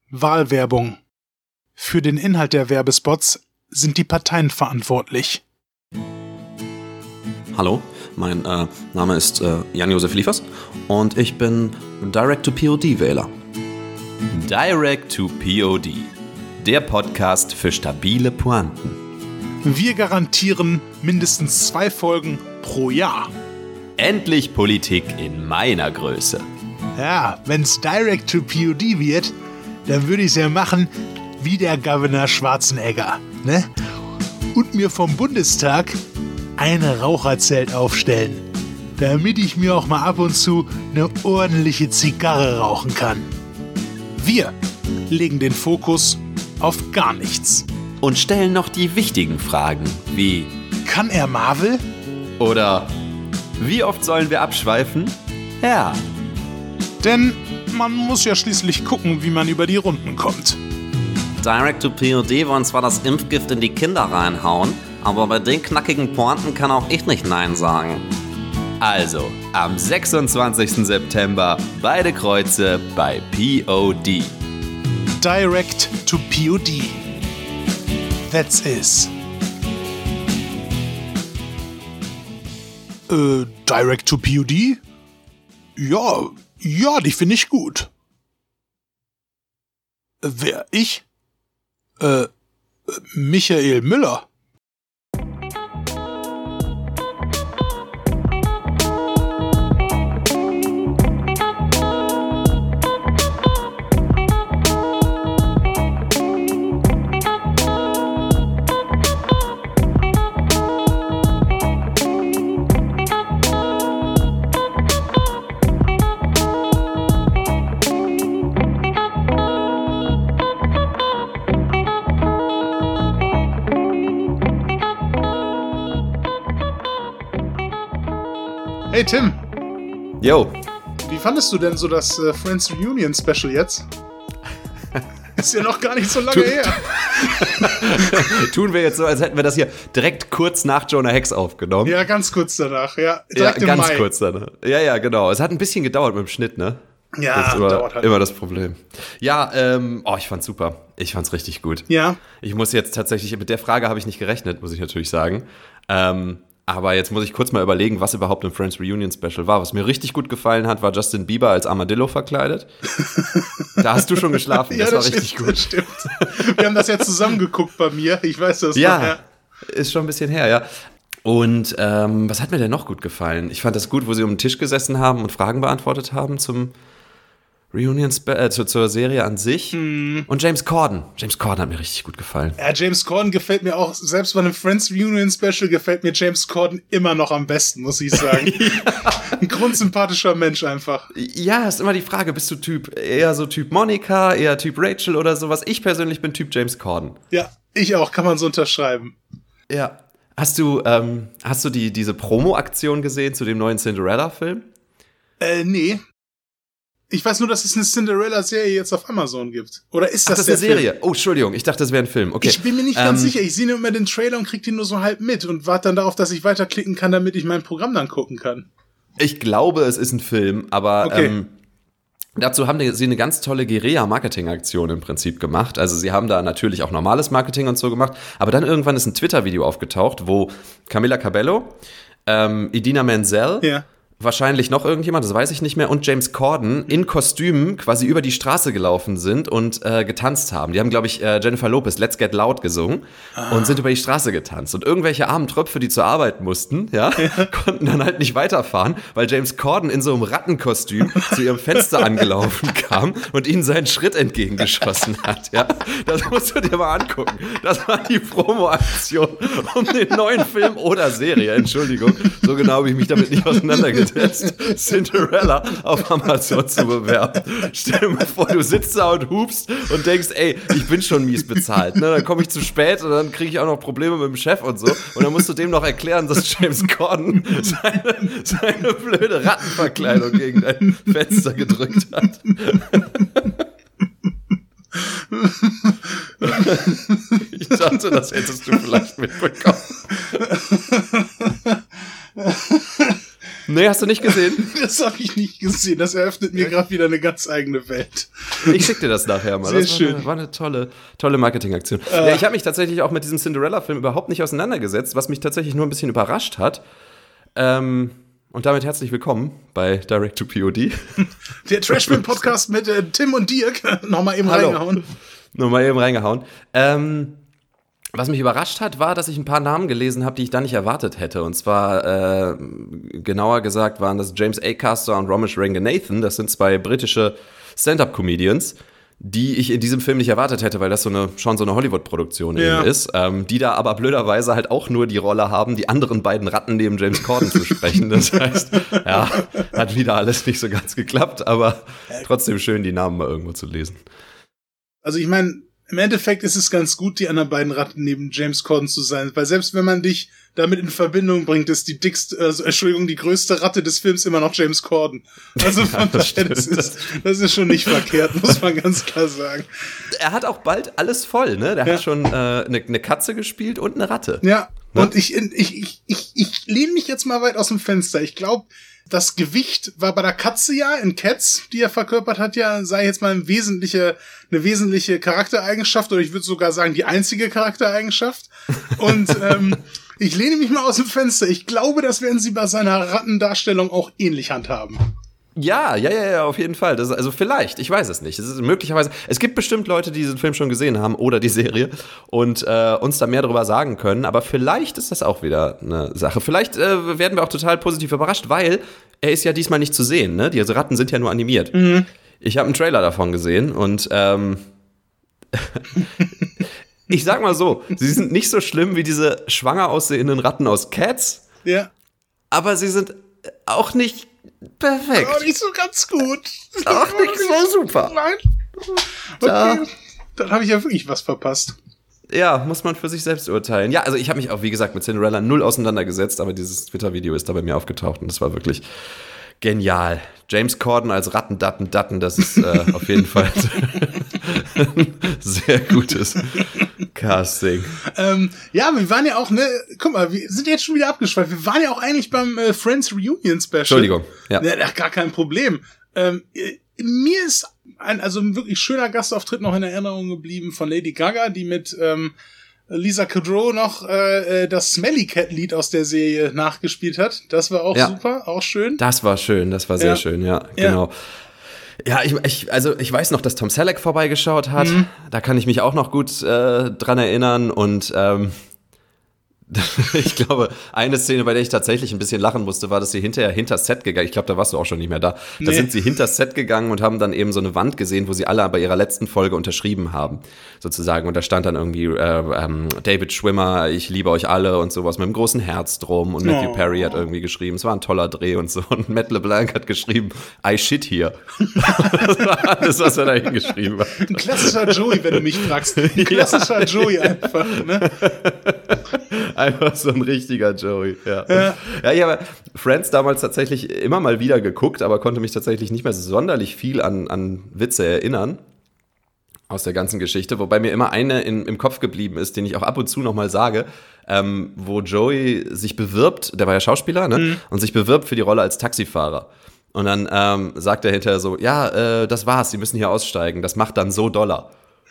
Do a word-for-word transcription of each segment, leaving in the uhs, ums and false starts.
Wahlwerbung. Für den Inhalt der Werbespots sind die Parteien verantwortlich. Hallo, mein äh, Name ist äh, Jan-Josef Liefers und ich bin Direct-to-P O D-Wähler. Direct-to-P O D, der Podcast für stabile Pointen. Wir garantieren mindestens zwei Folgen pro Jahr. Endlich Politik in meiner Größe. Ja, wenn's Direct-to-P O D wird, dann würde ich's ja machen wie der Governor Schwarzenegger, ne? Und mir vom Bundestag ein Raucherzelt aufstellen, damit ich mir auch mal ab und zu eine ordentliche Zigarre rauchen kann. Wir legen den Fokus auf gar nichts. Und stellen noch die wichtigen Fragen, wie: Kann er Marvel? Oder wie oft sollen wir abschweifen? Ja. Denn man muss ja schließlich gucken, wie man über die Runden kommt. Direct-to-P O D wollen zwar das Impfgift in die Kinder reinhauen, aber bei den knackigen Pointen kann auch ich nicht Nein sagen. Also, am sechsundzwanzigsten September beide Kreuze bei P O D. Direct-to-P O D. That's is. Äh, Direct-to-P O D? Ja, ja, die finde ich gut. Wer, ich? Äh, Michael Müller. Hey Tim. Yo. Wie fandest du denn so das äh, Friends Reunion Special jetzt? Ist ja noch gar nicht so lange her. Tun wir jetzt so, als hätten wir das hier direkt kurz nach Jonah Hex aufgenommen. Ja, ganz kurz danach, ja. Direkt ja, im ganz Mai. kurz danach. Ja, ja, genau. Es hat ein bisschen gedauert mit dem Schnitt, ne? Ja, das ist immer, dauert halt. immer das Problem. Ja, ähm, oh, ich fand's super. Ich fand's richtig gut. Ja. Ich muss jetzt tatsächlich, mit der Frage habe ich nicht gerechnet, muss ich natürlich sagen. Ähm, aber jetzt muss ich kurz mal überlegen, was überhaupt im Friends Reunion Special war. Was mir richtig gut gefallen hat, war Justin Bieber als Armadillo verkleidet. Da hast du schon geschlafen, ja, das, das war richtig stimmt, gut. Das stimmt. Wir haben das ja zusammen geguckt bei mir, ich weiß das ja, noch. Ja, ist schon ein bisschen her, ja. Und ähm, was hat mir denn noch gut gefallen? Ich fand das gut, wo sie um den Tisch gesessen haben und Fragen beantwortet haben zum Reunion, äh, zur, zur Serie an sich. Mm. Und James Corden. James Corden hat mir richtig gut gefallen. Ja, James Corden gefällt mir auch, selbst bei einem Friends Reunion Special gefällt mir James Corden immer noch am besten, muss ich sagen. ja. Ein grundsympathischer Mensch einfach. Ja, ist immer die Frage, bist du Typ eher so Typ Monica, eher Typ Rachel oder sowas? Ich persönlich bin Typ James Corden. Ja, ich auch, kann man so unterschreiben. Ja. Hast du, ähm, hast du die, diese Promo-Aktion gesehen zu dem neuen Cinderella-Film? Äh, nee. Ich weiß nur, dass es eine Cinderella-Serie jetzt auf Amazon gibt. Oder ist das, Ach, das der ist eine Serie? Film? Oh, Entschuldigung, ich dachte, das wäre ein Film. Okay. Ich bin mir nicht ähm, ganz sicher. Ich sehe nur immer den Trailer und krieg den nur so halb mit und warte dann darauf, dass ich weiterklicken kann, damit ich mein Programm dann gucken kann. Ich glaube, es ist ein Film, aber okay. ähm, dazu haben sie eine ganz tolle Guerilla-Marketing-Aktion im Prinzip gemacht. Also sie haben da natürlich auch normales Marketing und so gemacht, aber dann irgendwann ist ein Twitter-Video aufgetaucht, wo Camila Cabello, ähm, Idina Menzel, ja. wahrscheinlich noch irgendjemand, das weiß ich nicht mehr, und James Corden in Kostümen quasi über die Straße gelaufen sind und äh, getanzt haben. Die haben, glaube ich, äh, Jennifer Lopez Let's Get Loud gesungen ah. und sind über die Straße getanzt. Und irgendwelche armen Tröpfe, die zur Arbeit mussten, ja, ja, konnten dann halt nicht weiterfahren, weil James Corden in so einem Rattenkostüm zu ihrem Fenster angelaufen kam und ihnen seinen Schritt entgegengeschossen hat. Ja. Das musst du dir mal angucken. Das war die Promo-Aktion um den neuen Film oder Serie, Entschuldigung. So genau habe ich mich damit nicht auseinandergesetzt. Cinderella auf Amazon zu bewerben. Stell dir mal vor, du sitzt da und hupst und denkst, ey, ich bin schon mies bezahlt. Ne? Dann komme ich zu spät und dann kriege ich auch noch Probleme mit dem Chef und so. Und dann musst du dem noch erklären, dass James Corden seine, seine blöde Rattenverkleidung gegen dein Fenster gedrückt hat. Ich dachte, das hättest du vielleicht mitbekommen. Nee, hast du nicht gesehen? Das habe ich nicht gesehen. Das eröffnet mir gerade wieder eine ganz eigene Welt. Ich schick dir das nachher mal. Sehr das war schön. Eine, war eine tolle, tolle Marketingaktion. Äh. Ja, ich habe mich tatsächlich auch mit diesem Cinderella-Film überhaupt nicht auseinandergesetzt, was mich tatsächlich nur ein bisschen überrascht hat. Ähm, und damit herzlich willkommen bei Direct to P O D. Der Trashman-Podcast mit äh, Tim und Dirk. Nochmal eben Hallo. reingehauen. Nochmal eben reingehauen. Ähm, was mich überrascht hat, war, dass ich ein paar Namen gelesen habe, die ich da nicht erwartet hätte. Und zwar, äh, genauer gesagt, waren das James Acaster und Romesh Ranganathan. Das sind zwei britische Stand-Up-Comedians, die ich in diesem Film nicht erwartet hätte, weil das so eine, schon so eine Hollywood-Produktion Ja. eben ist. Ähm, die da aber blöderweise halt auch nur die Rolle haben, die anderen beiden Ratten neben James Corden zu sprechen. Das heißt, ja, hat wieder alles nicht so ganz geklappt, aber trotzdem schön, die Namen mal irgendwo zu lesen. Also ich meine, im Endeffekt ist es ganz gut, die anderen beiden Ratten neben James Corden zu sein, weil selbst wenn man dich damit in Verbindung bringt, ist die dickste, also Entschuldigung, die größte Ratte des Films immer noch James Corden. Also von das daher, das ist, das ist schon nicht verkehrt, muss man ganz klar sagen. Er hat auch bald alles voll, ne? Der Ja. hat schon eine äh, ne, ne Katze gespielt und eine Ratte. Ja, Ne? und ich, ich, ich, ich, ich lehne mich jetzt mal weit aus dem Fenster. Ich glaube, das Gewicht war bei der Katze ja, in Cats, die er verkörpert hat, ja, sei jetzt mal eine wesentliche, eine wesentliche Charaktereigenschaft, oder ich würde sogar sagen, die einzige Charaktereigenschaft. Und ähm, ich lehne mich mal aus dem Fenster. Ich glaube, das werden sie bei seiner Rattendarstellung auch ähnlich handhaben. Ja, ja, ja, ja, auf jeden Fall. Das, also vielleicht, ich weiß es nicht. Es ist möglicherweise. Es gibt bestimmt Leute, die diesen Film schon gesehen haben oder die Serie und äh, uns da mehr darüber sagen können. Aber vielleicht ist das auch wieder eine Sache. Vielleicht äh, werden wir auch total positiv überrascht, weil er ist ja diesmal nicht zu sehen. Ne? Die Ratten sind ja nur animiert. Mhm. Ich habe einen Trailer davon gesehen und ähm, ich sag mal so, sie sind nicht so schlimm wie diese schwanger aussehenden Ratten aus Cats, Ja. aber sie sind auch nicht perfekt. Aber nicht so ganz gut. Auch nicht so super. Nein. Da- Okay. Dann habe ich ja wirklich was verpasst. Ja, muss man für sich selbst urteilen. Ja, also ich habe mich auch, wie gesagt, mit Cinderella null auseinandergesetzt, aber dieses Twitter-Video ist da bei mir aufgetaucht und das war wirklich genial. James Corden als Rattendatten Datten, das ist äh, auf jeden Fall ein sehr gutes Casting. Ähm, ja, wir waren ja auch, ne, guck mal, wir sind jetzt schon wieder abgeschweift. Wir waren ja auch eigentlich beim äh, Friends Reunion Special. Entschuldigung, ja. Ja, ach, gar kein Problem. Ähm, äh, mir ist ein, also ein wirklich schöner Gastauftritt noch in Erinnerung geblieben von Lady Gaga, die mit ähm, Lisa Kudrow noch äh, das Smelly Cat Lied aus der Serie nachgespielt hat. Das war auch Ja. super, auch schön. Das war schön, das war sehr Ja. schön, ja, Ja. genau. Ja, ich, ich, also ich weiß noch, dass Tom Selleck vorbeigeschaut hat. Mhm. Da kann ich mich auch noch gut äh, dran erinnern. Und ähm, ich glaube, eine Szene, bei der ich tatsächlich ein bisschen lachen musste, war, dass sie hinterher hinter Set gegangen. Ich glaube, da warst du auch schon nicht mehr da. Da Nee. sind sie hinter Set gegangen und haben dann eben so eine Wand gesehen, wo sie alle bei ihrer letzten Folge unterschrieben haben, sozusagen. Und da stand dann irgendwie äh, ähm, David Schwimmer, ich liebe euch alle und sowas mit einem großen Herz drum. Und Matthew Oh. Perry hat irgendwie geschrieben, es war ein toller Dreh und so. Und Matt LeBlanc hat geschrieben, I shit here. Das war alles, was er da hingeschrieben hat. Ein klassischer Joey, wenn du mich fragst. Ein klassischer Joey einfach, ne? Einfach so ein richtiger Joey, ja. Ja, ja, ich habe Friends damals tatsächlich immer mal wieder geguckt, aber konnte mich tatsächlich nicht mehr sonderlich viel an, an Witze erinnern aus der ganzen Geschichte, wobei mir immer eine in, im Kopf geblieben ist, den ich auch ab und zu noch mal sage, ähm, wo Joey sich bewirbt, der war ja Schauspieler, ne, mhm. und sich bewirbt für die Rolle als Taxifahrer. Und dann ähm, sagt er hinterher so, ja, äh, das war's, Sie müssen hier aussteigen, das macht dann so Dollar.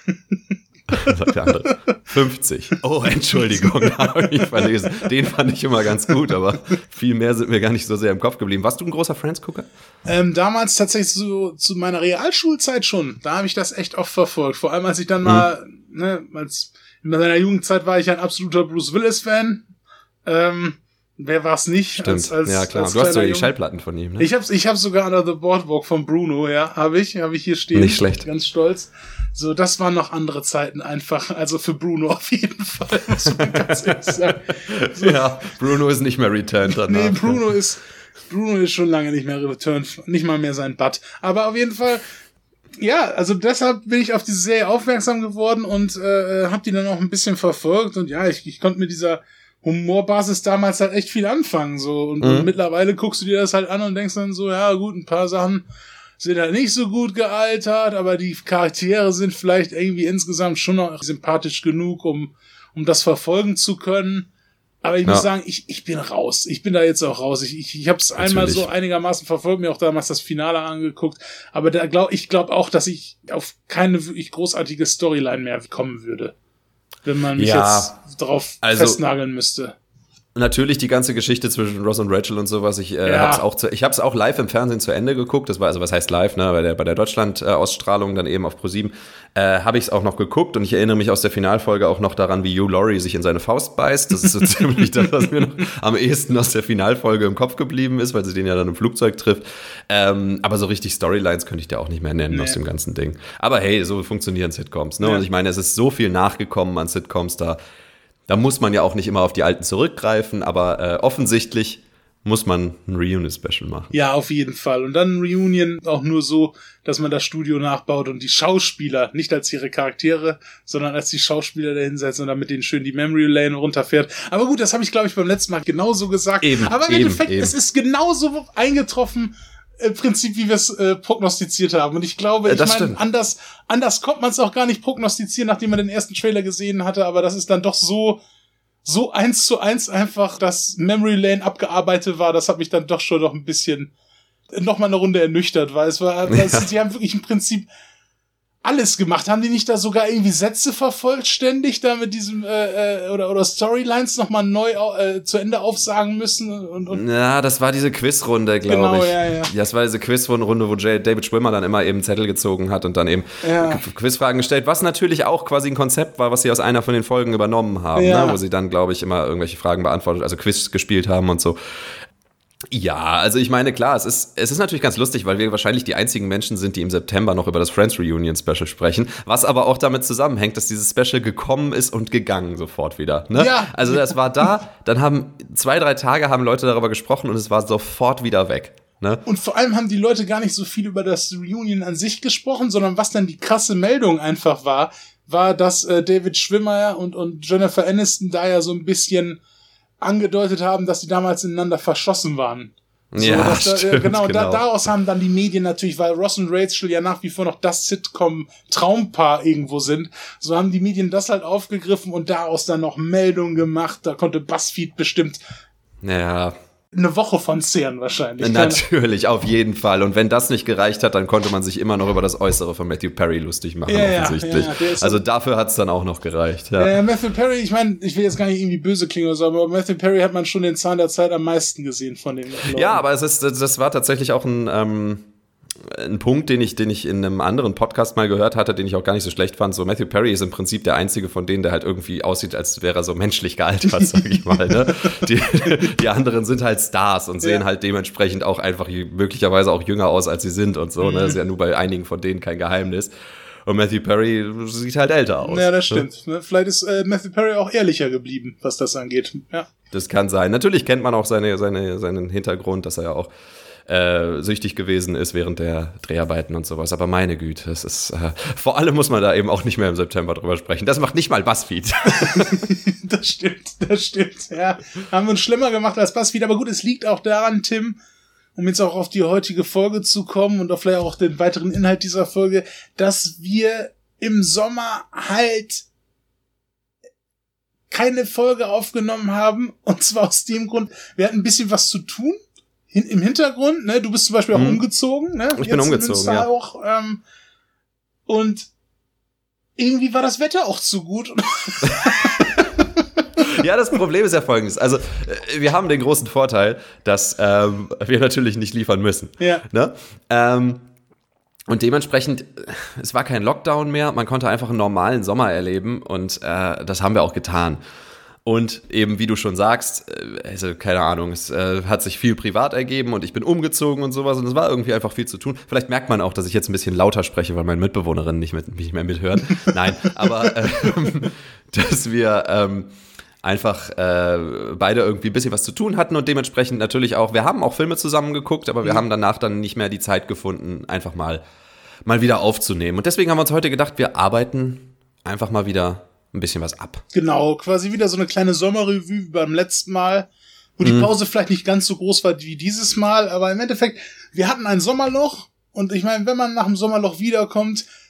Sagt der andere, fünfzig. Oh, Entschuldigung, da habe ich mich verlesen. Den fand ich immer ganz gut, aber viel mehr sind mir gar nicht so sehr im Kopf geblieben. Warst du ein großer Friends-Gucker? Ähm, damals tatsächlich so, zu meiner Realschulzeit schon. Da habe ich das echt oft verfolgt. Vor allem, als ich dann mal, mhm. ne, als in meiner Jugendzeit war ich ein absoluter Bruce Willis-Fan. Ähm, wer war's nicht? Stimmt, als, als, ja klar. als Du hast sogar die Junge. Schallplatten von ihm, ne? Ich hab's, ich hab's sogar Under the Boardwalk von Bruno, ja, habe ich, habe ich hier stehen. Nicht schlecht. Ganz stolz. So, das waren noch andere Zeiten einfach, also für Bruno auf jeden Fall, muss man ganz ehrlich sagen. So, ja, Bruno ist nicht mehr returned danach. nee, Bruno ist, Bruno ist schon lange nicht mehr returned, nicht mal mehr sein Butt. Aber auf jeden Fall, ja, also deshalb bin ich auf diese Serie aufmerksam geworden und äh, habe die dann auch ein bisschen verfolgt und ja, ich, ich konnte mit dieser Humorbasis damals halt echt viel anfangen, so, und, Mhm. und mittlerweile guckst du dir das halt an und denkst dann so, ja gut, ein paar Sachen sind halt nicht so gut gealtert, aber die Charaktere sind vielleicht irgendwie insgesamt schon noch sympathisch genug, um, um das verfolgen zu können. Aber ich muss Ja. sagen, ich, ich bin raus. Ich bin da jetzt auch raus. Ich, ich, ich habe es einmal so einigermaßen verfolgt, mir auch damals das Finale angeguckt. Aber da glaub, ich glaube auch, dass ich auf keine wirklich großartige Storyline mehr kommen würde. Wenn man mich Ja, jetzt drauf also- festnageln müsste. Natürlich die ganze Geschichte zwischen Ross und Rachel und sowas. Ich äh, Ja. hab's auch zu, ich hab's auch live im Fernsehen zu Ende geguckt. Das war, also was heißt live, ne? Bei der, bei der Deutschland-Ausstrahlung dann eben auf ProSieben äh, habe ich es auch noch geguckt und ich erinnere mich aus der Finalfolge auch noch daran, wie Hugh Laurie sich in seine Faust beißt. Das ist so ziemlich das, was mir noch am ehesten aus der Finalfolge im Kopf geblieben ist, weil sie den ja dann im Flugzeug trifft. Ähm, aber so richtig Storylines könnte ich dir auch nicht mehr nennen Nee. aus dem ganzen Ding. Aber hey, so funktionieren Sitcoms. Ne? Ja. Und ich meine, es ist so viel nachgekommen an Sitcoms da. Da muss man ja auch nicht immer auf die alten zurückgreifen, aber äh, offensichtlich muss man ein Reunion-Special machen. Ja, auf jeden Fall. Und dann ein Reunion auch nur so, dass man das Studio nachbaut und die Schauspieler, nicht als ihre Charaktere, sondern als die Schauspieler da hinsetzen und dann mit denen schön die Memory Lane runterfährt. Aber gut, das habe ich, glaube ich, beim letzten Mal genauso gesagt. Eben, Aber im eben, Endeffekt, eben. es ist genauso eingetroffen, im Prinzip, wie wir es äh, prognostiziert haben. Und ich glaube, Äh, ich das meine, stimmt. anders, anders konnte man es auch gar nicht prognostizieren, nachdem man den ersten Trailer gesehen hatte, aber das ist dann doch so, so eins zu eins einfach, dass Memory Lane abgearbeitet war, das hat mich dann doch schon noch ein bisschen noch mal eine Runde ernüchtert, weil es war, Ja. das, die haben wirklich im Prinzip alles gemacht. Haben die nicht da sogar irgendwie Sätze vervollständigt, da mit diesem, äh, äh, oder, oder Storylines nochmal neu äh, zu Ende aufsagen müssen und, und Ja, das war diese Quizrunde, glaube Genau, ich. ja, ja. Das war diese Quizrunde, wo Jay, David Schwimmer dann immer eben Zettel gezogen hat und dann eben Ja. Qu- Quizfragen gestellt, was natürlich auch quasi ein Konzept war, was sie aus einer von den Folgen übernommen haben, Ja. ne? Wo sie dann, glaube ich, immer irgendwelche Fragen beantwortet, also Quiz gespielt haben und so. Ja, also ich meine, klar, es ist, es ist natürlich ganz lustig, weil wir wahrscheinlich die einzigen Menschen sind, die im September noch über das Friends Reunion Special sprechen, was aber auch damit zusammenhängt, dass dieses Special gekommen ist und gegangen sofort wieder. Ne? Ja. Also das war da, dann haben zwei, drei Tage haben Leute darüber gesprochen und es war sofort wieder weg. Ne? Und vor allem haben die Leute gar nicht so viel über das Reunion an sich gesprochen, sondern was dann die krasse Meldung einfach war, war, dass äh, David Schwimmer und, und Jennifer Aniston da ja so ein bisschen angedeutet haben, dass die damals ineinander verschossen waren. So, Ja, dass da, stimmt, genau, Da, genau. daraus haben dann die Medien natürlich, weil Ross und Rachel ja nach wie vor noch das Sitcom-Traumpaar irgendwo sind, so haben die Medien das halt aufgegriffen und daraus dann noch Meldungen gemacht. Da konnte BuzzFeed bestimmt Ja, eine Woche von zehren wahrscheinlich. Keine- natürlich, auf jeden Fall. Und wenn das nicht gereicht hat, dann konnte man sich immer noch über das Äußere von Matthew Perry lustig machen, Ja, ja, offensichtlich. ja, der ist also dafür hat es dann auch noch gereicht. Ja. Äh, Matthew Perry, ich meine, ich will jetzt gar nicht irgendwie böse klingen oder so, aber Matthew Perry hat man schon den Zahn der Zeit am meisten gesehen von den Leuten. Ja, aber es ist, das war tatsächlich auch ein, ähm, ein Punkt, den ich, den ich in einem anderen Podcast mal gehört hatte, den ich auch gar nicht so schlecht fand. So Matthew Perry ist im Prinzip der einzige von denen, der halt irgendwie aussieht, als wäre er so menschlich gealtert, sag ich mal. Ne? Die, die anderen sind halt Stars und sehen Ja. halt dementsprechend auch einfach möglicherweise auch jünger aus, als sie sind und so. Mhm. Ne? Das ist ja nur bei einigen von denen kein Geheimnis. Und Matthew Perry sieht halt älter aus. Ja, das ne? stimmt. Ne? Vielleicht ist äh, Matthew Perry auch ehrlicher geblieben, was das angeht. Ja. Das kann sein. Natürlich kennt man auch seine, seine, seinen Hintergrund, dass er ja auch äh, süchtig gewesen ist während der Dreharbeiten und sowas. Aber meine Güte, es ist äh, vor allem muss man da eben auch nicht mehr im September drüber sprechen. Das macht nicht mal BuzzFeed. Das stimmt, das stimmt. Ja, haben wir uns schlimmer gemacht als BuzzFeed. Aber gut, es liegt auch daran, Tim, um jetzt auch auf die heutige Folge zu kommen und auf vielleicht auch den weiteren Inhalt dieser Folge, dass wir im Sommer halt keine Folge aufgenommen haben. Und zwar aus dem Grund, wir hatten ein bisschen was zu tun hin, im Hintergrund. Ne? Du bist zum Beispiel auch Mhm. umgezogen. Ne? Ich bin Jetzt in umgezogen, Münster ja. Auch, ähm, und irgendwie war das Wetter auch zu gut. Ja, das Problem ist ja folgendes. Also, äh, wir haben den großen Vorteil, dass ähm, wir natürlich nicht liefern müssen. Ja. Ne? Ähm, und dementsprechend, äh, es war kein Lockdown mehr, man konnte einfach einen normalen Sommer erleben und äh, das haben wir auch getan. Und eben, wie du schon sagst, äh, also keine Ahnung, es äh, hat sich viel privat ergeben und ich bin umgezogen und sowas und es war irgendwie einfach viel zu tun. Vielleicht merkt man auch, dass ich jetzt ein bisschen lauter spreche, weil meine Mitbewohnerinnen nicht, mit, nicht mehr mithören. Nein, aber ähm, dass wir ähm, einfach äh, beide irgendwie ein bisschen was zu tun hatten und dementsprechend natürlich auch, wir haben auch Filme zusammen geguckt, aber wir Mhm. haben danach dann nicht mehr die Zeit gefunden, einfach mal, mal wieder aufzunehmen. Und deswegen haben wir uns heute gedacht, wir arbeiten einfach mal wieder ein bisschen was ab. Genau, quasi wieder so eine kleine Sommerrevue wie beim letzten Mal, wo die Pause vielleicht nicht ganz so groß war wie dieses Mal, aber im Endeffekt, wir hatten ein Sommerloch und ich meine, wenn man nach dem Sommerloch wiederkommt,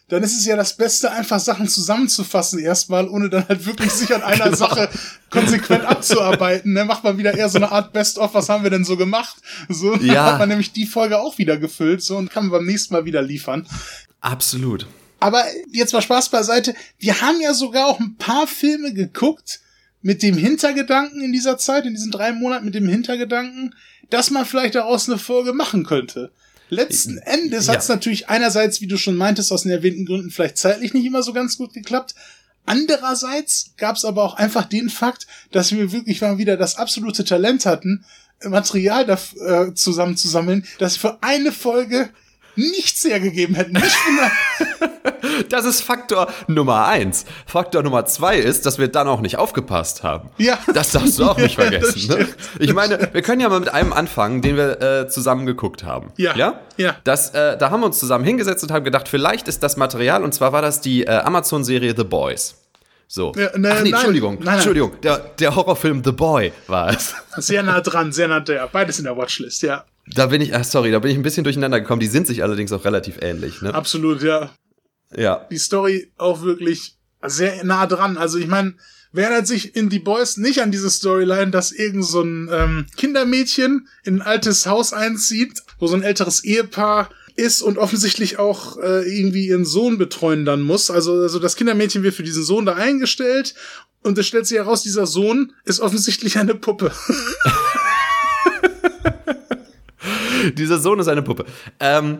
dann ist es ja das Beste, einfach Sachen zusammenzufassen erstmal, ohne dann halt wirklich sich an einer genau. Sache konsequent abzuarbeiten. Dann macht man wieder eher so eine Art Best-of, was haben wir denn so gemacht? So, ja. Dann hat man nämlich die Folge auch wieder gefüllt, so, und kann man beim nächsten Mal wieder liefern. Absolut. Aber jetzt mal Spaß beiseite. Wir haben ja sogar auch ein paar Filme geguckt mit dem Hintergedanken in dieser Zeit, in diesen drei Monaten mit dem Hintergedanken, dass man vielleicht daraus eine Folge machen könnte. Letzten Endes ja. hat es natürlich einerseits, wie du schon meintest, aus den erwähnten Gründen vielleicht zeitlich nicht immer so ganz gut geklappt. Andererseits gab es aber auch einfach den Fakt, dass wir wirklich mal wieder das absolute Talent hatten, Material da, äh, zusammenzusammeln, das für eine Folge nichts hergegeben hätten. Nicht Das ist Faktor Nummer eins. Faktor Nummer zwei ist, dass wir dann auch nicht aufgepasst haben. Ja. Das darfst du auch nicht vergessen. Ja, ne? Ich meine, wir können ja mal mit einem anfangen, den wir äh, zusammen geguckt haben. Ja. Ja. ja. Das, äh, da haben wir uns zusammen hingesetzt und haben gedacht, vielleicht ist das Material, und zwar war das die äh, Amazon-Serie The Boys. So. Ja, ne, Ach nee, nein, Entschuldigung, nein, nein. Entschuldigung, der, der Horrorfilm The Boy war es. Sehr nah dran, sehr nah dran. Beides in der Watchlist, ja. Da bin ich, ach sorry, da bin ich ein bisschen durcheinander gekommen. Die sind sich allerdings auch relativ ähnlich, ne? Absolut, ja. Ja. Die Story auch wirklich sehr nah dran. Also ich meine, wer erinnert sich in The Boys nicht an diese Storyline, dass irgend so ein ähm, Kindermädchen in ein altes Haus einzieht, wo so ein älteres Ehepaar ist und offensichtlich auch äh, irgendwie ihren Sohn betreuen dann muss. Also, also das Kindermädchen wird für diesen Sohn da eingestellt und es stellt sich heraus, dieser Sohn ist offensichtlich eine Puppe. Dieser Sohn ist eine Puppe. Ähm,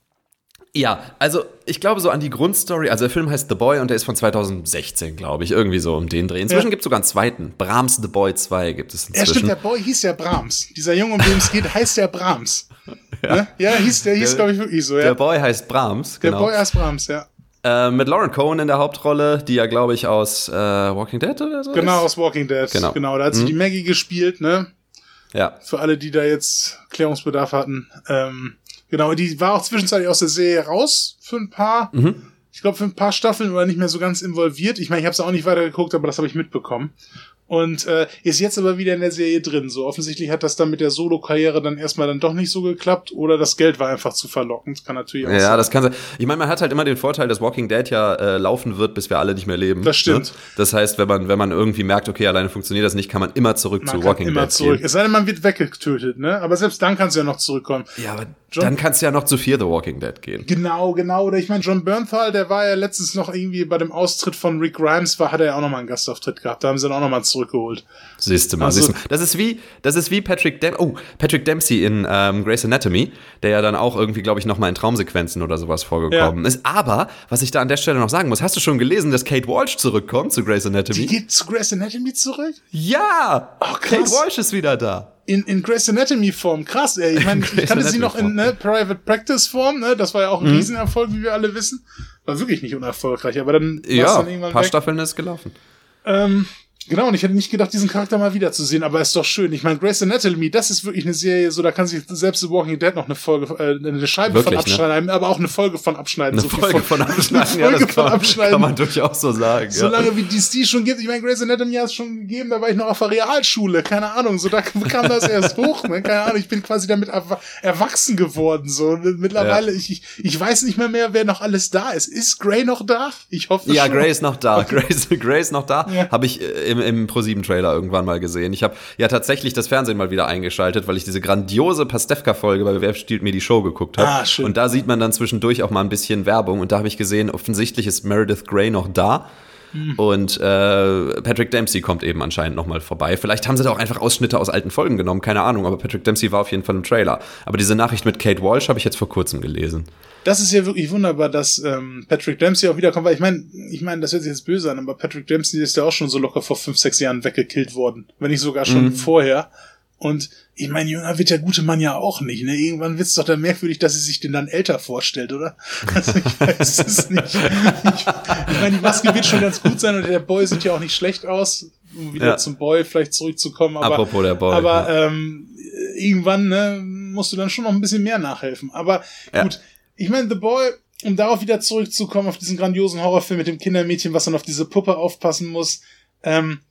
ja, also ich glaube so an die Grundstory, also der Film heißt The Boy und der ist von zwanzig sechzehn, glaube ich, irgendwie so um den Dreh. Inzwischen ja. gibt es sogar einen zweiten, Brahms The Boy zwei gibt es inzwischen. Ja stimmt, der Boy hieß ja Brahms. Dieser Junge, um den es geht, heißt ja Brahms. Ja, ne? ja hieß, der hieß glaube ich wirklich so. Ja. Der Boy heißt Brahms, genau. Der Boy heißt Brahms, ja. Äh, mit Lauren Cohen in der Hauptrolle, die ja, glaube ich, aus äh, Walking Dead oder so Genau, ist? aus Walking Dead, genau. genau da hat sie mhm. die Maggie gespielt, ne? Ja. Für alle, die da jetzt Klärungsbedarf hatten. Ähm, genau, die war auch zwischenzeitlich aus der Serie raus für ein paar, mhm. ich glaube für ein paar Staffeln oder nicht mehr so ganz involviert. Ich meine, ich habe es auch nicht weitergeguckt, aber das habe ich mitbekommen. Und äh, ist jetzt aber wieder in der Serie drin. So offensichtlich hat das dann mit der Solo-Karriere dann erstmal dann doch nicht so geklappt oder das Geld war einfach zu verlockend. Kann natürlich auch ja, sein. Ja, das kann sein. Ich meine, man hat halt immer den Vorteil, dass Walking Dead ja äh, laufen wird, bis wir alle nicht mehr leben. Das stimmt. Ne? Das heißt, wenn man wenn man irgendwie merkt, okay, alleine funktioniert das nicht, kann man immer zurück man zu Walking immer Dead zurück. gehen. Es sei denn, man wird weggetötet, ne? Aber selbst dann kannst du ja noch zurückkommen. Ja, aber John, dann kannst du ja noch zu Fear the Walking Dead gehen. Genau, genau. Oder ich meine, John Bernthal, der war ja letztens noch irgendwie bei dem Austritt von Rick Grimes, war, hat er ja auch nochmal einen Gastauftritt gehabt. Da haben sie dann auch nochmal zurückgeholt. Siehst du mal, also, siehst du mal. Das ist wie, das ist wie Patrick Dem- oh, Patrick Dempsey in ähm, Grey's Anatomy, der ja dann auch irgendwie, glaube ich, nochmal in Traumsequenzen oder sowas vorgekommen ja. ist. Aber, was ich da an der Stelle noch sagen muss, hast du schon gelesen, dass Kate Walsh zurückkommt zu Grey's Anatomy? Die geht zu Grey's Anatomy zurück? Ja! Oh, Kate Walsh ist wieder da. In, in Grey's Anatomy Form, krass, ey. Ich meine, ich kannte sie noch in ne, Private Practice Form, ne? Das war ja auch ein mhm. Riesenerfolg, wie wir alle wissen. War wirklich nicht unerfolgreich, aber dann war ja, es dann irgendwann ein paar weg. Staffeln ist gelaufen. Ähm, genau, und ich hätte nicht gedacht, diesen Charakter mal wiederzusehen, aber ist doch schön. Ich meine, Grey's Anatomy, das ist wirklich eine Serie, so da kann sich selbst The Walking Dead noch eine Folge, äh, eine Scheibe wirklich, von abschneiden, ne? aber auch eine Folge von abschneiden. Eine so Folge von, von abschneiden, eine Folge ja, das kann, von abschneiden. Kann man durchaus so sagen. Solange ja. wie die es die schon gibt, ich meine, Grey's Anatomy hat es schon gegeben, da war ich noch auf der Realschule, keine Ahnung, so da kam das erst hoch, ne? Keine Ahnung, ich bin quasi damit erwachsen geworden, so. Mittlerweile, ja. ich, ich, ich weiß nicht mehr mehr, wer noch alles da ist. Ist Grey noch da? Ich hoffe ja, schon. Ja, Grey ist noch da. Okay. Grey, Grey ist noch da. Ja. Habe ich äh, im, im Pro sieben Trailer irgendwann mal gesehen. Ich habe ja tatsächlich das Fernsehen mal wieder eingeschaltet, weil ich diese grandiose Pastewka-Folge bei Wer stiehlt mir die Show geguckt habe. Ah, schön. Und da sieht man dann zwischendurch auch mal ein bisschen Werbung. Und da habe ich gesehen, offensichtlich ist Meredith Grey noch da. Hm. Und äh, Patrick Dempsey kommt eben anscheinend noch mal vorbei. Vielleicht haben sie da auch einfach Ausschnitte aus alten Folgen genommen, keine Ahnung. Aber Patrick Dempsey war auf jeden Fall im Trailer. Aber diese Nachricht mit Kate Walsh habe ich jetzt vor kurzem gelesen. Das ist ja wirklich wunderbar, dass ähm, Patrick Dempsey auch wiederkommt, weil ich meine, ich meine, das hört sich jetzt böse an, aber Patrick Dempsey ist ja auch schon so locker vor fünf, sechs Jahren weggekillt worden, wenn nicht sogar schon mhm. vorher. Und ich meine, jünger wird der gute Mann ja auch nicht, ne? Irgendwann wird's doch dann merkwürdig, dass sie sich den dann älter vorstellt, oder? Also ich weiß es nicht. Ich, ich meine, die Maske wird schon ganz gut sein und der Boy sieht ja auch nicht schlecht aus, um wieder ja. zum Boy vielleicht zurückzukommen. Aber, Apropos der Boy. Aber ja. ähm, irgendwann ne, musst du dann schon noch ein bisschen mehr nachhelfen. Aber ja. gut. Ich meine, The Boy, um darauf wieder zurückzukommen, auf diesen grandiosen Horrorfilm mit dem Kindermädchen, was dann auf diese Puppe aufpassen muss. Ähm,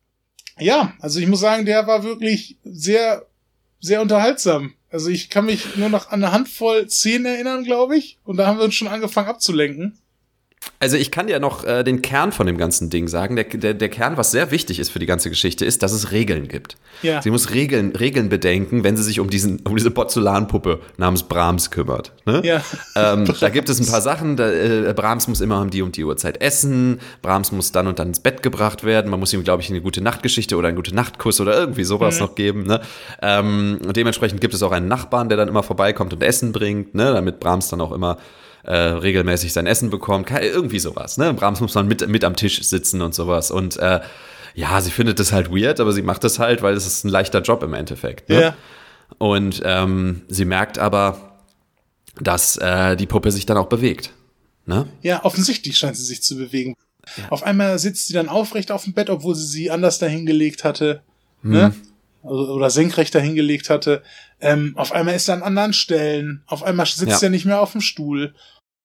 ja, also ich muss sagen, der war wirklich sehr, sehr unterhaltsam. Also ich kann mich nur noch an eine Handvoll Szenen erinnern, glaube ich. Und da haben wir uns schon angefangen abzulenken. Also ich kann dir noch äh, den Kern von dem ganzen Ding sagen. Der, der, der Kern, was sehr wichtig ist für die ganze Geschichte, ist, dass es Regeln gibt. Ja. Sie muss Regeln, Regeln bedenken, wenn sie sich um, diesen, um diese Porzellanpuppe namens Brahms kümmert. Ne? Ja. Ähm, da gibt es ein paar Sachen. Da, äh, Brahms muss immer um die um die Uhrzeit essen. Brahms muss dann und dann ins Bett gebracht werden. Man muss ihm, glaube ich, eine gute Nachtgeschichte oder einen gute Nachtkuss oder irgendwie sowas mhm. noch geben. Ne? Ähm, und dementsprechend gibt es auch einen Nachbarn, der dann immer vorbeikommt und Essen bringt, ne? Damit Brahms dann auch immer Äh, regelmäßig sein Essen bekommt, irgendwie sowas, ne? Brahms muss man mit, mit am Tisch sitzen und sowas und äh, ja, sie findet das halt weird, aber sie macht das halt, weil es ist ein leichter Job im Endeffekt, ne? Ja. Und ähm, sie merkt aber, dass äh, die Puppe sich dann auch bewegt, ne? Ja, offensichtlich scheint sie sich zu bewegen. Ja. Auf einmal sitzt sie dann aufrecht auf dem Bett, obwohl sie sie anders dahingelegt hatte, hm. ne? Oder senkrecht dahingelegt hatte. Ähm, auf einmal ist er an anderen Stellen. Auf einmal sitzt ja. er nicht mehr auf dem Stuhl.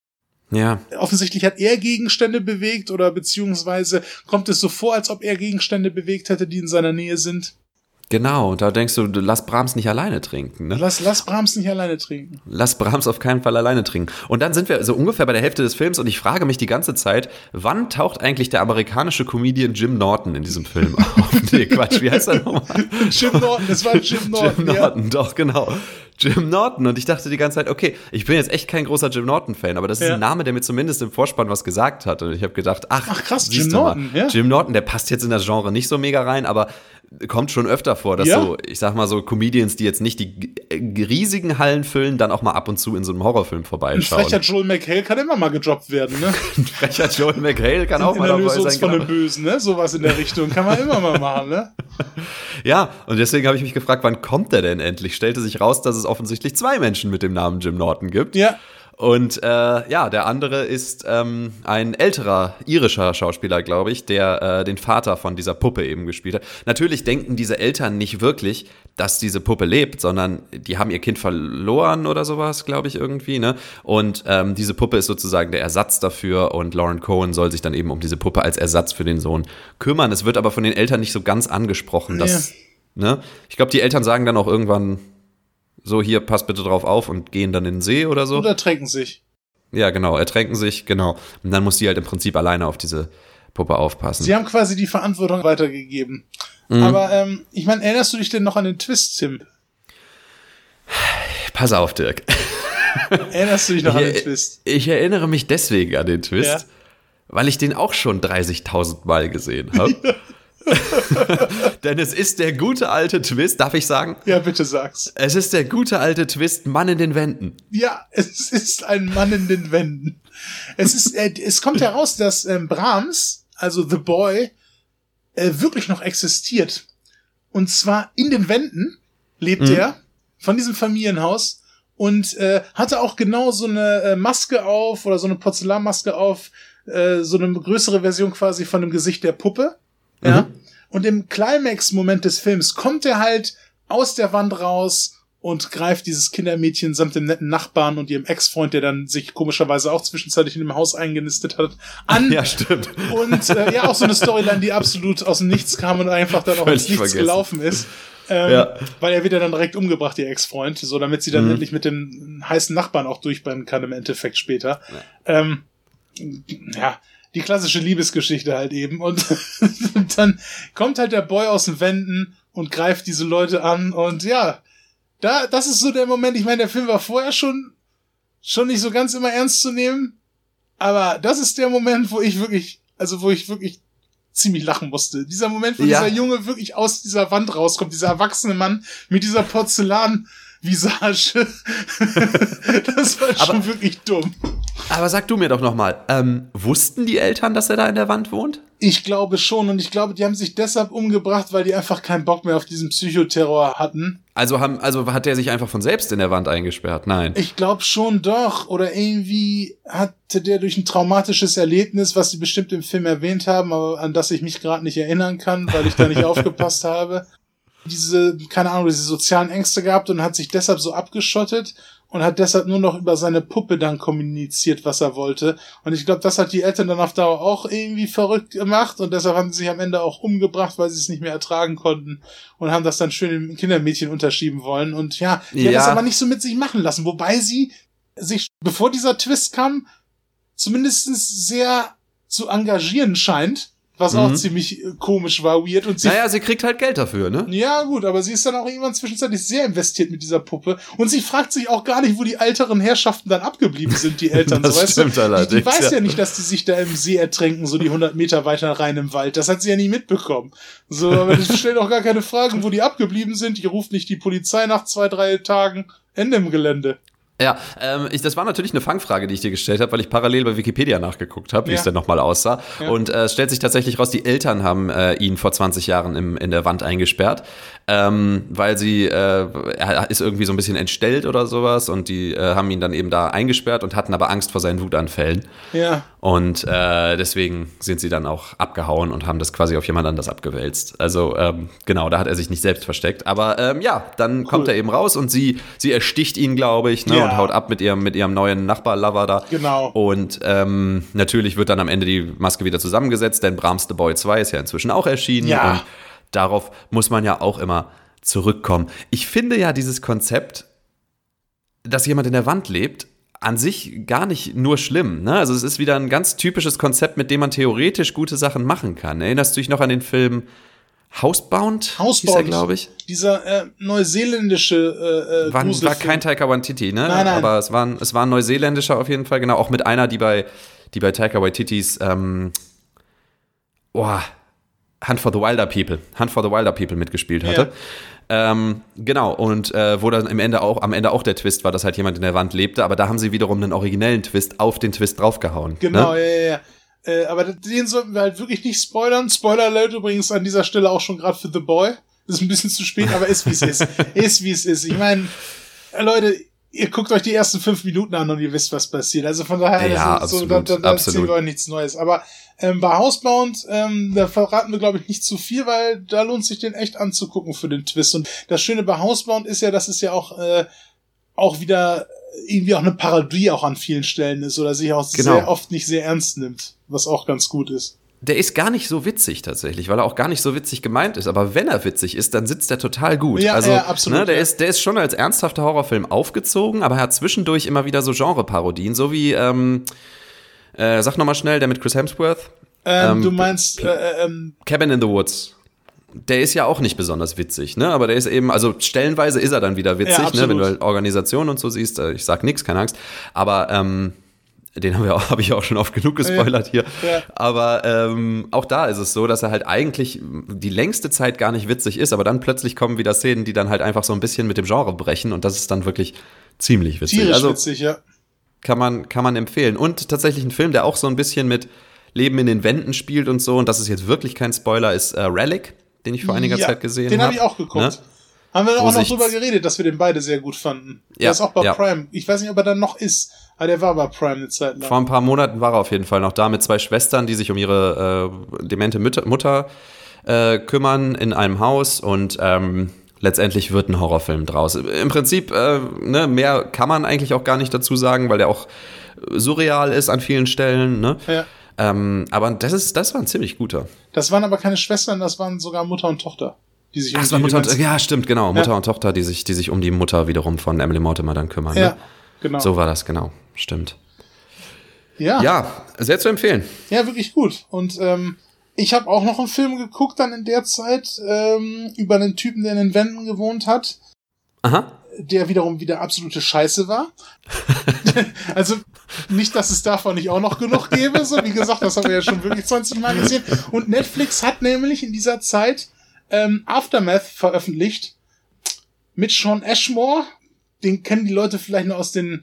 Ja. Offensichtlich hat er Gegenstände bewegt oder beziehungsweise kommt es so vor, als ob er Gegenstände bewegt hätte, die in seiner Nähe sind. Genau, und da denkst du, lass Brahms nicht alleine trinken. Ne? Lass, lass Brahms nicht alleine trinken. Lass Brahms auf keinen Fall alleine trinken. Und dann sind wir so ungefähr bei der Hälfte des Films und ich frage mich die ganze Zeit, wann taucht eigentlich der amerikanische Comedian Jim Norton in diesem Film auf? Nee, Quatsch, wie heißt er nochmal? Jim Norton, das war Jim Norton. Jim Norton, ja. Doch, genau. Jim Norton. Und ich dachte die ganze Zeit, okay, ich bin jetzt echt kein großer Jim Norton-Fan, aber das ist ja. ein Name, der mir zumindest im Vorspann was gesagt hat. Und ich habe gedacht, ach, ach krass, Jim Norton. Ja. Jim Norton, der passt jetzt in das Genre nicht so mega rein, aber kommt schon öfter vor, dass ja. so, ich sag mal so, Comedians, die jetzt nicht die riesigen Hallen füllen, dann auch mal ab und zu in so einem Horrorfilm vorbeischauen. Ein frecher Joel McHale kann immer mal gedroppt werden, ne? Ein frecher Joel McHale kann in, auch in mal dabei sein. Von genau. dem Bösen, ne? Sowas in der Richtung kann man immer mal machen, ne? Ja, und deswegen habe ich mich gefragt, wann kommt der denn endlich? Stellte sich raus, dass es offensichtlich zwei Menschen mit dem Namen Jim Norton gibt. Ja. Und äh, ja, der andere ist ähm, ein älterer irischer Schauspieler, glaube ich, der äh, den Vater von dieser Puppe eben gespielt hat. Natürlich denken diese Eltern nicht wirklich, dass diese Puppe lebt, sondern die haben ihr Kind verloren oder sowas, glaube ich, irgendwie, ne? Und ähm, diese Puppe ist sozusagen der Ersatz dafür und Lauren Cohen soll sich dann eben um diese Puppe als Ersatz für den Sohn kümmern. Es wird aber von den Eltern nicht so ganz angesprochen, dass, ja. ne? Ich glaube, die Eltern sagen dann auch irgendwann so, hier, pass bitte drauf auf und gehen dann in den See oder so. Oder ertränken sich. Ja, genau, ertränken sich, genau. Und dann muss die halt im Prinzip alleine auf diese Puppe aufpassen. Sie haben quasi die Verantwortung weitergegeben. Mhm. Aber ähm, ich meine, erinnerst du dich denn noch an den Twist, Tim? Pass auf, Dirk. Erinnerst du dich noch ich, an den Twist? Ich erinnere mich deswegen an den Twist, ja. weil ich den auch schon dreißigtausend Mal gesehen habe. Ja. Denn es ist der gute alte Twist, darf ich sagen? Ja, bitte sag's. Es ist der gute alte Twist, Mann in den Wänden. Ja, es ist ein Mann in den Wänden. Es ist, äh, es kommt heraus, dass ähm, Brahms, also The Boy, äh, wirklich noch existiert. Und zwar in den Wänden lebt mhm. er, von diesem Familienhaus, und äh, hatte auch genau so eine äh, Maske auf, oder so eine Porzellanmaske auf, äh, so eine größere Version quasi von dem Gesicht der Puppe. Ja. Mhm. Und im Climax-Moment des Films kommt er halt aus der Wand raus und greift dieses Kindermädchen samt dem netten Nachbarn und ihrem Ex-Freund, der dann sich komischerweise auch zwischenzeitlich in dem Haus eingenistet hat, an. Ja, stimmt. Und äh, ja, auch so eine Storyline, die absolut aus dem Nichts kam und einfach dann auch ins Nichts vergessen. gelaufen ist. Ähm, ja. Weil er wird ja dann direkt umgebracht, ihr Ex-Freund, so damit sie dann mhm. endlich mit dem heißen Nachbarn auch durchbrennen kann im Endeffekt später. Ja. Ähm, ja. Die klassische Liebesgeschichte halt eben. Und, und dann kommt halt der Boy aus den Wänden und greift diese Leute an. Und ja, da, das ist so der Moment. Ich meine, der Film war vorher schon, schon nicht so ganz immer ernst zu nehmen. Aber das ist der Moment, wo ich wirklich, also wo ich wirklich ziemlich lachen musste. Dieser Moment, wo ja. dieser Junge wirklich aus dieser Wand rauskommt. Dieser erwachsene Mann mit dieser Porzellan-Visage. Das war schon aber, wirklich dumm. Aber sag du mir doch nochmal, ähm, wussten die Eltern, dass er da in der Wand wohnt? Ich glaube schon, und ich glaube, die haben sich deshalb umgebracht, weil die einfach keinen Bock mehr auf diesen Psychoterror hatten. Also haben, also hat der sich einfach von selbst in der Wand eingesperrt? Nein. Ich glaube schon doch. Oder irgendwie hatte der durch ein traumatisches Erlebnis, was sie bestimmt im Film erwähnt haben, aber an das ich mich gerade nicht erinnern kann, weil ich da nicht aufgepasst habe. Diese, keine Ahnung, diese sozialen Ängste gehabt und hat sich deshalb so abgeschottet und hat deshalb nur noch über seine Puppe dann kommuniziert, was er wollte. Und ich glaube, das hat die Eltern dann auf Dauer auch irgendwie verrückt gemacht und deshalb haben sie sich am Ende auch umgebracht, weil sie es nicht mehr ertragen konnten und haben das dann schön dem Kindermädchen unterschieben wollen. Und ja, die ja. haben das aber nicht so mit sich machen lassen, wobei sie sich, bevor dieser Twist kam, zumindest sehr zu engagieren scheint. Was mhm. auch ziemlich komisch war, weird. Und sie naja, sie kriegt halt Geld dafür, ne? Ja, gut, aber sie ist dann auch irgendwann zwischenzeitlich sehr investiert mit dieser Puppe. Und sie fragt sich auch gar nicht, wo die älteren Herrschaften dann abgeblieben sind, die Eltern. das so, weißt stimmt du? allerdings, die, die weiß ja. ja nicht, dass die sich da im See ertränken, so die hundert Meter weiter rein im Wald. Das hat sie ja nie mitbekommen. So, aber die stellt auch gar keine Fragen, wo die abgeblieben sind. Die ruft nicht die Polizei nach zwei, drei Tagen. Ende im Gelände. Ja, ähm, ich, das war natürlich eine Fangfrage, die ich dir gestellt habe, weil ich parallel bei Wikipedia nachgeguckt habe, wie ja. es denn nochmal aussah. Ja. Und äh, es stellt sich tatsächlich raus, die Eltern haben äh, ihn vor zwanzig Jahren im, in der Wand eingesperrt, ähm, weil sie, äh, er ist irgendwie so ein bisschen entstellt oder sowas und die äh, haben ihn dann eben da eingesperrt und hatten aber Angst vor seinen Wutanfällen. Ja. Und äh, deswegen sind sie dann auch abgehauen und haben das quasi auf jemand anders abgewälzt. Also ähm, genau, da hat er sich nicht selbst versteckt. Aber ähm, ja, dann cool. kommt er eben raus und sie, sie ersticht ihn, glaube ich, ne, ja. und haut ab mit ihrem, mit ihrem neuen Nachbar-Lover da. Genau. Und ähm, natürlich wird dann am Ende die Maske wieder zusammengesetzt, denn Brahms The Boy zwei ist ja inzwischen auch erschienen. Ja. Und darauf muss man ja auch immer zurückkommen. Ich finde ja dieses Konzept, dass jemand in der Wand lebt, an sich gar nicht nur schlimm, ne? Also es ist wieder ein ganz typisches Konzept, mit dem man theoretisch gute Sachen machen kann. Erinnerst du dich noch an den Film Housebound? Housebound, glaube ich. Dieser äh, neuseeländische äh, war, war kein Taika Waititi, ne? Nein, nein. Aber es war, ein, es war ein neuseeländischer auf jeden Fall, genau. Auch mit einer, die bei, die bei Taika Waititis ähm, oh, Hunt for the Wilder People, Hunt for the Wilder People mitgespielt hatte. Ja. Ähm, genau, und äh, wo dann im Ende auch, am Ende auch der Twist war, dass halt jemand in der Wand lebte, aber da haben sie wiederum einen originellen Twist auf den Twist draufgehauen. Genau, ne? ja, ja, ja. Äh, aber den sollten wir halt wirklich nicht spoilern. Spoiler Alert übrigens an dieser Stelle auch schon gerade für The Boy. Das ist ein bisschen zu spät, aber ist wie es ist. Ist wie es ist. Ich meine, Leute, ihr guckt euch die ersten fünf Minuten an und ihr wisst, was passiert. Also von daher, ja, also, absolut, so, da, da erzählen wir euch nichts Neues. Aber ähm, bei Housebound, ähm, da verraten wir, glaube ich, nicht zu viel, weil da lohnt sich den echt anzugucken für den Twist. Und das Schöne bei Housebound ist ja, dass es ja auch äh, auch wieder irgendwie auch eine Parodie auch an vielen Stellen ist oder sich auch genau. sehr oft nicht sehr ernst nimmt, was auch ganz gut ist. Der ist gar nicht so witzig tatsächlich, weil er auch gar nicht so witzig gemeint ist. Aber wenn er witzig ist, dann sitzt er total gut. Ja, also, ja, absolut. Ne, der, ja. ist, der ist schon als ernsthafter Horrorfilm aufgezogen, aber er hat zwischendurch immer wieder so Genre-Parodien, so wie, ähm, äh, sag nochmal schnell, der mit Chris Hemsworth. Ähm, ähm, du meinst äh, ähm, Cabin in the Woods. Der ist ja auch nicht besonders witzig, ne? Aber der ist eben, also stellenweise ist er dann wieder witzig, ja, ne? Wenn du halt Organisation und so siehst. Ich sag nix, keine Angst. Aber ähm, den haben wir auch, habe ich auch schon oft genug gespoilert hier. Ja. Aber ähm, auch da ist es so, dass er halt eigentlich die längste Zeit gar nicht witzig ist, aber dann plötzlich kommen wieder Szenen, die dann halt einfach so ein bisschen mit dem Genre brechen und das ist dann wirklich ziemlich witzig. Tierisch also, witzig, ja. Kann man, kann man empfehlen. Und tatsächlich ein Film, der auch so ein bisschen mit Leben in den Wänden spielt und so, und das ist jetzt wirklich kein Spoiler, ist äh, Relic, den ich vor einiger ja, Zeit gesehen habe. Den habe ich auch geguckt. Ne? Haben wir Wo auch noch sich- drüber geredet, dass wir den beide sehr gut fanden. Der Ja, ist auch bei ja. Prime. Ich weiß nicht, ob er dann noch ist, aber der war bei Prime eine Zeit lang. Vor ein paar Monaten war er auf jeden Fall noch da mit zwei Schwestern, die sich um ihre äh, demente Mütter, Mutter äh, kümmern in einem Haus und ähm, letztendlich wird ein Horrorfilm draus. Im Prinzip, äh, ne, mehr kann man eigentlich auch gar nicht dazu sagen, weil der auch surreal ist an vielen Stellen. Ne? Ja. Ähm, aber das, ist, das war ein ziemlich guter. Das waren aber keine Schwestern, das waren sogar Mutter und Tochter. Die sich Ach, um das war die Mutter und, Demenz- ja, stimmt, genau. Mutter Ja. und Tochter, die sich, die sich um die Mutter wiederum von Emily Mortimer dann kümmern. Ja, Ne? genau. So war das, genau. Stimmt. Ja. Ja, sehr zu empfehlen. Ja, wirklich gut. Und ähm, ich habe auch noch einen Film geguckt dann in der Zeit ähm, über einen Typen, der in den Wänden gewohnt hat, Aha. der wiederum wieder absolute Scheiße war. Also nicht, dass es davon nicht auch noch genug gäbe. So, wie gesagt, das haben wir ja schon wirklich zwanzig Mal gesehen. Und Netflix hat nämlich in dieser Zeit ähm, Aftermath veröffentlicht mit Sean Ashmore. Den kennen die Leute vielleicht nur aus den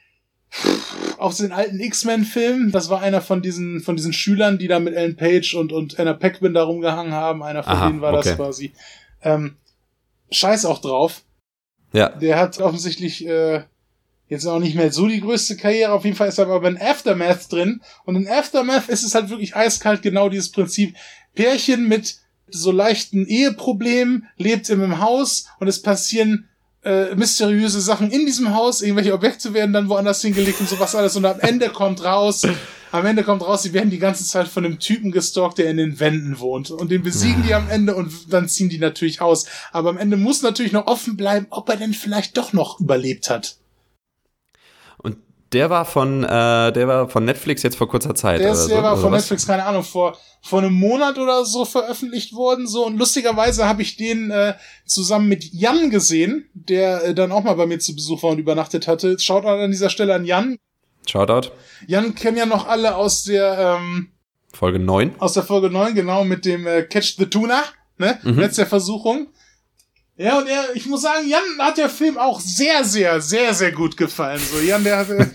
aus den alten X-Men-Filmen. Das war einer von diesen von diesen Schülern, die da mit Ellen Page und und Anna Paquin da rumgehangen haben. Einer von Aha, denen war okay. das quasi. Ähm, Scheiß auch drauf. Ja. Der hat offensichtlich äh, jetzt auch nicht mehr so die größte Karriere. Auf jeden Fall ist er aber in Aftermath drin. Und in Aftermath ist es halt wirklich eiskalt genau dieses Prinzip. Pärchen mit so leichten Eheproblemen lebt im Haus und es passieren äh, mysteriöse Sachen in diesem Haus. Irgendwelche Objekte werden dann woanders hingelegt und sowas alles. Und am Ende kommt raus, am Ende kommt raus, sie werden die ganze Zeit von einem Typen gestalkt, der in den Wänden wohnt. Und den besiegen die am Ende und dann ziehen die natürlich aus. Aber am Ende muss natürlich noch offen bleiben, ob er denn vielleicht doch noch überlebt hat. Und Der war von, äh, der war von Netflix jetzt vor kurzer Zeit. Der, ist, oder der so, war oder von was? Netflix, keine Ahnung, vor, vor einem Monat oder so veröffentlicht worden. So. Und lustigerweise habe ich den äh, zusammen mit Jan gesehen, der äh, dann auch mal bei mir zu Besuch war und übernachtet hatte. Schaut an dieser Stelle an Jan. Shoutout. Jan kennen ja noch alle aus der ähm, Folge neun. Aus der Folge neun, genau, mit dem äh, Catch the Tuna, ne? Mhm. Letzte Versuchung. Ja, und er, ich muss sagen, Jan hat der Film auch sehr, sehr, sehr, sehr gut gefallen. So, Jan, der hatte.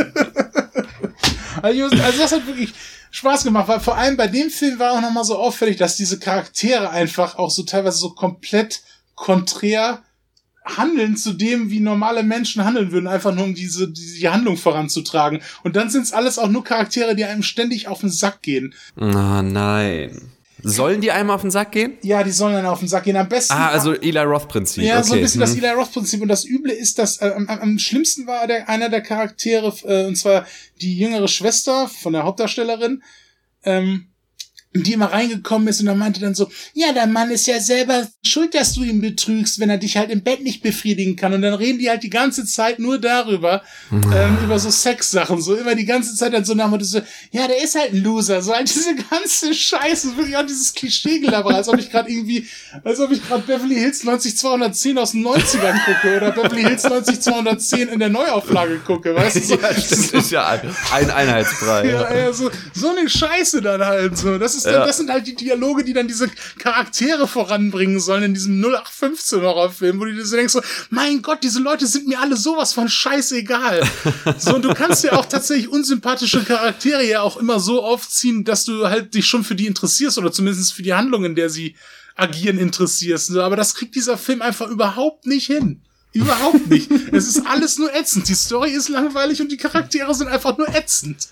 also, also das hat wirklich Spaß gemacht, weil vor allem bei dem Film war auch nochmal so auffällig, dass diese Charaktere einfach auch so teilweise so komplett konträr handeln zu dem, wie normale Menschen handeln würden, einfach nur um diese, die Handlung voranzutragen. Und dann sind es alles auch nur Charaktere, die einem ständig auf den Sack gehen. Ah, nein. Sollen die einem auf den Sack gehen? Ja, die sollen dann auf den Sack gehen. Am besten. Ah, also Eli Roth-Prinzip. Ja, okay. so ein bisschen hm. das Eli Roth-Prinzip. Und das Üble ist, dass äh, am, am schlimmsten war der, einer der Charaktere, äh, und zwar die jüngere Schwester von der Hauptdarstellerin, ähm, die immer reingekommen ist und dann meinte dann so, ja, der Mann ist ja selber schuld, dass du ihn betrügst, wenn er dich halt im Bett nicht befriedigen kann. Und dann reden die halt die ganze Zeit nur darüber, ähm, über so Sexsachen, so immer die ganze Zeit dann so nach dem Motto so, ja, der ist halt ein Loser, so halt diese ganze Scheiße, wirklich auch dieses Klischee-Gelaber, als ob ich gerade irgendwie, als ob ich gerade Beverly Hills neunzig-zweihundertzehn aus den neunzigern gucke oder Beverly Hills neunzig-zweihundertzehn in der Neuauflage gucke, weißt du? So, Ja, stimmt, ist ja ein, ein Einheitsbrei. ja, ja, so, so eine Scheiße dann halt, so, das ist dann, Ja. das sind halt die Dialoge, die dann diese Charaktere voranbringen sollen in diesem null acht fünfzehn Horrorfilm, wo du dir so denkst so, mein Gott, diese Leute sind mir alle sowas von scheißegal. So, und du kannst ja auch tatsächlich unsympathische Charaktere ja auch immer so aufziehen, dass du halt dich schon für die interessierst oder zumindest für die Handlung, in der sie agieren, interessierst. Aber das kriegt dieser Film einfach überhaupt nicht hin. Überhaupt nicht. Es ist alles nur ätzend. Die Story ist langweilig und die Charaktere sind einfach nur ätzend.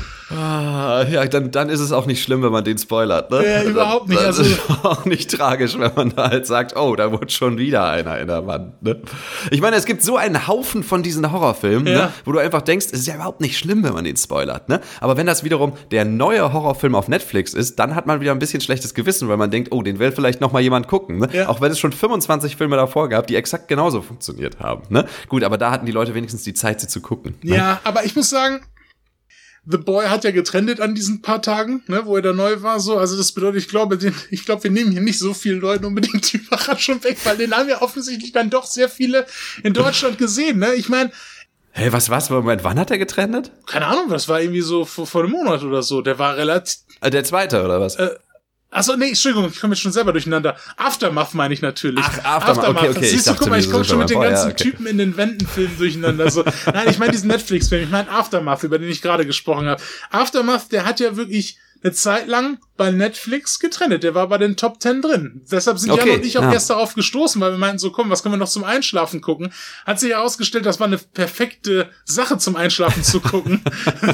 Ah, ja, dann, dann ist es auch nicht schlimm, wenn man den spoilert, ne? Ja, überhaupt nicht. Das Also, ist auch nicht tragisch, wenn man da halt sagt, oh, da wurde schon wieder einer in der Wand, ne? Ich meine, es gibt so einen Haufen von diesen Horrorfilmen, Ja. ne, wo du einfach denkst, es ist ja überhaupt nicht schlimm, wenn man den spoilert, ne? Aber wenn das wiederum der neue Horrorfilm auf Netflix ist, dann hat man wieder ein bisschen schlechtes Gewissen, weil man denkt, oh, den will vielleicht noch mal jemand gucken, ne? Ja. Auch wenn es schon fünfundzwanzig Filme davor gab, die exakt genauso funktioniert haben, ne? Gut, aber da hatten die Leute wenigstens die Zeit, sie zu gucken. Ne? ja, aber ich muss sagen, The Boy hat ja getrennt an diesen paar Tagen, ne, wo er da neu war, so. Also das bedeutet, ich glaube, den, ich glaube, wir nehmen hier nicht so vielen Leuten unbedingt die Überraschung weg, weil den haben ja offensichtlich dann doch sehr viele in Deutschland gesehen, ne. Ich meine, Hey, was, was? Moment, wann hat er getrennt? keine Ahnung, das war irgendwie so vor, vor einem Monat oder so. Der war relativ. Äh, der zweite, oder was? Äh, Achso, nee, Entschuldigung, ich komme jetzt schon selber durcheinander. Aftermath meine ich natürlich. Ach, Aftermath, okay, okay, Siehst ich du, dachte, guck mal, wir ich komme sind schon mit den schon mal- ganzen oh, ja, okay. Typen in den Wänden-Filmen durcheinander. So. Nein, ich meine diesen Netflix-Film, ich meine Aftermath, über den ich gerade gesprochen habe. Aftermath, der hat ja wirklich eine Zeit lang bei Netflix getrennt. Der war bei den Top Ten drin. Deshalb sind Okay, Jan und ich auch ja. erst darauf gestoßen, weil wir meinten so, komm, was können wir noch zum Einschlafen gucken? Hat sich herausgestellt, das war eine perfekte Sache zum Einschlafen zu gucken.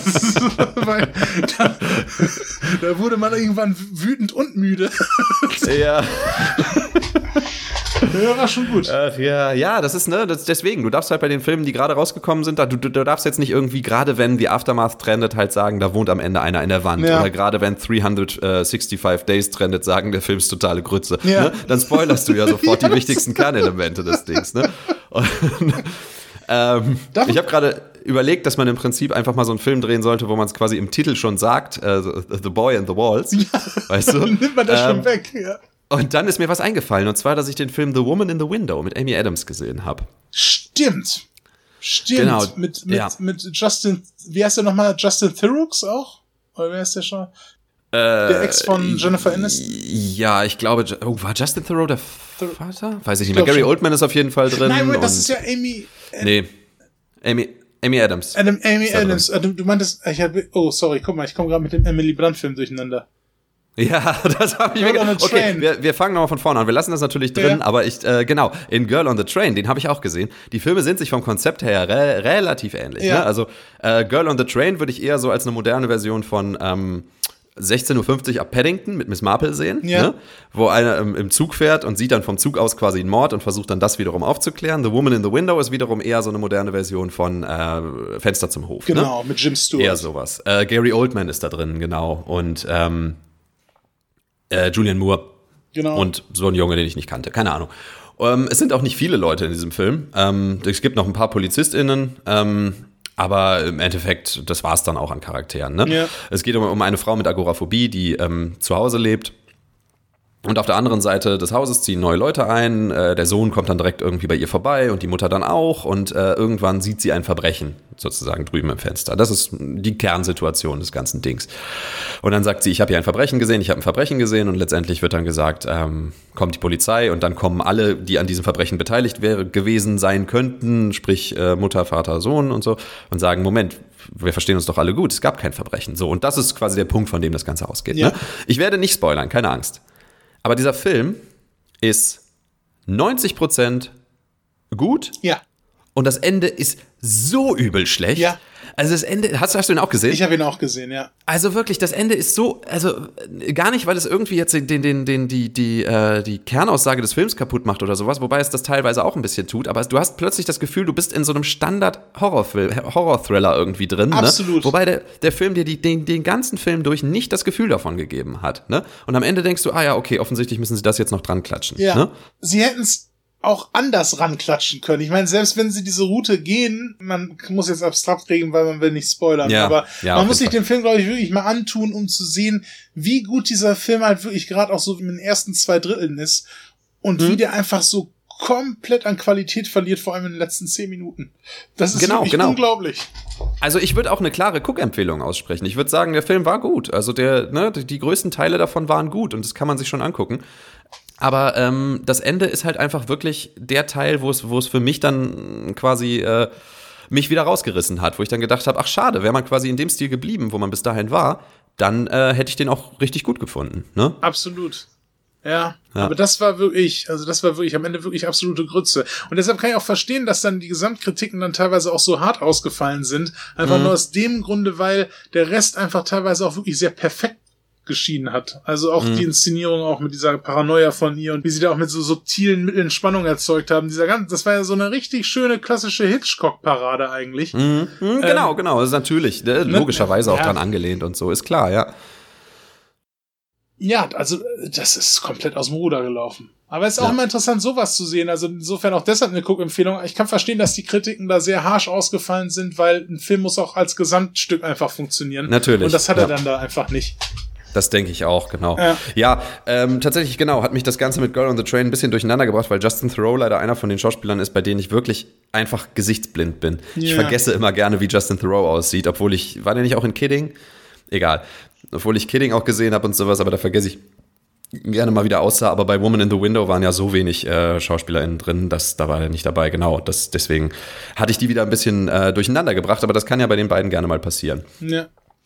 Weil da, da wurde man irgendwann wütend und müde. Ja. Ja, war schon gut. Ach ja, ja, das ist, ne, das, deswegen, du darfst halt bei den Filmen, die gerade rausgekommen sind, da, du, du darfst jetzt nicht irgendwie, gerade wenn die Aftermath trendet, halt sagen, da wohnt am Ende einer in der Wand. Ja. Oder gerade wenn dreihundertfünfundsechzig Days trendet, sagen, der Film ist totale Grütze. Ja. Ne? Dann spoilerst du ja sofort Ja, die wichtigsten Kernelemente des Dings. Ne? Und, ähm, Darf ich ich- habe gerade überlegt, dass man im Prinzip einfach mal so einen Film drehen sollte, wo man es quasi im Titel schon sagt, äh, The Boy and the Walls. Weißt du? Dann nimmt man das Ähm, schon weg. Ja. Und dann ist mir was eingefallen, und zwar, dass ich den Film The Woman in the Window mit Amy Adams gesehen habe. Stimmt. Stimmt. Genau, Mit, mit, ja. mit Justin, wie heißt der nochmal? Justin Theroux auch? Oder wer ist der schon? Der Ex von Jennifer Aniston? Ja, ich glaube, oh, war Justin Theroux der Vater? Weiß ich nicht glaub mehr. Gary schon. Oldman ist auf jeden Fall drin. Nein, Moment, das und- ist ja Amy, Nee, Amy, Amy Adams. Adam, Amy Ist da drin. Adams. Ah, Du, du meintest, ich hab, oh, sorry, guck mal, ich komme gerade mit dem Emily Blunt-Film durcheinander. Ja, das habe ich mir Girl on gedacht. the Okay, Train. wir, wir fangen nochmal von vorne an. Wir lassen das natürlich drin, Ja. aber ich, äh, genau, in Girl on the Train, den habe ich auch gesehen. Die Filme sind sich vom Konzept her re relativ ähnlich. Ja. Ne? Also, äh, Girl on the Train würde ich eher so als eine moderne Version von ähm, sechzehn Uhr fünfzig ab Paddington mit Miss Marple sehen, Ja. ne? Wo einer ähm, im Zug fährt und sieht dann vom Zug aus quasi einen Mord und versucht dann das wiederum aufzuklären. The Woman in the Window ist wiederum eher so eine moderne Version von äh, Fenster zum Hof. Genau, Ne? mit Jim Stewart. Eher sowas. Äh, Gary Oldman ist da drin, genau. Und ähm, äh, Julianne Moore. Genau. Und so ein Junge, den ich nicht kannte. Keine Ahnung. Ähm, es sind auch nicht viele Leute in diesem Film. Ähm, es gibt noch ein paar PolizistInnen. Ähm, Aber im Endeffekt, das war es dann auch an Charakteren. Ne? Ja. Es geht um, um eine Frau mit Agoraphobie, die ähm, zu Hause lebt. Und auf der anderen Seite des Hauses ziehen neue Leute ein. Äh, der Sohn kommt dann direkt irgendwie bei ihr vorbei und die Mutter dann auch. Und äh, irgendwann sieht sie ein Verbrechen sozusagen drüben im Fenster. Das ist die Kernsituation des ganzen Dings. Und dann sagt sie, ich habe hier ein Verbrechen gesehen, ich habe ein Verbrechen gesehen. Und letztendlich wird dann gesagt, ähm, kommt die Polizei und dann kommen alle, die an diesem Verbrechen beteiligt wäre, gewesen sein könnten, sprich äh, Mutter, Vater, Sohn und so, und sagen, Moment, wir verstehen uns doch alle gut, es gab kein Verbrechen. So, und das ist quasi der Punkt, von dem das Ganze ausgeht. Ja. Ne? Ich werde nicht spoilern, keine Angst. Aber dieser Film ist neunzig Prozent gut Ja. und das Ende ist so übel schlecht. Ja. Also das Ende, hast, hast du ihn auch gesehen? Ich habe ihn auch gesehen, ja. Also wirklich, das Ende ist so, also gar nicht, weil es irgendwie jetzt den, den, den, die, die, äh, die Kernaussage des Films kaputt macht oder sowas, wobei es das teilweise auch ein bisschen tut, aber du hast plötzlich das Gefühl, du bist in so einem Standard-Horror-Film, Horror-Thriller irgendwie drin. Absolut. Ne? Wobei der, der Film dir die, den, den ganzen Film durch nicht das Gefühl davon gegeben hat. Ne? Und am Ende denkst du, ah ja, okay, offensichtlich müssen sie das jetzt noch dran klatschen. Ja. Ne? Sie hätten es auch anders ranklatschen können. Ich meine, selbst wenn sie diese Route gehen, man muss jetzt abstrakt reden, weil man will nicht spoilern, Ja, aber ja, man auf muss sich jeden den Film, glaube ich, wirklich mal antun, um zu sehen, wie gut dieser Film halt wirklich gerade auch so in den ersten zwei Dritteln ist und Mhm. wie der einfach so komplett an Qualität verliert, vor allem in den letzten zehn Minuten. Das ist Genau, wirklich genau. unglaublich. Also ich würde auch eine klare Guckempfehlung aussprechen. Ich würde sagen, der Film war gut. Also der, ne, die, die größten Teile davon waren gut und das kann man sich schon angucken. Aber ähm, das Ende ist halt einfach wirklich der Teil, wo es, wo es für mich dann quasi äh, mich wieder rausgerissen hat, wo ich dann gedacht habe, ach schade, wäre man quasi in dem Stil geblieben, wo man bis dahin war, dann äh, hätte ich den auch richtig gut gefunden. Ne? Absolut. Ja, Ja. aber das war wirklich, also das war wirklich am Ende wirklich absolute Grütze. Und deshalb kann ich auch verstehen, dass dann die Gesamtkritiken dann teilweise auch so hart ausgefallen sind. Einfach Mhm. nur aus dem Grunde, weil der Rest einfach teilweise auch wirklich sehr perfekt geschienen hat. Also auch Mhm. die Inszenierung auch mit dieser Paranoia von ihr und wie sie da auch mit so subtilen Mitteln Spannung erzeugt haben. Dieser ganze, das war ja so eine richtig schöne klassische Hitchcock-Parade eigentlich. Mhm. Mhm, genau, genau, das ist natürlich ne, logischerweise auch ja. dran angelehnt und so, ist klar, ja. Ja, also das ist komplett aus dem Ruder gelaufen. Aber es ist auch Ja. immer interessant, sowas zu sehen. Also insofern auch deshalb eine Guckempfehlung. Ich kann verstehen, dass die Kritiken da sehr harsch ausgefallen sind, weil ein Film muss auch als Gesamtstück einfach funktionieren. Natürlich, Und das hat ja. er dann da einfach nicht. Das denke ich auch, genau. Ja. Ja, ähm, tatsächlich, genau, hat mich das Ganze mit Girl on the Train ein bisschen durcheinander gebracht, weil Justin Theroux leider einer von den Schauspielern ist, bei denen ich wirklich einfach gesichtsblind bin. Ich Ja. vergesse immer gerne, wie Justin Theroux aussieht, obwohl ich, war der nicht auch in Kidding? Egal. Obwohl ich Kidding auch gesehen habe und sowas, aber da vergesse ich gerne mal wieder aussah, aber bei Woman in the Window waren ja so wenig äh, SchauspielerInnen drin, dass da war er nicht dabei, genau. Das, deswegen hatte ich die wieder ein bisschen äh, durcheinander gebracht, aber das kann ja bei den beiden gerne mal passieren. Ja.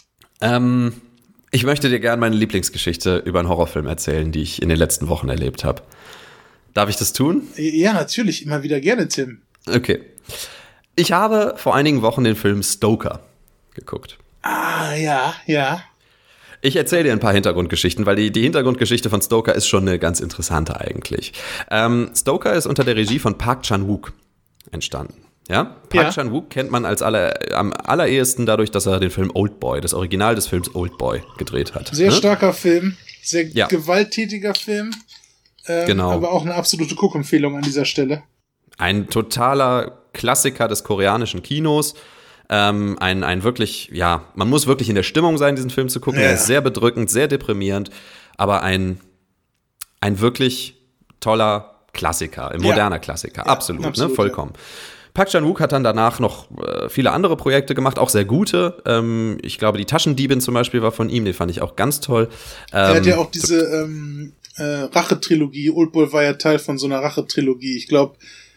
Ähm, ich möchte dir gerne meine Lieblingsgeschichte über einen Horrorfilm erzählen, die ich in den letzten Wochen erlebt habe. Darf ich das tun? Ja, natürlich, immer wieder gerne, Tim. Okay. Ich habe vor einigen Wochen den Film Stoker geguckt. Ah, ja, ja. Ich erzähle dir ein paar Hintergrundgeschichten, weil die, die Hintergrundgeschichte von Stoker ist schon eine ganz interessante eigentlich. Ähm, Stoker ist unter der Regie von Park Chan-wook entstanden. Ja? Park Ja. Chan-wook kennt man als aller, am allerersten dadurch, dass er den Film Oldboy, das Original des Films Oldboy, gedreht hat. Sehr ne? starker Film, sehr Ja. gewalttätiger Film. Ähm, Genau. Aber auch eine absolute Guckempfehlung an dieser Stelle. Ein totaler Klassiker des koreanischen Kinos. Ähm, ein, ein wirklich, ja, man muss wirklich in der Stimmung sein, diesen Film zu gucken. Ja. Er ist sehr bedrückend, sehr deprimierend, aber ein, ein wirklich toller Klassiker, ein Ja. moderner Klassiker. absolut, absolut, ne, vollkommen. Park Chan-wook hat dann danach noch äh, viele andere Projekte gemacht, auch sehr gute. Ähm, ich glaube, die Taschendiebin zum Beispiel war von ihm, den fand ich auch ganz toll. Ähm, Er hat ja auch diese ähm, äh, Rache-Trilogie. Oldboy war ja Teil von so einer Rache-Trilogie. Ich glaube,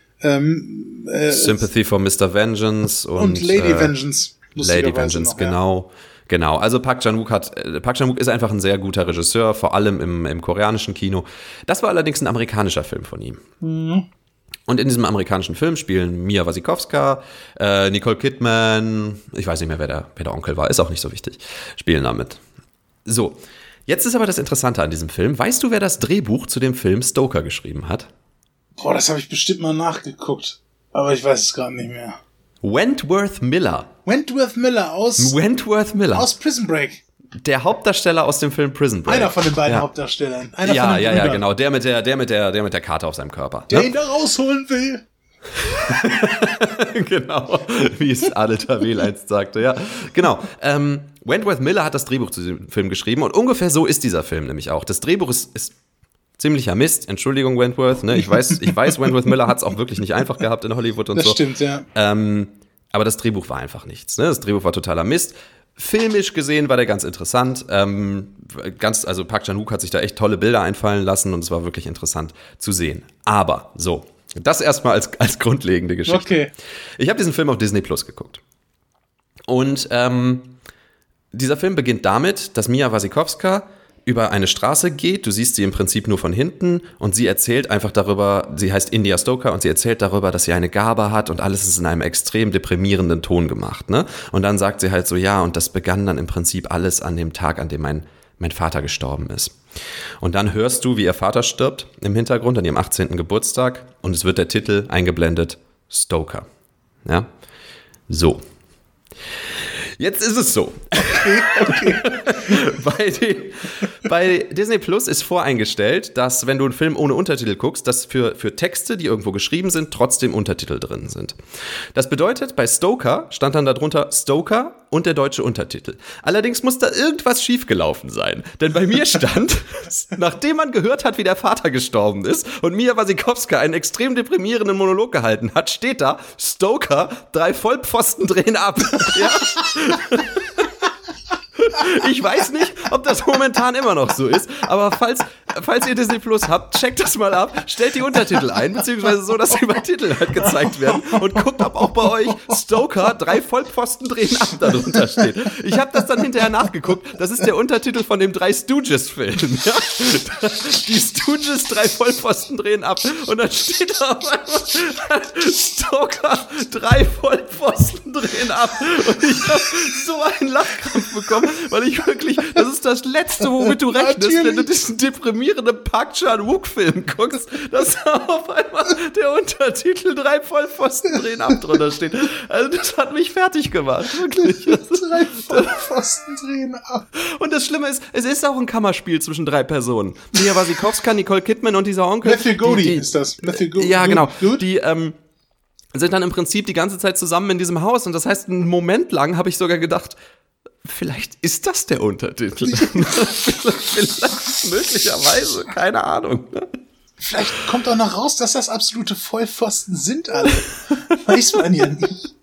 ähm, äh, Sympathy for Mister Vengeance und, und Lady äh, Vengeance. Lady lustigerweise Vengeance, noch, ja. genau. Genau, also Park Chan-wook hat, äh, Park Chan-wook ist einfach ein sehr guter Regisseur, vor allem im, im koreanischen Kino. Das war allerdings ein amerikanischer Film von ihm. Mhm. Und in diesem amerikanischen Film spielen Mia Wasikowska, äh, Nicole Kidman, ich weiß nicht mehr, wer der, wer der Onkel war, ist auch nicht so wichtig, spielen damit. So, jetzt ist aber das Interessante an diesem Film. Weißt du, wer das Drehbuch zu dem Film Stoker geschrieben hat? Boah, das habe ich bestimmt mal nachgeguckt. Aber ich weiß es gerade nicht mehr. Wentworth Miller. Wentworth Miller aus, Wentworth Miller. aus Prison Break. Der Hauptdarsteller aus dem Film Prison Break. Einer von den beiden ja. Hauptdarstellern. Einer Ja, von den ja, ja, Brüdern, genau. Der mit der, der mit der, der mit der Karte auf seinem Körper. Der ne? ihn da rausholen will. Genau, wie es Adel Tawil einst sagte, ja. Genau. Ähm, Wentworth Miller hat das Drehbuch zu diesem Film geschrieben und ungefähr so ist dieser Film nämlich auch. Das Drehbuch ist, ist ziemlicher Mist. Entschuldigung, Wentworth. Ne? Ich weiß, ich weiß, Wentworth Miller hat es auch wirklich nicht einfach gehabt in Hollywood und das so. Das stimmt, ja. Ähm, aber das Drehbuch war einfach nichts. Ne? Das Drehbuch war totaler Mist. Filmisch gesehen war der ganz interessant. Ähm, ganz, also Park Chan-wook hat sich da echt tolle Bilder einfallen lassen und es war wirklich interessant zu sehen. Aber so, das erstmal als, als grundlegende Geschichte. Okay. Ich habe diesen Film auf Disney Plus geguckt. Und ähm, dieser Film beginnt damit, dass Mia Wasikowska über eine Straße geht, du siehst sie im Prinzip nur von hinten und sie erzählt einfach darüber, sie heißt India Stoker und sie erzählt darüber, dass sie eine Gabe hat und alles ist in einem extrem deprimierenden Ton gemacht, ne? Und dann sagt sie halt so, ja, und das begann dann im Prinzip alles an dem Tag, an dem mein, mein Vater gestorben ist. Und dann hörst du, wie ihr Vater stirbt im Hintergrund an ihrem achtzehnten Geburtstag und es wird der Titel eingeblendet, Stoker. Ja? So. Jetzt ist es so. Okay, okay. bei, den, bei Disney Plus ist voreingestellt, dass wenn du einen Film ohne Untertitel guckst, dass für, für Texte, die irgendwo geschrieben sind, trotzdem Untertitel drin sind. Das bedeutet, bei Stoker stand dann darunter Stoker und der deutsche Untertitel. Allerdings muss da irgendwas schiefgelaufen sein. Denn bei mir stand, nachdem man gehört hat, wie der Vater gestorben ist und Mia Wasikowska einen extrem deprimierenden Monolog gehalten hat, steht da Stoker, drei Vollpfosten drehen ab. Ja? Ich weiß nicht, ob das momentan immer noch so ist, aber falls, falls ihr Disney Plus habt, checkt das mal ab, stellt die Untertitel ein, beziehungsweise so, dass die Übertitel halt gezeigt werden und guckt, ob auch bei euch Stoker, drei Vollpfosten drehen ab darunter steht. Ich habe das dann hinterher nachgeguckt, das ist der Untertitel von dem drei Stooges Film. Ja? Die Stooges, drei Vollpfosten drehen ab und dann steht da auf einmal Stoker, drei Vollpfosten drehen ab und ich habe so einen Lachkrampf bekommen, weil ich wirklich, das ist das Letzte, womit du rechnest, Natürlich. wenn du diesen deprimierenden Park Chan-wook-Film guckst, dass da auf einmal der Untertitel drei Vollpfosten drehen ab drunter steht. Also das hat mich fertig gemacht, wirklich. Drei Vollpfosten drehen ab. Und das Schlimme ist, es ist auch ein Kammerspiel zwischen drei Personen. Mia Wasikowska, Nicole Kidman und dieser Onkel. Matthew Godey ist das. Matthew Godey. Ja, genau. Die, ähm, sind dann im Prinzip die ganze Zeit zusammen in diesem Haus und das heißt, einen Moment lang habe ich sogar gedacht, vielleicht ist das der Untertitel. Vielleicht, möglicherweise, keine Ahnung. Vielleicht kommt auch noch raus, dass das absolute Vollpfosten sind alle. Weiß man ja nicht.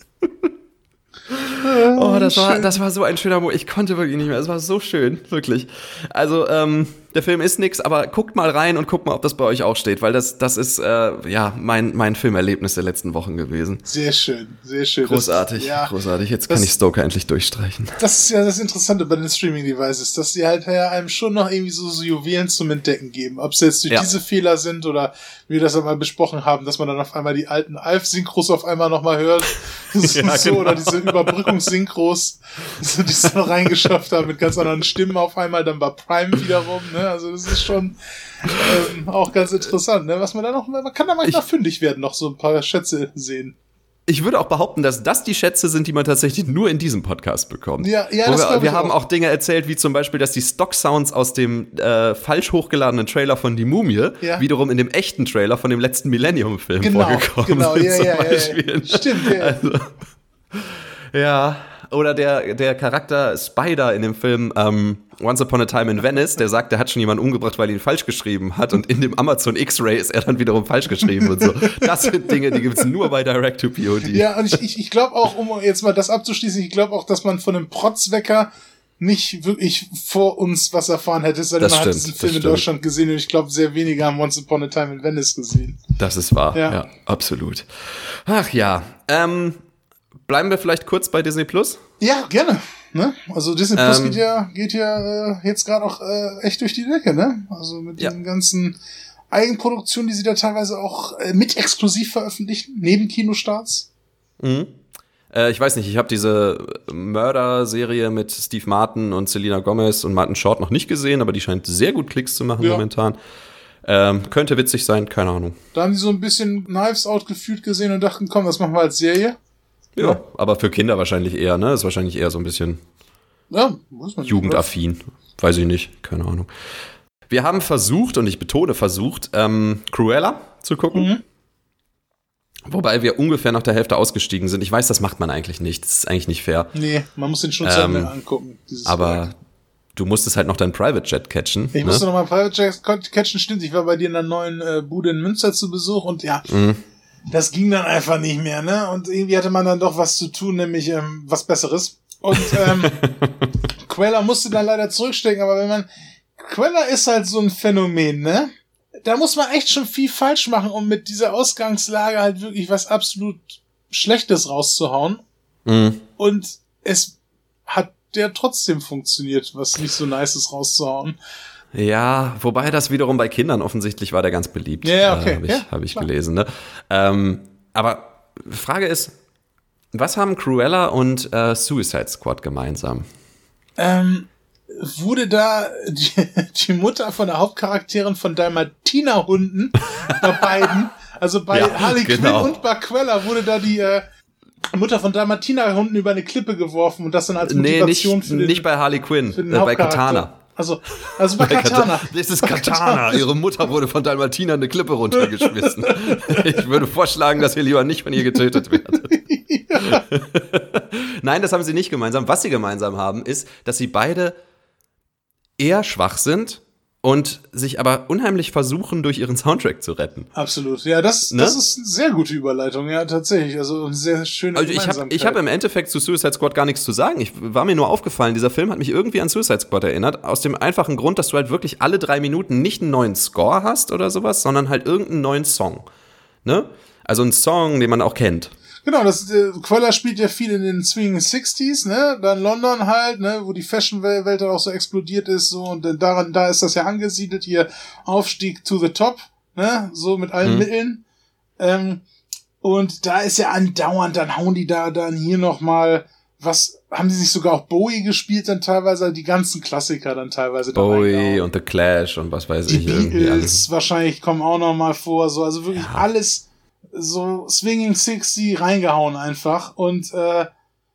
Oh, das war, das war so ein schöner Moment. Ich konnte wirklich nicht mehr. Es war so schön, wirklich. Also, ähm, der Film ist nix, aber guckt mal rein und guckt mal, ob das bei euch auch steht, weil das, das ist, äh, ja, mein, mein Filmerlebnis der letzten Wochen gewesen. Sehr schön, sehr schön. Großartig, das, ja, großartig. Jetzt kann das, ich Stoker endlich durchstreichen. Das ist ja das Interessante bei den Streaming-Devices, dass sie halt ja einem schon noch irgendwie so, so Juwelen zum Entdecken geben. Ob es jetzt durch ja. diese Fehler sind oder wie wir das einmal besprochen haben, dass man dann auf einmal die alten Alf-Synchros auf einmal nochmal hört. Ja, so, genau. Oder diese Überbrückungssynchros, die es noch reingeschafft haben mit ganz anderen Stimmen auf einmal. Dann war Prime wiederum, ne? Also das ist schon ähm, auch ganz interessant, ne? Was man da noch, man kann da manchmal ich, fündig werden, noch so ein paar Schätze sehen. Ich würde auch behaupten, dass das die Schätze sind, die man tatsächlich nur in diesem Podcast bekommt. Ja, ja, Wo das wir, wir auch. haben auch Dinge erzählt, wie zum Beispiel, dass die Stock-Sounds aus dem äh, falsch hochgeladenen Trailer von Die Mumie ja. wiederum in dem echten Trailer von dem letzten Millennium-Film genau, vorgekommen genau, sind. Ja, zum ja, Beispiel. Ja, ja. Stimmt, ja. Also, ja, oder der, der Charakter Spider in dem Film ähm, Once Upon a Time in Venice, der sagt, der hat schon jemanden umgebracht, weil er ihn falsch geschrieben hat und in dem Amazon X-Ray ist er dann wiederum falsch geschrieben und so. Das sind Dinge, die gibt's nur bei Direct-to-P O D. Ja, und ich, ich, ich glaube auch, um jetzt mal das abzuschließen, ich glaube auch, dass man von einem Protzwecker nicht wirklich vor uns was erfahren hätte, sondern man hat diesen Film in Deutschland gesehen und ich glaube, sehr wenige haben Once Upon a Time in Venice gesehen. Das ist wahr, ja, ja absolut. Ach ja, ähm, bleiben wir vielleicht kurz bei Disney Plus? Ja, gerne. Ne? Also Disney Plus ähm, geht ja, geht ja äh, jetzt gerade auch äh, echt durch die Decke, ne? Also mit ja. den ganzen Eigenproduktionen, die sie da teilweise auch äh, mit exklusiv veröffentlichen, neben Kinostarts. Mhm. Äh, ich weiß nicht, ich habe diese Murder-Serie mit Steve Martin und Selena Gomez und Martin Short noch nicht gesehen, aber die scheint sehr gut Klicks zu machen ja. momentan. Ähm, könnte witzig sein, keine Ahnung. Da haben die so ein bisschen Knives Out gefühlt gesehen und dachten, komm, das machen wir als Serie. Ja, ja, aber für Kinder wahrscheinlich eher, ne? Ist wahrscheinlich eher so ein bisschen ja, weiß man jugendaffin. nicht, weiß ich nicht, keine Ahnung. Wir haben versucht, und ich betone versucht, ähm, Cruella zu gucken. Mhm. Wobei wir ungefähr nach der Hälfte ausgestiegen sind. Ich weiß, das macht man eigentlich nicht. Das ist eigentlich nicht fair. Nee, man muss den schon zu Ende ähm, angucken. Aber Werk. Du musstest halt noch deinen Private Jet catchen. Ich ne? musste noch mal Private Jet catchen, stimmt. Ich war bei dir in der neuen äh, Bude in Münster zu Besuch und ja, mhm. das ging dann einfach nicht mehr, ne? Und irgendwie hatte man dann doch was zu tun, nämlich ähm, was Besseres. Und ähm, Queller musste dann leider zurückstecken, aber wenn man Queller ist halt so ein Phänomen, ne? Da muss man echt schon viel falsch machen, um mit dieser Ausgangslage halt wirklich was absolut Schlechtes rauszuhauen. Mhm. Und es hat der trotzdem funktioniert, was nicht so Nices rauszuhauen. Ja, wobei das wiederum bei Kindern offensichtlich war der ganz beliebt. Ja, okay. Äh, habe ich, ja, hab ich gelesen. Ne? Ähm, aber Frage ist, was haben Cruella und äh, Suicide Squad gemeinsam? Ähm... wurde da die, die Mutter von der Hauptcharakterin von Dalmatiner-Hunden bei beiden, also bei ja, Harley genau. Quinn und bei Queller wurde da die äh, Mutter von Dalmatiner-Hunden über eine Klippe geworfen und das dann als Motivation nee, nicht, für den nicht bei Harley Quinn, für den äh, bei Katana. Also, also bei, bei Katana. Das ist Katana. Katana. Ihre Mutter wurde von Dalmatiner eine Klippe runtergeschmissen. Ich würde vorschlagen, dass ihr lieber nicht von ihr getötet werdet. Ja. Nein, das haben sie nicht gemeinsam. Was sie gemeinsam haben, ist, dass sie beide eher schwach sind und sich aber unheimlich versuchen, durch ihren Soundtrack zu retten. Absolut. Ja, das, ne? das ist eine sehr gute Überleitung, ja, tatsächlich. Also eine sehr schöne also ich habe ich hab im Endeffekt zu Suicide Squad gar nichts zu sagen. Ich war mir nur aufgefallen, dieser Film hat mich irgendwie an Suicide Squad erinnert, aus dem einfachen Grund, dass du halt wirklich alle drei Minuten nicht einen neuen Score hast oder sowas, sondern halt irgendeinen neuen Song. Ne? Also einen Song, den man auch kennt. Genau, das äh, Queller spielt ja viel in den Swinging Sixties, ne, dann London halt, ne, wo die Fashion-Welt auch so explodiert ist, so, und äh, daran, da ist das ja angesiedelt, hier Aufstieg to the top, ne, so mit allen mhm. Mitteln, ähm, und da ist ja andauernd, dann hauen die da dann hier nochmal, was, haben die sich sogar auch Bowie gespielt dann teilweise, die ganzen Klassiker dann teilweise da Bowie und The Clash und was weiß die ich, irgendwie alles. Wahrscheinlich kommen auch nochmal vor, so, also wirklich ja. alles, so Swinging sixty reingehauen einfach und äh,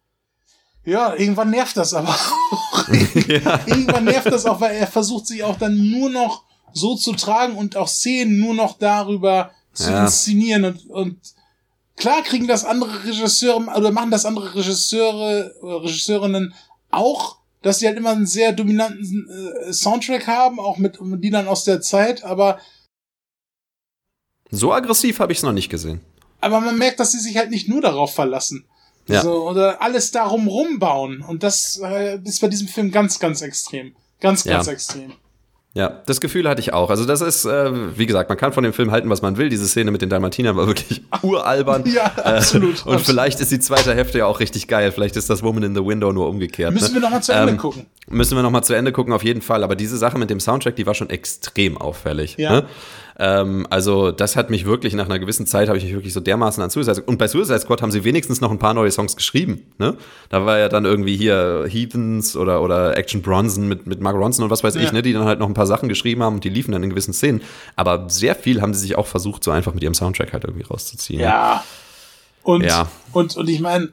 ja, irgendwann nervt das aber auch. ja. Irgendwann nervt das auch, weil er versucht sich auch dann nur noch so zu tragen und auch Szenen nur noch darüber zu ja. inszenieren und, und klar kriegen das andere Regisseure oder machen das andere Regisseure oder Regisseurinnen auch, dass sie halt immer einen sehr dominanten äh, Soundtrack haben, auch mit Liedern aus der Zeit, aber so aggressiv habe ich es noch nicht gesehen. Aber man merkt, dass sie sich halt nicht nur darauf verlassen. Ja. So, oder alles darum rumbauen. Und das äh, ist bei diesem Film ganz, ganz extrem. Ganz, ganz ja. extrem. Ja, das Gefühl hatte ich auch. Also das ist, äh, wie gesagt, man kann von dem Film halten, was man will. Diese Szene mit den Dalmatinern war wirklich uralbern. Ja, absolut. Äh, und absolut. Vielleicht ist die zweite Hälfte ja auch richtig geil. Vielleicht ist das Woman in the Window nur umgekehrt. Müssen ne? wir nochmal zu Ende ähm, gucken. Müssen wir nochmal zu Ende gucken, auf jeden Fall. Aber diese Sache mit dem Soundtrack, die war schon extrem auffällig. Ja. Ne? Ähm, also das hat mich wirklich, nach einer gewissen Zeit habe ich mich wirklich so dermaßen an Suicide Squad. Und bei Suicide Squad haben sie wenigstens noch ein paar neue Songs geschrieben. Ne? Da war ja dann irgendwie hier Heathens oder, oder Action Bronson mit, mit Mark Ronson und was weiß ja. ich, ne? Die dann halt noch ein paar Sachen geschrieben haben und die liefen dann in gewissen Szenen. Aber sehr viel haben sie sich auch versucht, so einfach mit ihrem Soundtrack halt irgendwie rauszuziehen. Ja. Und, ja. und, und ich meine,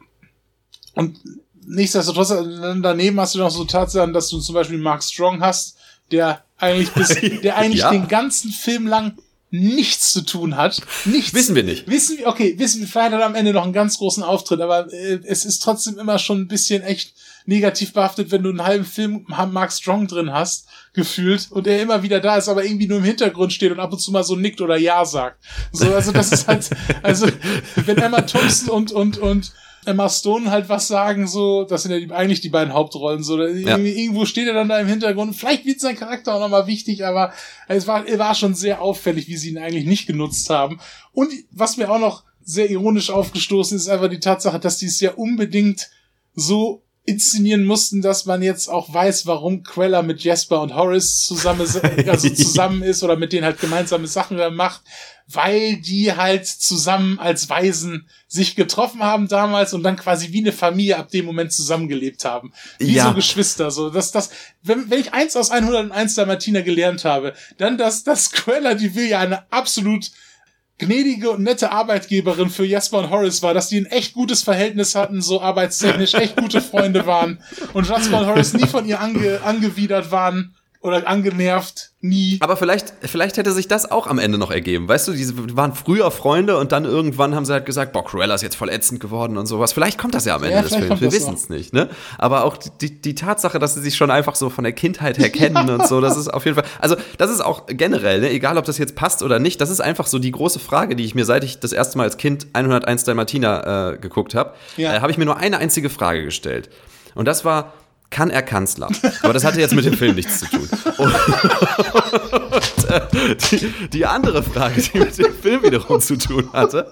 und nichtsdestotrotz, daneben hast du noch so Tatsachen, dass du zum Beispiel Mark Strong hast, der eigentlich bis, der eigentlich ja. den ganzen Film lang nichts zu tun hat. Nichts. Wissen wir nicht. Wissen wir, okay, wissen wir, vielleicht hat er am Ende noch einen ganz großen Auftritt, aber äh, es ist trotzdem immer schon ein bisschen echt negativ behaftet, wenn du einen halben Film Mark Strong drin hast, gefühlt, und er immer wieder da ist, aber irgendwie nur im Hintergrund steht und ab und zu mal so nickt oder Ja sagt. So, also das ist halt, also, wenn Emma Thompson und, und, und Emma Stone halt was sagen, so, das sind ja die, eigentlich die beiden Hauptrollen, so, ja. irgendwo steht er dann da im Hintergrund, vielleicht wird sein Charakter auch nochmal wichtig, aber es war, er war schon sehr auffällig, wie sie ihn eigentlich nicht genutzt haben. Und was mir auch noch sehr ironisch aufgestoßen ist, ist einfach die Tatsache, dass die es ja unbedingt so inszenieren mussten, dass man jetzt auch weiß, warum Queller mit Jasper und Horace zusammen, also zusammen ist oder mit denen halt gemeinsame Sachen macht, weil die halt zusammen als Waisen sich getroffen haben damals und dann quasi wie eine Familie ab dem Moment zusammengelebt haben. Wie ja. so Geschwister, so, dass das, wenn, wenn ich eins aus hunderteins Dalmatiner gelernt habe, dann, dass, dass Queller, die will ja eine absolut gnädige und nette Arbeitgeberin für Jasper und Horace war, dass die ein echt gutes Verhältnis hatten, so arbeitstechnisch echt gute Freunde waren und Jasper und Horace nie von ihr ange, angewidert waren oder angenervt, nie. Aber vielleicht, vielleicht hätte sich das auch am Ende noch ergeben. Weißt du, diese waren früher Freunde und dann irgendwann haben sie halt gesagt, boah, Cruella ist jetzt voll ätzend geworden und sowas. Vielleicht kommt das ja am Ende Ja, des Films. Wir wissen es nicht, ne? Aber auch die, die Tatsache, dass sie sich schon einfach so von der Kindheit her kennen und so, das ist auf jeden Fall, also das ist auch generell, ne? Egal ob das jetzt passt oder nicht, das ist einfach so die große Frage, die ich mir, seit ich das erste Mal als Kind hunderteins Dalmatiner äh, geguckt habe, Ja. äh, habe ich mir nur eine einzige Frage gestellt. Und das war, kann er Kanzler? Aber das hatte jetzt mit dem Film nichts zu tun. Und, und äh, die, die andere Frage, die mit dem Film wiederum zu tun hatte,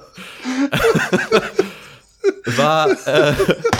war, äh,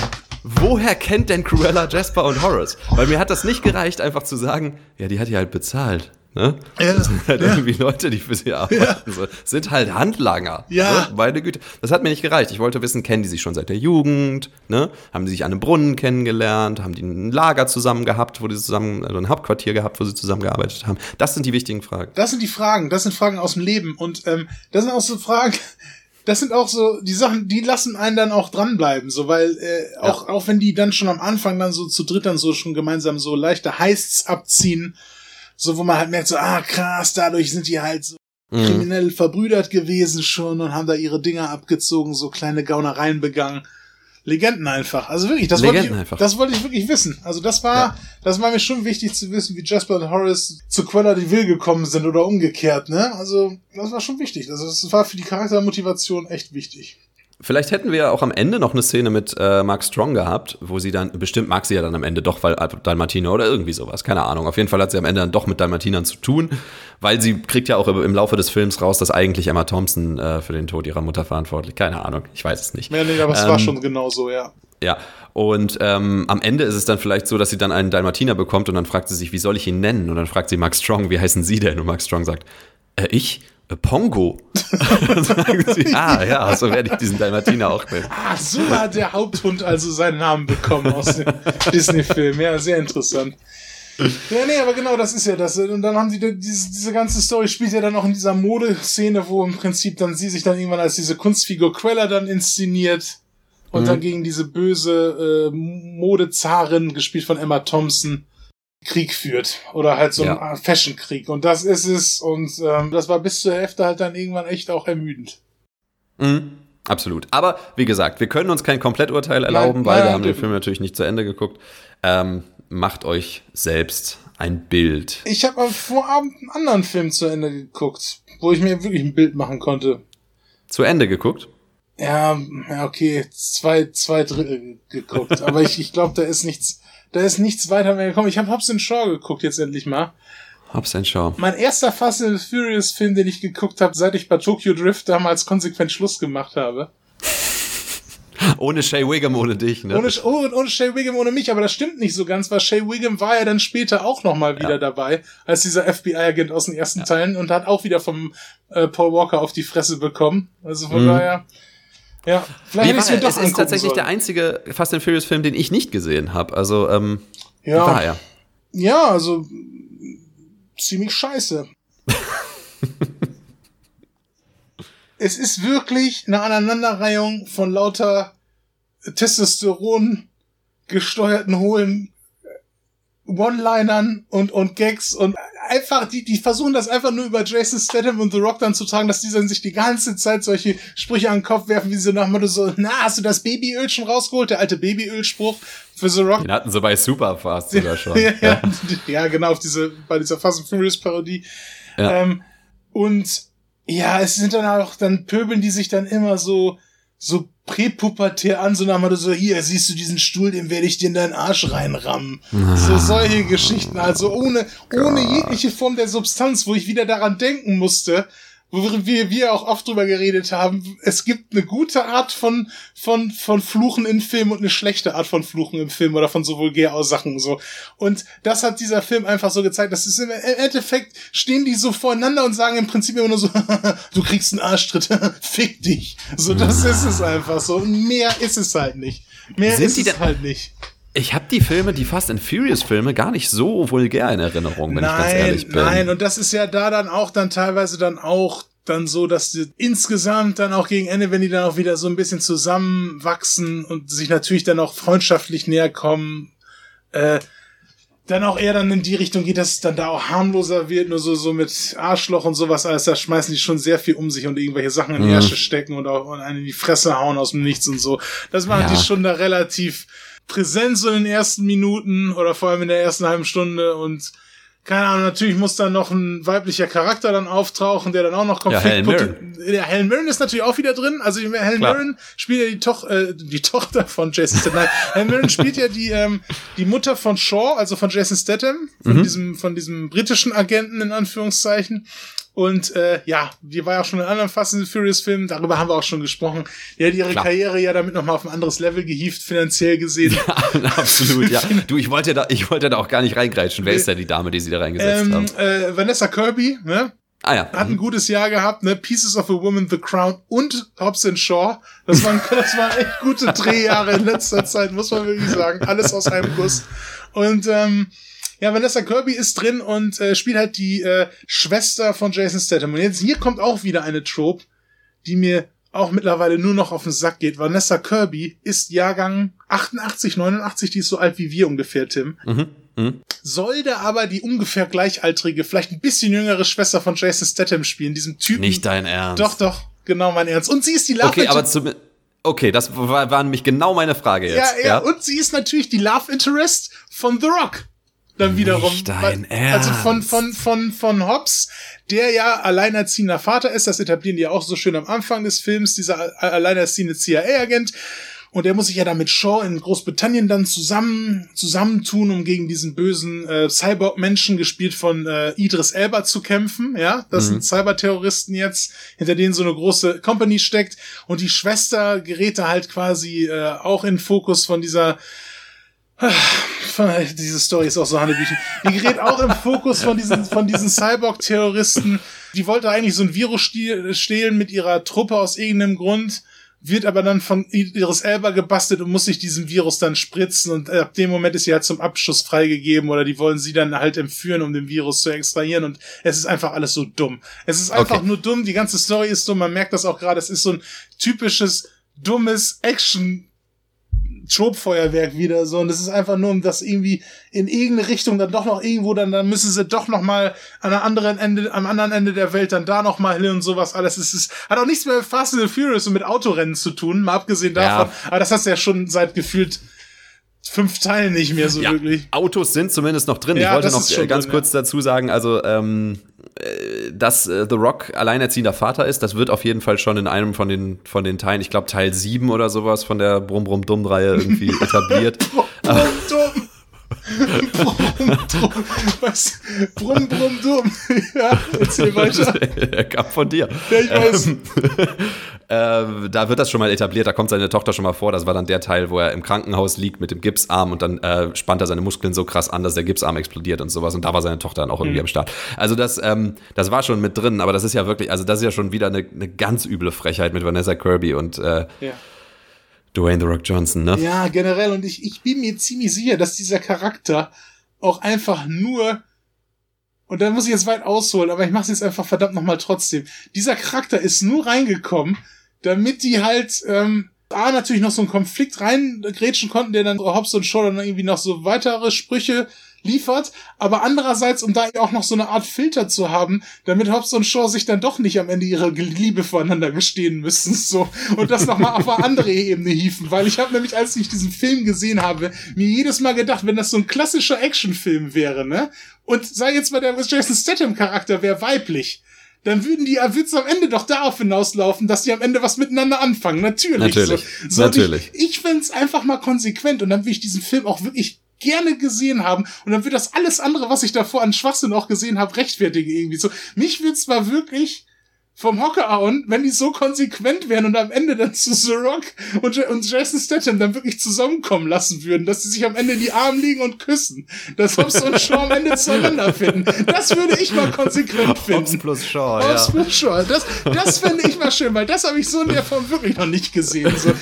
woher kennt denn Cruella Jasper und Horace? Weil mir hat das nicht gereicht, einfach zu sagen, ja, die hat die halt bezahlt. Ne? Ja, das sind halt ja. irgendwie Leute, die für sie arbeiten. Ja. So. Sind halt Handlanger. Ja. Ne? Meine Güte. Das hat mir nicht gereicht. Ich wollte wissen, kennen die sich schon seit der Jugend? Ne? Haben die sich an einem Brunnen kennengelernt? Haben die ein Lager zusammen gehabt, wo die zusammen, also ein Hauptquartier gehabt, wo sie zusammengearbeitet haben? Das sind die wichtigen Fragen. Das sind die Fragen. Das sind Fragen aus dem Leben. Und ähm, das sind auch so Fragen, das sind auch so die Sachen, die lassen einen dann auch dranbleiben. So, weil äh, auch, ja. auch wenn die dann schon am Anfang dann so zu dritt dann so schon gemeinsam so leichte Heists abziehen, so, wo man halt merkt, so, ah, krass, dadurch sind die halt so mhm. kriminell verbrüdert gewesen schon und haben da ihre Dinger abgezogen, so kleine Gaunereien begangen. Legenden einfach. Also wirklich, das wollte ich, einfach. das wollte ich wirklich wissen. Also das war, ja. das war mir schon wichtig zu wissen, wie Jasper und Horace zu Cruella de Vil gekommen sind oder umgekehrt, ne? Also, das war schon wichtig. Also, das war für die Charaktermotivation echt wichtig. Vielleicht hätten wir ja auch am Ende noch eine Szene mit äh, Mark Strong gehabt, wo sie dann, bestimmt mag sie ja dann am Ende doch, weil Dalmatiner oder irgendwie sowas, keine Ahnung. Auf jeden Fall hat sie am Ende dann doch mit Dalmatinern zu tun, weil sie kriegt ja auch im Laufe des Films raus, dass eigentlich Emma Thompson äh, für den Tod ihrer Mutter verantwortlich. Keine Ahnung, ich weiß es nicht. Ja, nee, aber es ähm, war schon genau so, ja. Ja, und ähm, am Ende ist es dann vielleicht so, dass sie dann einen Dalmatiner bekommt und dann fragt sie sich, wie soll ich ihn nennen? Und dann fragt sie Mark Strong, wie heißen Sie denn? Und Mark Strong sagt, äh, ich? Pongo. Dann sagen sie, ah ja, so werde ich diesen Dalmatiner auch nennen. Ah, so hat der Haupthund also seinen Namen bekommen aus dem Disney-Film. Ja, sehr interessant. Ja, nee, aber genau, das ist ja das. Und dann haben sie diese, diese ganze Story spielt ja dann auch in dieser Modeszene, wo im Prinzip dann sie sich dann irgendwann als diese Kunstfigur Cruella dann inszeniert und mhm. dann gegen diese böse äh, Modezarin, gespielt von Emma Thompson, Krieg führt. Oder halt so ja. einen Fashion-Krieg. Und das ist es. Und ähm, das war bis zur Hälfte halt dann irgendwann echt auch ermüdend. Mhm. Absolut. Aber wie gesagt, wir können uns kein Kompletturteil erlauben, nein, weil nein, wir haben nein, den Film natürlich nicht zu Ende geguckt. Ähm, macht euch selbst ein Bild. Ich habe am Vorabend einen anderen Film zu Ende geguckt, wo ich mir wirklich ein Bild machen konnte. Zu Ende geguckt? Ja, ja okay, zwei, zwei Drittel geguckt. Aber ich, ich glaube, da ist nichts... Da ist nichts weiter mehr gekommen. Ich habe Hobbs and Shaw geguckt jetzt endlich mal. Hobbs and Shaw. Mein erster Fast and Furious Film, den ich geguckt habe, seit ich bei Tokyo Drift damals konsequent Schluss gemacht habe. Ohne Shea Wiggum, ohne dich, ne? Ohne, ohne, ohne Shea Wiggum, ohne mich, aber das stimmt nicht so ganz, weil Shea Wiggum war ja dann später auch nochmal wieder ja. dabei, als dieser F B I-Agent aus den ersten ja. Teilen und hat auch wieder vom äh, Paul Walker auf die Fresse bekommen. Also von mhm. daher... Ja, vielleicht hätte ich es mir doch Es ist tatsächlich sollen. Der einzige Fast and Furious Film, den ich nicht gesehen habe. Also, ähm, ja. wie war er? Ja, also ziemlich scheiße. Es ist wirklich eine Aneinanderreihung von lauter Testosteron gesteuerten hohlen One-Linern und, und Gags und einfach, die, die versuchen das einfach nur über Jason Statham und The Rock dann zu tragen, dass die dann sich die ganze Zeit solche Sprüche an den Kopf werfen, wie so nach dem Motto so, na, hast du das Babyöl schon rausgeholt? Der alte Babyöl-Spruch für The Rock. Den hatten sie bei Superfast sogar schon. ja, ja, ja, genau, auf diese, bei dieser Fast and Furious Parodie. Ja. Ähm, und ja, es sind dann auch, dann pöbeln die sich dann immer so, so präpubertär an, so nach dem Motto so, hier, siehst du diesen Stuhl, den werde ich dir in deinen Arsch reinrammen. Ah, so solche Geschichten, also ohne, ohne jegliche Form der Substanz, wo ich wieder daran denken musste, wo wir, wir auch oft drüber geredet haben, es gibt eine gute Art von, von, von Fluchen im Film und eine schlechte Art von Fluchen im Film oder von so Vulgärsachen, so. Und das hat dieser Film einfach so gezeigt, das ist im Endeffekt, stehen die so voreinander und sagen im Prinzip immer nur so, du kriegst einen Arschtritt, fick dich. So, das ist es einfach so. Und mehr ist es halt nicht. Mehr Sind ist die es halt nicht. Ich habe die Filme, die Fast and Furious Filme, gar nicht so vulgär in Erinnerung, wenn nein, ich ganz ehrlich bin. Nein, und das ist ja da dann auch dann teilweise dann auch dann so, dass die insgesamt dann auch gegen Ende, wenn die dann auch wieder so ein bisschen zusammenwachsen und sich natürlich dann auch freundschaftlich näher kommen, äh, dann auch eher dann in die Richtung geht, dass es dann da auch harmloser wird, nur so, so mit Arschloch und sowas alles, da schmeißen die schon sehr viel um sich und irgendwelche Sachen in die Ärsche stecken und auch und einen in die Fresse hauen aus dem Nichts und so. Das machen ja. die schon da relativ präsent so in den ersten Minuten oder vor allem in der ersten halben Stunde und keine Ahnung, natürlich muss dann noch ein weiblicher Charakter dann auftauchen, der dann auch noch Konflikt... Ja, Helen Mirren. Ja, Helen Mirren ist natürlich auch wieder drin. Also Helen Klar. Mirren spielt ja die, Toch äh, die Tochter von Jason Statham. Nein, Helen Mirren spielt ja die ähm, die Mutter von Shaw, also von Jason Statham, von Mhm. diesem von diesem britischen Agenten in Anführungszeichen. Und äh, ja, die war ja auch schon in anderen Fast and Furious Filmen, darüber haben wir auch schon gesprochen. Die hat ihre Klar. Karriere ja damit nochmal auf ein anderes Level gehievt, finanziell gesehen. Ja, absolut, ja. Du, ich wollte da, ich wollte da auch gar nicht reingreitschen. Wer ist denn die Dame, die sie da reingesetzt ähm, haben? äh, Vanessa Kirby, ne? Ah ja. Hat ein gutes Jahr gehabt, ne? Pieces of a Woman, The Crown und Hobbs and Shaw. Das waren, das waren echt gute Drehjahre in letzter Zeit, muss man wirklich sagen. Alles aus einem Guss. Und ähm, ja, Vanessa Kirby ist drin und äh, spielt halt die äh, Schwester von Jason Statham. Und jetzt hier kommt auch wieder eine Trope, die mir auch mittlerweile nur noch auf den Sack geht. Vanessa Kirby ist Jahrgang achtundachtzig, neunundachtzig, die ist so alt wie wir ungefähr, Tim. Mhm. Mhm. Sollte aber die ungefähr gleichaltrige, vielleicht ein bisschen jüngere Schwester von Jason Statham spielen, diesem Typen. Nicht dein Ernst. Doch, doch, genau mein Ernst. Und sie ist die Love Okay, aber zum, okay, das war, war nämlich genau meine Frage jetzt. Ja, ja, ja, und sie ist natürlich die Love Interest von The Rock. Dann wiederum. Nicht dein weil, also von, Ernst. von, von, von Hobbs, der ja alleinerziehender Vater ist, das etablieren die ja auch so schön am Anfang des Films, dieser alleinerziehende C I A-Agent. Und der muss sich ja dann mit Shaw in Großbritannien dann zusammen, zusammentun, um gegen diesen bösen, äh, Cyborg-Menschen, gespielt von, äh, Idris Elba zu kämpfen, ja. Das Mhm. sind Cyberterroristen jetzt, hinter denen so eine große Company steckt. Und die Schwester gerät da halt quasi, äh, auch in Fokus von dieser, diese Story ist auch so Hanebüchen. Die gerät auch im Fokus von diesen, von diesen Cyborg-Terroristen. Die wollte eigentlich so ein Virus stehlen mit ihrer Truppe aus irgendeinem Grund, wird aber dann von Idris Elba gebastelt und muss sich diesen Virus dann spritzen und ab dem Moment ist sie halt zum Abschuss freigegeben oder die wollen sie dann halt entführen, um den Virus zu extrahieren und es ist einfach alles so dumm. Es ist einfach Okay. nur dumm, die ganze Story ist dumm, man merkt das auch gerade, es ist so ein typisches, dummes Action- Trope-Feuerwerk wieder so und es ist einfach nur, um das irgendwie in irgendeine Richtung dann doch noch irgendwo, dann, dann müssen sie doch noch mal an der anderen Ende, am anderen Ende der Welt dann da noch mal hin und sowas alles. Es ist, hat auch nichts mehr mit Fast and the Furious und mit Autorennen zu tun, mal abgesehen davon. Ja. Aber das hast du ja schon seit gefühlt fünf Teilen nicht mehr so Ja, wirklich. Autos sind zumindest noch drin. Ja, ich wollte das noch ist schon äh, ganz drin, kurz dazu sagen, also ähm, äh, dass äh, The Rock alleinerziehender Vater ist, das wird auf jeden Fall schon in einem von den von den Teilen, ich glaube Teil sieben oder sowas von der Brumm Brumm Dumm Reihe irgendwie etabliert. Brumm, dumm. Brumm, dumm. Was? Brumm, brumm, dumm. Ja, erzähl weiter. Er kam von dir. Ja, ich weiß. Ähm, äh, da wird das schon mal etabliert, da kommt seine Tochter schon mal vor. Das war dann der Teil, wo er im Krankenhaus liegt mit dem Gipsarm und dann äh, spannt er seine Muskeln so krass an, dass der Gipsarm explodiert und sowas. Und da war seine Tochter dann auch irgendwie Mhm. am Start. Also das, ähm, das war schon mit drin, aber das ist ja wirklich, also das ist ja schon wieder eine, eine ganz üble Frechheit mit Vanessa Kirby und äh, Ja. Dwayne The Rock Johnson, ne? Ja, generell. Und ich, ich bin mir ziemlich sicher, dass dieser Charakter auch einfach nur, und da muss ich jetzt weit ausholen, aber ich mache es jetzt einfach verdammt nochmal trotzdem. Dieser Charakter ist nur reingekommen, damit die halt, ähm, A, natürlich noch so einen Konflikt reingrätschen konnten, der dann Hobbs und Shaw dann irgendwie noch so weitere Sprüche liefert, aber andererseits, um da auch noch so eine Art Filter zu haben, damit Hobbs und Shaw sich dann doch nicht am Ende ihre Liebe voreinander gestehen müssen, so, und das nochmal auf eine andere Ebene hieven, weil ich habe nämlich, als ich diesen Film gesehen habe, mir jedes Mal gedacht, wenn das so ein klassischer Actionfilm wäre, ne, und sei jetzt mal der Jason Statham-Charakter wäre weiblich, dann würden die, würde es am Ende doch darauf hinauslaufen, dass die am Ende was miteinander anfangen, natürlich. Natürlich, so, so natürlich. Ich, ich fände es einfach mal konsequent und dann will ich diesen Film auch wirklich gerne gesehen haben und dann wird das alles andere, was ich davor an Schwachsinn auch gesehen habe, rechtfertigen irgendwie so. Mich würde zwar wirklich vom Hocker hauen, wenn die so konsequent wären und am Ende dann zu The Rock und, und Jason Statham dann wirklich zusammenkommen lassen würden, dass sie sich am Ende in die Arme liegen und küssen. Dass Hobbs und Shaw am Ende zueinander finden. Das würde ich mal konsequent finden. Hobbs plus Shaw, Hobbs ja. plus Shaw. Das, das fände ich mal schön, weil das habe ich so in der Form wirklich noch nicht gesehen. So.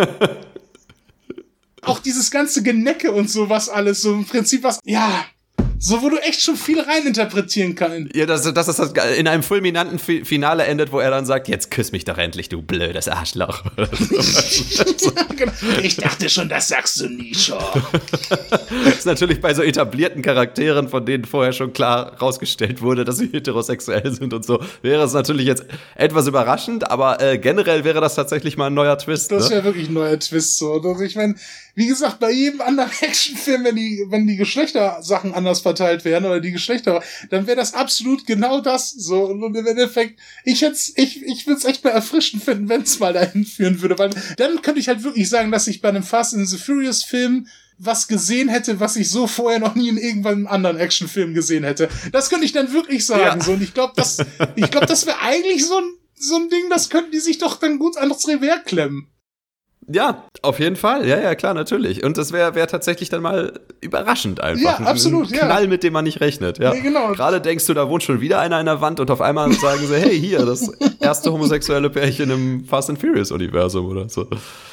Auch dieses ganze Genecke und sowas alles, so im Prinzip was, ja, So, wo du echt schon viel reininterpretieren kannst. Ja, dass, dass das in einem fulminanten Finale endet, wo er dann sagt, jetzt küss mich doch endlich, du blödes Arschloch. Ich dachte schon, das sagst du nie schon. Das ist natürlich bei so etablierten Charakteren, von denen vorher schon klar rausgestellt wurde, dass sie heterosexuell sind und so, wäre es natürlich jetzt etwas überraschend, aber äh, generell wäre das tatsächlich mal ein neuer Twist. Das wäre ne? wirklich ein neuer Twist. So. Also ich meine, wie gesagt, bei jedem anderen Actionfilm, wenn die, wenn die Geschlechtersachen anders verteilt werden oder die Geschlechter, dann wäre das absolut genau das. So, und im Endeffekt, ich hätte ich, ich würde es echt mal erfrischend finden, wenn es mal dahin führen würde, weil dann könnte ich halt wirklich sagen, dass ich bei einem Fast and the Furious Film was gesehen hätte, was ich so vorher noch nie in irgendeinem anderen Actionfilm gesehen hätte. Das könnte ich dann wirklich sagen. Ja. So, und ich glaube, das, ich glaube, das wäre eigentlich so ein, so ein Ding, das könnten die sich doch dann gut ans Revers klemmen. Ja, auf jeden Fall. Ja, ja, klar, natürlich. Und das wäre wär tatsächlich dann mal überraschend einfach. Ja, absolut, ein Knall, ja. mit dem man nicht rechnet. Ja. Nee, genau. Gerade denkst du, da wohnt schon wieder einer in der Wand und auf einmal sagen sie, hey, hier, das erste homosexuelle Pärchen im Fast and Furious Universum oder so.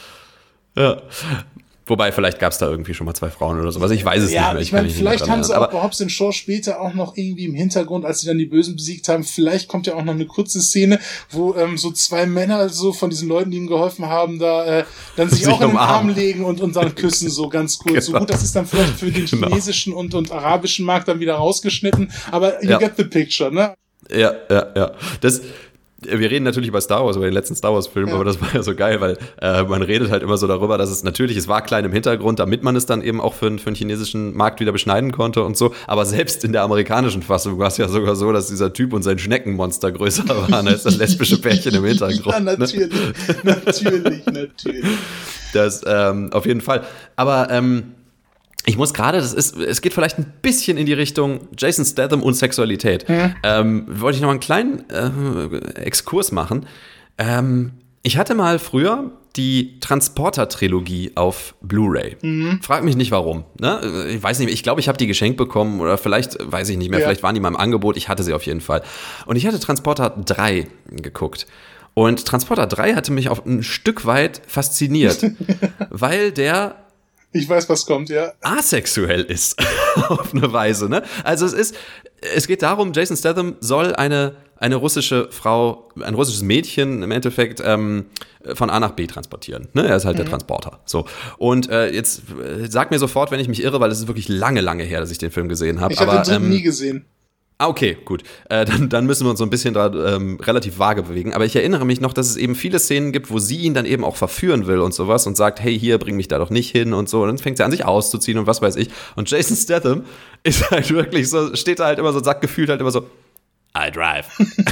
Ja. Wobei, vielleicht gab es da irgendwie schon mal zwei Frauen oder sowas. Ich weiß es ja, nicht mehr. Ich, ich meine, vielleicht haben sie aber auch bei Hobbs and Shaw später auch noch irgendwie im Hintergrund, als sie dann die Bösen besiegt haben, vielleicht kommt ja auch noch eine kurze Szene, wo ähm, so zwei Männer so von diesen Leuten, die ihnen geholfen haben, da äh, dann sich, sich auch in den Arm legen und, und dann küssen, so ganz kurz. Genau. So gut, das ist dann vielleicht für den genau. chinesischen und, und arabischen Markt dann wieder rausgeschnitten, aber you ja. get the picture, ne? Ja, ja, ja. Das... Wir reden natürlich über Star Wars, über den letzten Star Wars-Film, ja. aber das war ja so geil, weil äh, man redet halt immer so darüber, dass es natürlich, es war klein im Hintergrund, damit man es dann eben auch für, für den chinesischen Markt wieder beschneiden konnte und so, aber selbst in der amerikanischen Fassung war es ja sogar so, dass dieser Typ und sein Schneckenmonster größer waren als das lesbische Pärchen im Hintergrund. Ja, natürlich, ne? natürlich, natürlich. Das, ähm, auf jeden Fall. Aber, ähm, ich muss gerade, das ist, es geht vielleicht ein bisschen in die Richtung Jason Statham und Sexualität. Mhm. Ähm, wollte ich noch mal einen kleinen äh, Exkurs machen. Ähm, ich hatte mal früher die Transporter-Trilogie auf Blu-ray. Mhm. Frag mich nicht, warum. Ne? Ich weiß nicht, ich glaube, ich habe die geschenkt bekommen oder vielleicht, weiß ich nicht mehr, ja. vielleicht waren die mal im Angebot. Ich hatte sie auf jeden Fall. Und ich hatte Transporter drei geguckt. Und Transporter drei hatte mich auf ein Stück weit fasziniert, weil der Ich weiß, was kommt, ja. asexuell ist, auf eine Weise, ne? Also es ist, es geht darum, Jason Statham soll eine, eine russische Frau, ein russisches Mädchen im Endeffekt ähm, von A nach B transportieren, ne? Er ist halt mhm. der Transporter, so. Und äh, jetzt äh, sag mir sofort, wenn ich mich irre, weil es ist wirklich lange, lange her, dass ich den Film gesehen habe. Ich habe den dritten ähm, nie gesehen. Ah, okay, gut. Äh, dann, dann müssen wir uns so ein bisschen da ähm, relativ vage bewegen. Aber ich erinnere mich noch, dass es eben viele Szenen gibt, wo sie ihn dann eben auch verführen will und sowas und sagt, hey, hier, bring mich da doch nicht hin und so. Und dann fängt sie an, sich auszuziehen und was weiß ich. Und Jason Statham ist halt wirklich so, steht da halt immer so, sagt gefühlt halt immer so, I drive.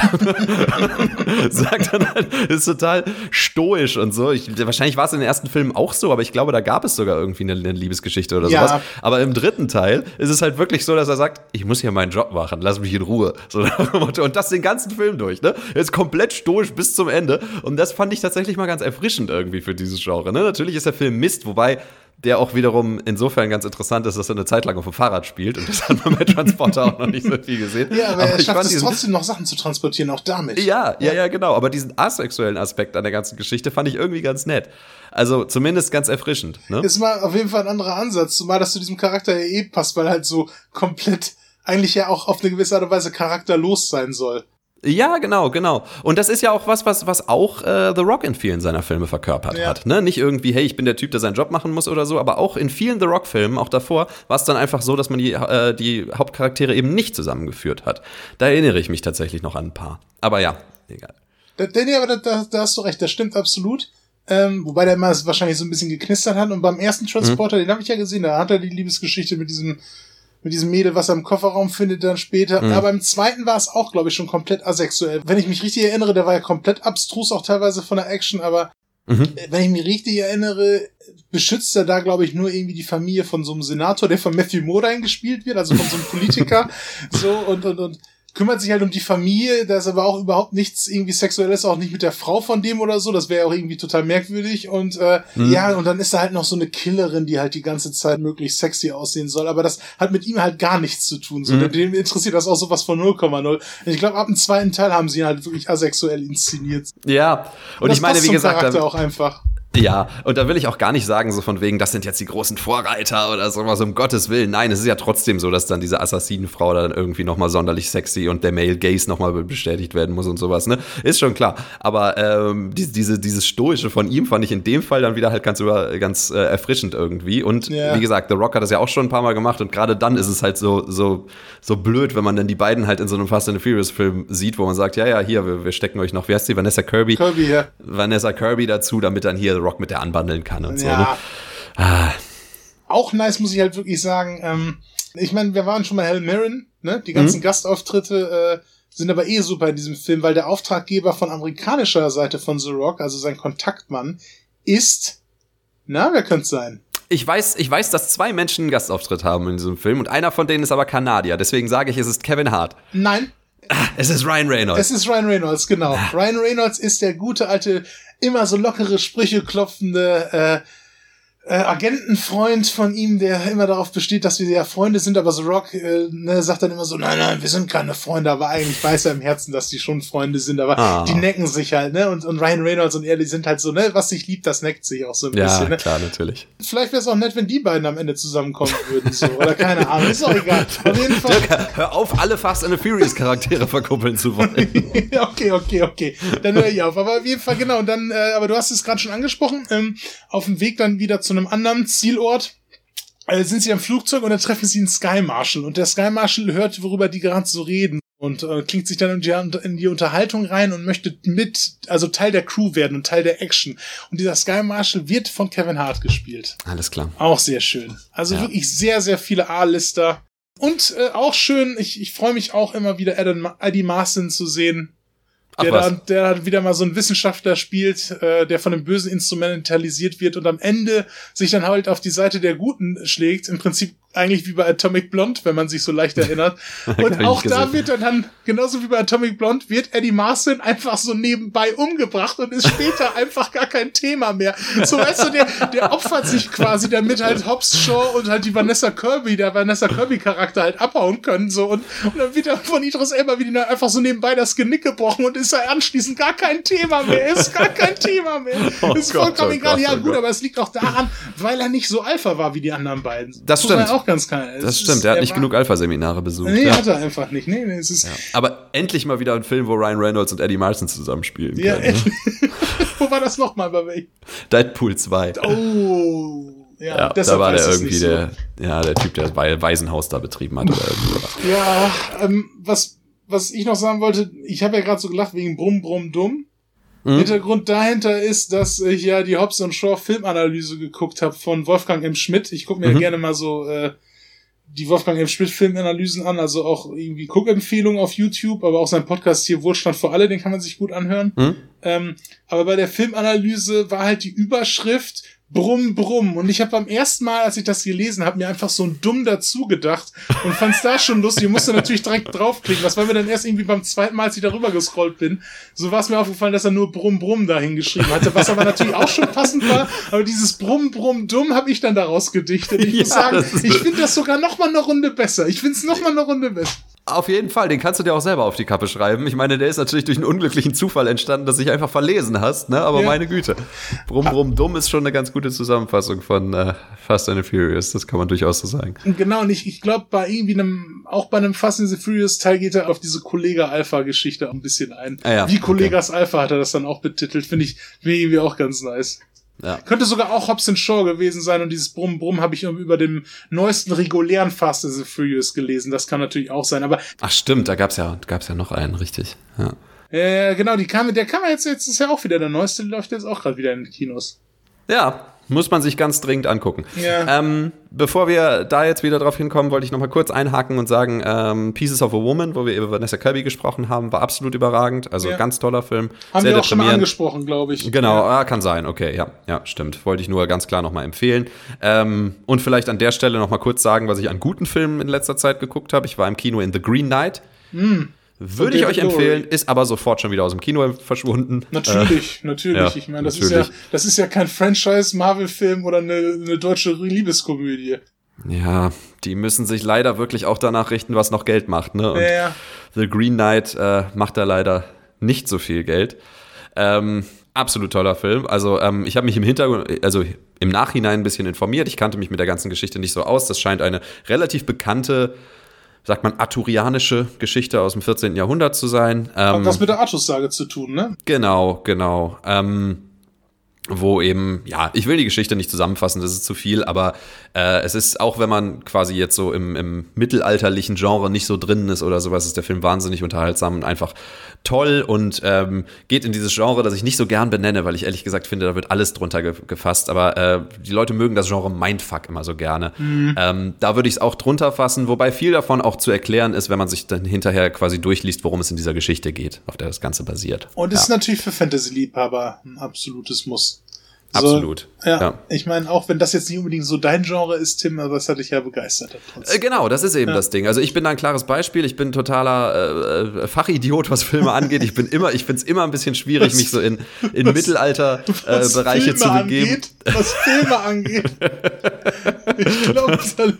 Sagt dann halt, ist total stoisch und so. Ich, wahrscheinlich war es in den ersten Filmen auch so, aber ich glaube, da gab es sogar irgendwie eine, eine Liebesgeschichte oder ja. sowas. Aber im dritten Teil ist es halt wirklich so, dass er sagt, ich muss hier meinen Job machen, lass mich in Ruhe. So, und das den ganzen Film durch, ne? Er ist komplett stoisch bis zum Ende. Und das fand ich tatsächlich mal ganz erfrischend irgendwie für dieses Genre, ne? Natürlich ist der Film Mist, wobei der auch wiederum insofern ganz interessant ist, dass er eine Zeit lang auf dem Fahrrad spielt. Und das hat man bei Transporter auch noch nicht so viel gesehen. Ja, aber, aber er schafft es trotzdem noch Sachen zu transportieren, auch damit. Ja, ja, ja, genau. Aber diesen asexuellen Aspekt an der ganzen Geschichte fand ich irgendwie ganz nett. Also zumindest ganz erfrischend. Ne? Ist mal auf jeden Fall ein anderer Ansatz. Zumal das zu diesem Charakter ja eh passt, weil er halt so komplett eigentlich ja auch auf eine gewisse Art und Weise charakterlos sein soll. Ja, genau, genau. Und das ist ja auch was, was, was auch äh, The Rock in vielen seiner Filme verkörpert ja. hat. Ne? Nicht irgendwie, hey, ich bin der Typ, der seinen Job machen muss oder so, aber auch in vielen The Rock-Filmen, auch davor, war es dann einfach so, dass man die, äh, die Hauptcharaktere eben nicht zusammengeführt hat. Da erinnere ich mich tatsächlich noch an ein paar. Aber ja, egal. Da, nee, aber da, da, da hast du recht, das stimmt absolut. Ähm, wobei der immer wahrscheinlich so ein bisschen geknistert hat. Und beim ersten Transporter, mhm. den habe ich ja gesehen, da hat er die Liebesgeschichte mit diesem mit diesem Mädel, was er im Kofferraum findet dann später. Mhm. Aber im zweiten war es auch, glaube ich, schon komplett asexuell. Wenn ich mich richtig erinnere, der war ja komplett abstrus, auch teilweise von der Action, aber mhm. wenn ich mich richtig erinnere, beschützt er da, glaube ich, nur irgendwie die Familie von so einem Senator, der von Matthew Modine gespielt wird, also von so einem Politiker. so und, und, und kümmert sich halt um die Familie, da ist aber auch überhaupt nichts irgendwie Sexuelles, auch nicht mit der Frau von dem oder so, das wäre auch irgendwie total merkwürdig und äh, mhm. ja, und dann ist da halt noch so eine Killerin, die halt die ganze Zeit möglichst sexy aussehen soll, aber das hat mit ihm halt gar nichts zu tun, so, mhm. dem interessiert das auch sowas von null Komma null. Ich glaube, ab dem zweiten Teil haben sie ihn halt wirklich asexuell inszeniert. Ja, und, und das ich meine, passt wie zum gesagt, Charakter auch einfach. Ja, und da will ich auch gar nicht sagen, so von wegen, das sind jetzt die großen Vorreiter oder sowas, um Gottes Willen. Nein, es ist ja trotzdem so, dass dann diese Assassinenfrau dann irgendwie nochmal sonderlich sexy und der Male Gaze nochmal bestätigt werden muss und sowas, ne? Ist schon klar. Aber ähm, die, diese, dieses Stoische von ihm fand ich in dem Fall dann wieder halt ganz, über, ganz äh, erfrischend irgendwie. Und ja. wie gesagt, The Rock hat das ja auch schon ein paar Mal gemacht und gerade dann ist es halt so, so, so blöd, wenn man dann die beiden halt in so einem Fast and the Furious Film sieht, wo man sagt, ja, ja, hier, wir, wir stecken euch noch, wie heißt die, Vanessa Kirby? Kirby, ja. Vanessa Kirby dazu, damit dann hier Rock mit der anbandeln kann und ja. so. Ne? Ah. Auch nice, muss ich halt wirklich sagen. Ähm, ich meine, wir waren schon bei Hal Mirren, ne? Die ganzen mhm. Gastauftritte äh, sind aber eh super in diesem Film, weil der Auftraggeber von amerikanischer Seite von The Rock, also sein Kontaktmann, ist, na, wer könnte es sein? Ich weiß, ich weiß, dass zwei Menschen einen Gastauftritt haben in diesem Film und einer von denen ist aber Kanadier. Deswegen sage ich, es ist Kevin Hart. Nein. Ah, es ist Ryan Reynolds. Es ist Ryan Reynolds, genau. Ah. Ryan Reynolds ist der gute alte, immer so lockere Sprüche klopfende äh, äh, Agentenfreund von ihm, der immer darauf besteht, dass wir ja Freunde sind, aber The Rock äh, ne, sagt dann immer so, nein, nein, wir sind keine Freunde, aber eigentlich weiß er im Herzen, dass die schon Freunde sind, aber ah. die necken sich halt, ne, und, und Ryan Reynolds und er, die sind halt so, ne, was sich liebt, das neckt sich auch so ein ja, bisschen, ne. Ja, klar, natürlich. Vielleicht wäre es auch nett, wenn die beiden am Ende zusammenkommen würden, so, oder keine Ahnung, ist auch egal. Auf jeden Fall. Dirk, hör auf, alle Fast and the Furious Charaktere verkuppeln zu wollen. okay, okay, okay, dann höre ich auf, aber auf jeden Fall, genau, und dann, äh, aber du hast es gerade schon angesprochen, ähm, auf dem Weg dann wieder zu einem anderen Ziel Ort, äh, sind sie am Flugzeug und dann treffen sie einen Sky Marshal und der Sky Marshal hört, worüber die gerade so reden und äh, klingt sich dann in die, in die Unterhaltung rein und möchte mit, also Teil der Crew werden und Teil der Action. Und dieser Sky Marshal wird von Kevin Hart gespielt. Alles klar. Auch sehr schön. Also ja. wirklich sehr, sehr viele A-Lister. Und äh, auch schön, ich, ich freue mich auch immer wieder, Adam, Eddie Marsan zu sehen. Der dann, der dann wieder mal so ein Wissenschaftler spielt, äh, der von einem Bösen instrumentalisiert wird und am Ende sich dann halt auf die Seite der Guten schlägt. Im Prinzip eigentlich wie bei Atomic Blonde, wenn man sich so leicht erinnert. Und auch da wird er dann, genauso wie bei Atomic Blonde, wird Eddie Marsan einfach so nebenbei umgebracht und ist später einfach gar kein Thema mehr. So, weißt du, der, der opfert sich quasi, damit halt Hobbs Shaw und halt die Vanessa Kirby, der Vanessa Kirby-Charakter halt abhauen können, so. Und, und dann wird er von Idris Elba wieder einfach so nebenbei das Genick gebrochen und ist er anschließend gar kein Thema mehr. Ist gar kein Thema mehr. Oh ist Gott, vollkommen oh egal. Gott, Ja, oh gut, Gott. aber es liegt auch daran, weil er nicht so Alpha war wie die anderen beiden. Das stimmt. Auch ganz geil. Das stimmt, er hat nicht genug Alpha-Seminare besucht. Nee, ja. hat er einfach nicht. Nee, nee, es ist ja. Aber endlich mal wieder ein Film, wo Ryan Reynolds und Eddie Marsan zusammenspielen ja, können. Ne? Wo war das nochmal bei welchem? Deadpool zwei. Oh, ja, ja da war der irgendwie der, so. ja, der Typ, der das Waisenhaus da betrieben hat. Oder irgendwie. Ja, ähm, was, was ich noch sagen wollte, ich habe ja gerade so gelacht wegen Brumm, Brumm, Dumm. Mhm. Hintergrund dahinter ist, dass ich ja die Hobbs und Shaw Filmanalyse geguckt habe von Wolfgang M. Schmidt. Ich gucke mir mhm. ja gerne mal so äh, die Wolfgang M. Schmidt Filmanalysen an, also auch irgendwie Guckempfehlungen auf YouTube, aber auch sein Podcast hier Wohlstand für alle, den kann man sich gut anhören. Mhm. Ähm, aber bei der Filmanalyse war halt die Überschrift Brumm, Brumm. Und ich habe beim ersten Mal, als ich das gelesen habe, mir einfach so ein Dumm dazu gedacht und fand's da schon lustig. Ich musste natürlich direkt draufklicken. Das war mir dann erst irgendwie beim zweiten Mal, als ich darüber gescrollt bin. So war es mir aufgefallen, dass er nur Brumm, Brumm da hingeschrieben hatte, was aber natürlich auch schon passend war. Aber dieses Brumm, Brumm, Dumm habe ich dann daraus gedichtet. Ich muss ja, sagen, ich finde das sogar noch mal eine Runde besser. Ich finde es noch mal eine Runde besser. Auf jeden Fall, den kannst du dir auch selber auf die Kappe schreiben. Ich meine, der ist natürlich durch einen unglücklichen Zufall entstanden, dass du dich einfach verlesen hast, ne? Aber ja. meine Güte. Brumm, brumm, dumm ist schon eine ganz gute Zusammenfassung von äh, Fast and the Furious. Das kann man durchaus so sagen. Genau, und ich, ich glaube, bei irgendwie einem, auch bei einem Fast and the Furious Teil geht er auf diese Kollega-Alpha-Geschichte ein bisschen ein. Ah ja, Wie Kollegas okay. Alpha hat er das dann auch betitelt. Finde ich, find ich irgendwie auch ganz nice. Ja. Könnte sogar auch Hobbs and Shaw gewesen sein und dieses Brumm Brumm habe ich über dem neuesten regulären Fast and the Furious gelesen. Das kann natürlich auch sein, aber ach stimmt, da gab's ja gab's ja noch einen, richtig. Ja. Äh, genau, die kam, der kam jetzt jetzt ist ja auch wieder der neueste, läuft jetzt auch gerade wieder in den Kinos. Ja, muss man sich ganz dringend angucken. Ja. Ähm, bevor wir da jetzt wieder drauf hinkommen, wollte ich noch mal kurz einhaken und sagen, ähm, Pieces of a Woman, wo wir über Vanessa Kirby gesprochen haben, war absolut überragend. Also ja. ganz toller Film. Haben sehr wir auch schon mal angesprochen, glaube ich. Genau, ja. ah, kann sein. Okay, ja, ja, stimmt. Wollte ich nur ganz klar noch mal empfehlen. Ähm, und vielleicht an der Stelle noch mal kurz sagen, was ich an guten Filmen in letzter Zeit geguckt habe. Ich war im Kino in The Green Knight. Mm. Würde ich euch empfehlen, ist aber sofort schon wieder aus dem Kino verschwunden. Natürlich, äh, natürlich. Ja, ich meine, das natürlich. ist ja, das ist ja kein Franchise-Marvel-Film oder eine, eine deutsche Liebeskomödie. Ja, die müssen sich leider wirklich auch danach richten, was noch Geld macht, ne? Und ja. The Green Knight äh, macht da leider nicht so viel Geld. Ähm, Absolut toller Film. Also ähm, ich habe mich im Hintergrund, also im Nachhinein ein bisschen informiert. Ich kannte mich mit der ganzen Geschichte nicht so aus. Das scheint eine relativ bekannte, sagt man, arthurianische Geschichte aus dem vierzehnten Jahrhundert zu sein. Ähm, Hat was mit der Artus-Sage zu tun, ne? Genau, genau. Ähm, wo eben, ja, ich will die Geschichte nicht zusammenfassen, das ist zu viel, aber äh, es ist, auch wenn man quasi jetzt so im, im mittelalterlichen Genre nicht so drin ist oder sowas, ist der Film wahnsinnig unterhaltsam und einfach toll und ähm, geht in dieses Genre, das ich nicht so gern benenne, weil ich ehrlich gesagt finde, da wird alles drunter ge- gefasst, aber äh, die Leute mögen das Genre Mindfuck immer so gerne. Mhm. Ähm, da würde ich es auch drunter fassen, wobei viel davon auch zu erklären ist, wenn man sich dann hinterher quasi durchliest, worum es in dieser Geschichte geht, auf der das Ganze basiert. Und es ja. ist natürlich für Fantasy-Liebhaber ein absolutes Muss. So, Absolut. Ja, ja. Ich meine, auch wenn das jetzt nicht unbedingt so dein Genre ist, Tim, aber das hat dich ja begeistert. Äh, genau, das ist eben ja. das Ding. Also ich bin da ein klares Beispiel. Ich bin totaler äh, Fachidiot, was Filme angeht. Ich bin immer, ich finde es immer ein bisschen schwierig, was, mich so in, in Mittelalter-Bereiche äh, zu begeben. Angeht, was Filme angeht. Ich glaube,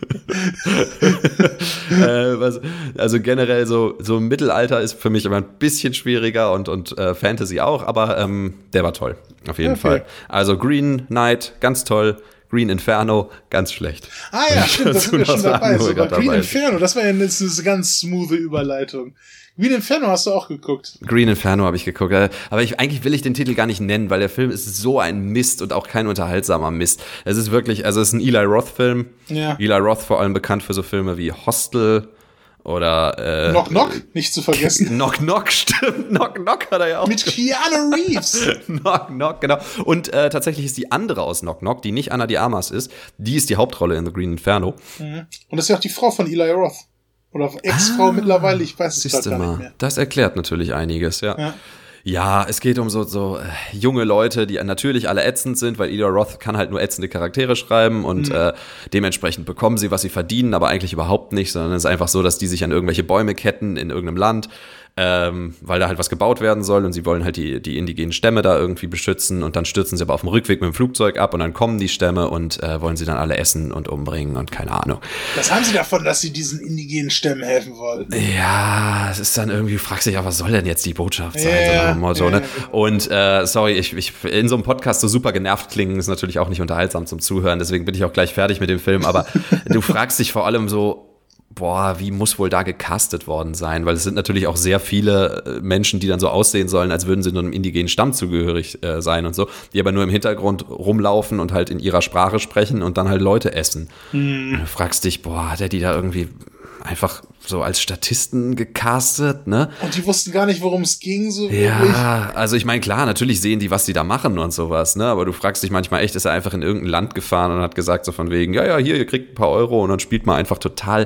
äh, was, also generell so, so Mittelalter ist für mich immer ein bisschen schwieriger und, und äh, Fantasy auch, aber ähm, der war toll. Auf jeden okay. Fall. Also Green Knight, ganz toll. Green Inferno, ganz schlecht. Ah ja, stimmt, das sind wir schon dabei. So, Green dabei Inferno, das war ja eine, eine ganz smoothe Überleitung. Green Inferno hast du auch geguckt. Green Inferno habe ich geguckt. Aber ich, eigentlich will ich den Titel gar nicht nennen, weil der Film ist so ein Mist und auch kein unterhaltsamer Mist. Es ist wirklich, also es ist ein Eli Roth-Film. Ja. Eli Roth vor allem bekannt für so Filme wie Hostel oder äh, Knock Knock, nicht zu vergessen. Knock Knock, stimmt. Knock Knock hat er ja auch. Mit Keanu Reeves. Knock Knock, genau. Und äh, tatsächlich ist die andere aus Knock Knock, die nicht Ana de Armas ist, die ist die Hauptrolle in The Green Inferno. Mhm. Und das ist ja auch die Frau von Eli Roth. Oder Ex-Frau ah, mittlerweile, ich weiß es gerade gar nicht mehr. Das erklärt natürlich einiges, ja. Ja. Ja, es geht um so, so äh, junge Leute, die natürlich alle ätzend sind, weil Eli Roth kann halt nur ätzende Charaktere schreiben und mhm. äh, dementsprechend bekommen sie, was sie verdienen, aber eigentlich überhaupt nicht, sondern es ist einfach so, dass die sich an irgendwelche Bäume ketten in irgendeinem Land, ähm, weil da halt was gebaut werden soll und sie wollen halt die, die indigenen Stämme da irgendwie beschützen und dann stürzen sie aber auf dem Rückweg mit dem Flugzeug ab und dann kommen die Stämme und äh, wollen sie dann alle essen und umbringen und keine Ahnung. Was haben sie davon, dass sie diesen indigenen Stämmen helfen wollen? Ja, es ist dann irgendwie, fragst dich ja, was soll denn jetzt die Botschaft sein? Ja, so Motto, ja, ne? Und äh, sorry, ich, ich in so einem Podcast so super genervt klingen, ist natürlich auch nicht unterhaltsam zum Zuhören, deswegen bin ich auch gleich fertig mit dem Film, aber du fragst dich vor allem so, boah, wie muss wohl da gecastet worden sein? Weil es sind natürlich auch sehr viele Menschen, die dann so aussehen sollen, als würden sie nur einem indigenen Stamm zugehörig äh, sein und so, die aber nur im Hintergrund rumlaufen und halt in ihrer Sprache sprechen und dann halt Leute essen. Mhm. Und du fragst dich, boah, hat der die da irgendwie einfach so als Statisten gecastet, ne? Und die wussten gar nicht, worum es ging, so wirklich. Ja, also ich meine, klar, natürlich sehen die, was die da machen und sowas, ne? Aber du fragst dich manchmal echt, ist er einfach in irgendein Land gefahren und hat gesagt so von wegen, ja, ja, hier, ihr kriegt ein paar Euro und dann spielt man einfach total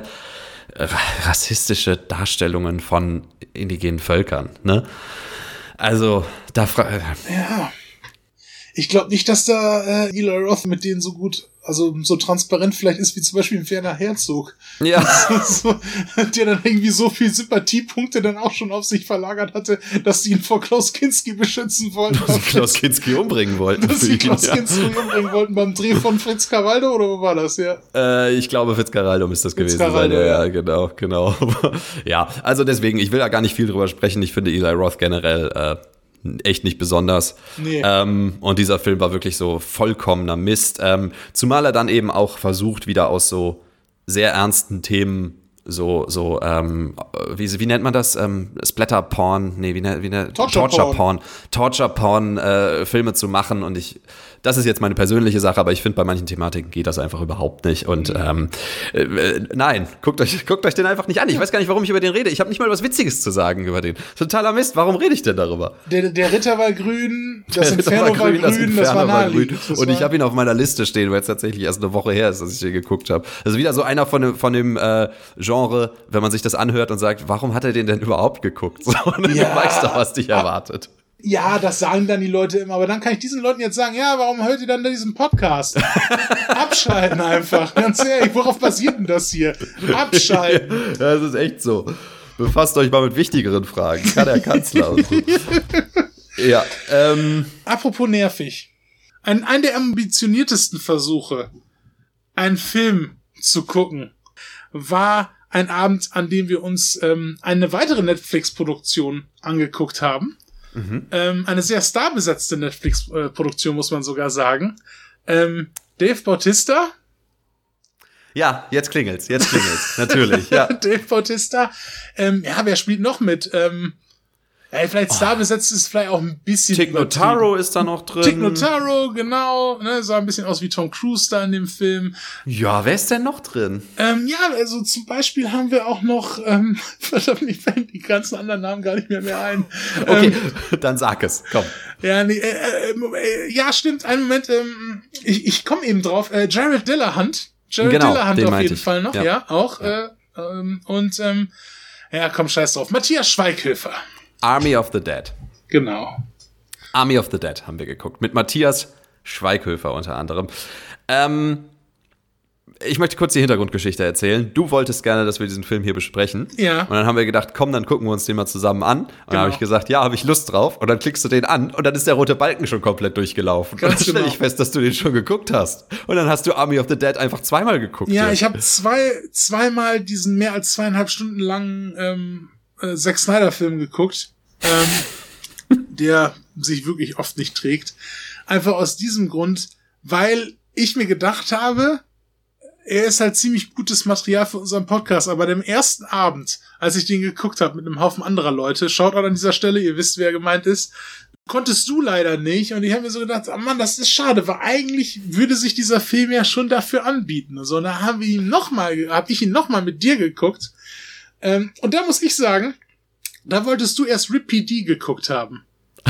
rassistische Darstellungen von indigenen Völkern, ne? Also, da fra- Ja. Ich glaube nicht, dass da äh, Eli Roth mit denen so gut, also so transparent vielleicht ist wie zum Beispiel ein Werner Herzog. Ja. so, der dann irgendwie so viel Sympathiepunkte dann auch schon auf sich verlagert hatte, dass die ihn vor Klaus Kinski beschützen wollten. Dass sie Klaus Kinski umbringen wollten. Dass sie Klaus ja. Kinski umbringen wollten beim Dreh von Fritz Caraldo, oder wo war das, ja? Äh, ich glaube, Fritz Caraldo müsste das Fritz gewesen Caraldo, sein. Ja, ja, genau, genau. Ja, also deswegen, ich will da gar nicht viel drüber sprechen. Ich finde Eli Roth generell äh, echt nicht besonders. Nee. Ähm, und dieser Film war wirklich so vollkommener Mist. Ähm, zumal er dann eben auch versucht, wieder aus so sehr ernsten Themen so, so, ähm, wie, wie nennt man das? Ähm, Splatter-Porn, nee, wie, ne, wie ne, Torture-Porn, Torture-Porn, äh, Filme zu machen und ich, das ist jetzt meine persönliche Sache, aber ich finde, bei manchen Thematiken geht das einfach überhaupt nicht und, ähm, äh, nein, guckt euch, guckt euch den einfach nicht an. Ich weiß gar nicht, warum ich über den rede. Ich habe nicht mal was Witziges zu sagen über den. Totaler Mist, warum rede ich denn darüber? Der, der Ritter war grün, das Inferno war grün, das, grün, das war naheliegend. Und ich habe ihn auf meiner Liste stehen, weil es tatsächlich erst eine Woche her ist, dass ich den geguckt habe. Also wieder so einer von dem, von dem äh, Genre, wenn man sich das anhört und sagt, warum hat er den denn überhaupt geguckt? So, und ja, du weißt doch, was dich erwartet. Ja, das sagen dann die Leute immer, aber dann kann ich diesen Leuten jetzt sagen, ja, warum hört ihr dann diesen Podcast? Abschalten einfach, ganz ehrlich, worauf basiert denn das hier? Abschalten. Ja, das ist echt so. Befasst euch mal mit wichtigeren Fragen. Kann der Kanzler und so. Ja, ähm. Apropos nervig. Ein, ein der ambitioniertesten Versuche, einen Film zu gucken, war ein Abend, an dem wir uns ähm, eine weitere Netflix-Produktion angeguckt haben. Mhm. Ähm, eine sehr starbesetzte Netflix-Produktion, muss man sogar sagen. Ähm, Dave Bautista. Ja, jetzt klingelt's, jetzt klingelt's, natürlich, ja. Dave Bautista. Ähm, ja, wer spielt noch mit? Ähm, ja, vielleicht starbesetzt ist vielleicht auch ein bisschen Tig Notaro ist da noch drin. Tig Notaro, genau. Ne, sah ein bisschen aus wie Tom Cruise da in dem Film. Ja, wer ist denn noch drin? Ähm, ja, also zum Beispiel haben wir auch noch, ähm, verdammt, mir fallen die ganzen anderen Namen gar nicht mehr mehr ein. Okay, ähm, dann sag es, komm. Ja, nee, äh, äh, ja, stimmt, einen Moment, ähm, ich, ich komme eben drauf. Äh, Jared Dillahunt. Jared genau, Dillahunt auf jeden ich. Fall noch, ja, ja auch. Ja. Äh, ähm, und, ähm, ja, komm, scheiß drauf. Matthias Schweighöfer. Army of the Dead. Genau. Army of the Dead haben wir geguckt. Mit Matthias Schweighöfer unter anderem. Ähm, ich möchte kurz die Hintergrundgeschichte erzählen. Du wolltest gerne, dass wir diesen Film hier besprechen. Ja. Und dann haben wir gedacht, komm, dann gucken wir uns den mal zusammen an. Und genau. Dann habe ich gesagt, ja, habe ich Lust drauf. Und dann klickst du den an und dann ist der rote Balken schon komplett durchgelaufen. Ganz und dann stelle genau. ich fest, dass du den schon geguckt hast. Und dann hast du Army of the Dead einfach zweimal geguckt. Ja, hier. ich habe zwei, zweimal diesen mehr als zweieinhalb Stunden langen ähm, äh, Zack Snyder-Film geguckt, ähm, der sich wirklich oft nicht trägt. Einfach aus diesem Grund, weil ich mir gedacht habe, er ist halt ziemlich gutes Material für unseren Podcast, aber dem ersten Abend, als ich den geguckt habe mit einem Haufen anderer Leute, schaut auch an dieser Stelle, ihr wisst, wer gemeint ist, konntest du leider nicht. Und ich habe mir so gedacht, oh Mann, das ist schade, weil eigentlich würde sich dieser Film ja schon dafür anbieten. So, und da haben wir ihn noch mal, hab ich ihn noch mal mit dir geguckt. Ähm, und da muss ich sagen, da wolltest du erst Rip P D geguckt haben.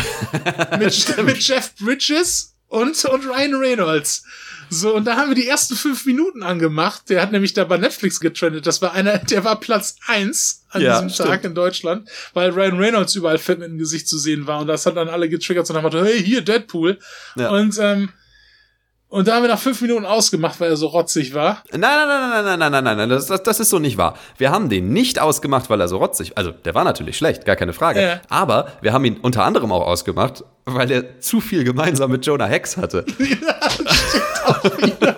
mit, mit Jeff Bridges und, und Ryan Reynolds. So, und da haben wir die ersten fünf Minuten angemacht. Der hat nämlich da bei Netflix getrendet. Das war einer, der war Platz eins an ja, diesem stimmt. Tag in Deutschland, weil Ryan Reynolds überall fett mit dem Gesicht zu sehen war. Und das hat dann alle getriggert, so nach dem Motto, hey, hier, Deadpool. Ja. Und, ähm, und da haben wir nach fünf Minuten ausgemacht, weil er so rotzig war. Nein, nein, nein, nein, nein, nein, nein, nein, nein, das, das, das ist so nicht wahr. Wir haben den nicht ausgemacht, weil er so rotzig, also der war natürlich schlecht, gar keine Frage. Ja. Aber wir haben ihn unter anderem auch ausgemacht, weil er zu viel gemeinsam mit Jonah Hex hatte. Ja, stimmt auch wieder.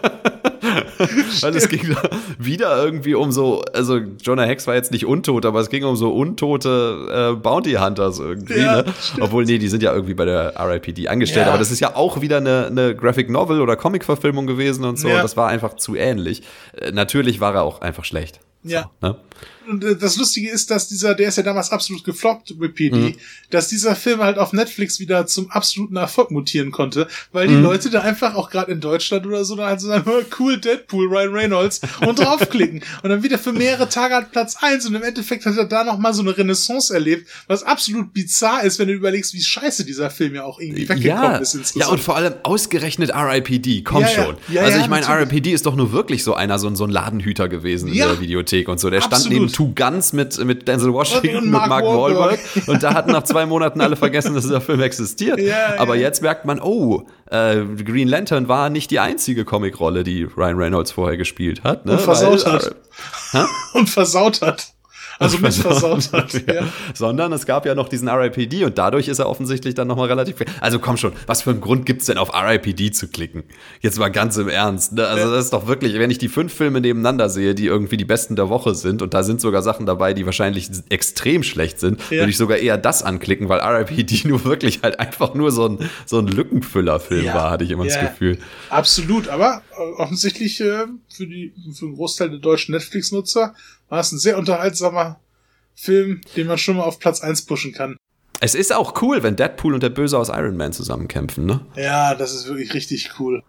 Weil es ging da wieder irgendwie um so, also Jonah Hex war jetzt nicht untot, aber es ging um so untote äh, Bounty Hunters irgendwie, ja, ne? Obwohl, nee, die sind ja irgendwie bei der R I P D angestellt, ja. Aber das ist ja auch wieder eine, eine Graphic Novel oder Comic-Verfilmung gewesen und so, ja. Und das war einfach zu ähnlich. Äh, natürlich war er auch einfach schlecht. Ja. So, ne? Und äh, das Lustige ist, dass dieser, der ist ja damals absolut gefloppt, Rip P D, mhm. dass dieser Film halt auf Netflix wieder zum absoluten Erfolg mutieren konnte, weil die mhm. Leute da einfach auch gerade in Deutschland oder so, da halt so sagen, oh, cool, Deadpool, Ryan Reynolds und draufklicken. Und dann wieder für mehrere Tage halt Platz eins und im Endeffekt hat er da nochmal so eine Renaissance erlebt, was absolut bizarr ist, wenn du überlegst, wie scheiße dieser Film ja auch irgendwie weggekommen ja. ist insgesamt. Ja, und vor allem ausgerechnet R I P D, komm ja, schon. Ja. Ja, also ich meine, R I P D ist doch nur wirklich so einer, so ein, so ein Ladenhüter gewesen ja. in der Videothek und so. Der absolut. stand neben Two Guns mit, mit Denzel Washington und, und Mark, Mark Wahlberg. Und da hatten nach zwei Monaten alle vergessen, dass dieser Film existiert. Ja, aber ja. jetzt merkt man, oh, äh, Green Lantern war nicht die einzige Comicrolle, die Ryan Reynolds vorher gespielt hat. Ne? Und versaut Weil, hat. Äh, und versaut hat. Also mit versaut hat, ja. Ja. Sondern es gab ja noch diesen R I P D und dadurch ist er offensichtlich dann nochmal relativ... Also komm schon, was für einen Grund gibt's denn auf R I P D zu klicken? Jetzt mal ganz im Ernst. Ne? Also das ist doch wirklich, wenn ich die fünf Filme nebeneinander sehe, die irgendwie die besten der Woche sind und da sind sogar Sachen dabei, die wahrscheinlich extrem schlecht sind, ja. würde ich sogar eher das anklicken, weil R I P D nur wirklich halt einfach nur so ein, so ein Lückenfüller-Film ja. war, hatte ich immer ja. das Gefühl. Absolut, aber offensichtlich äh, für, die, für den Großteil der deutschen Netflix-Nutzer war es ein sehr unterhaltsamer Film, den man schon mal auf Platz eins pushen kann. Es ist auch cool, wenn Deadpool und der Böse aus Iron Man zusammenkämpfen, ne? Ja, das ist wirklich richtig cool.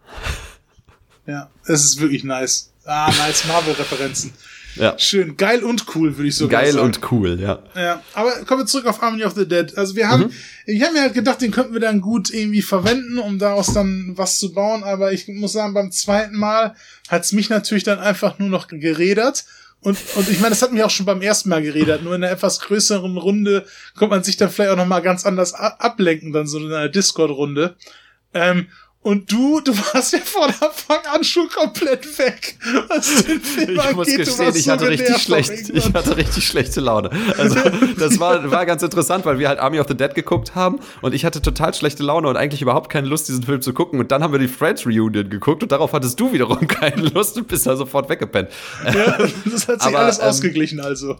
Ja, es ist wirklich nice. Ah, nice Marvel-Referenzen. Ja. Schön, geil und cool, würde ich sogar geil sagen. Geil und cool, ja. Ja, aber kommen wir zurück auf Army of the Dead. Also wir haben, mhm. ich habe mir halt gedacht, den könnten wir dann gut irgendwie verwenden, um daraus dann was zu bauen, aber ich muss sagen, beim zweiten Mal hat's mich natürlich dann einfach nur noch gerädert. Und, und ich meine, das hat mich auch schon beim ersten Mal geredet. Nur in einer etwas größeren Runde kommt man sich dann vielleicht auch nochmal ganz anders ablenken, dann so in einer Discord-Runde. Ähm, und du, du warst ja von Anfang an schon komplett weg. Was den Film ich angeht, muss gestehen, ich hatte richtig schlecht, ich hatte richtig schlechte Laune. Also, das war, war ganz interessant, weil wir halt Army of the Dead geguckt haben und ich hatte total schlechte Laune und eigentlich überhaupt keine Lust, diesen Film zu gucken. Und dann haben wir die Friends Reunion geguckt und darauf hattest du wiederum keine Lust und bist da sofort weggepennt. Ja, das hat sich Aber, alles ähm, ausgeglichen also.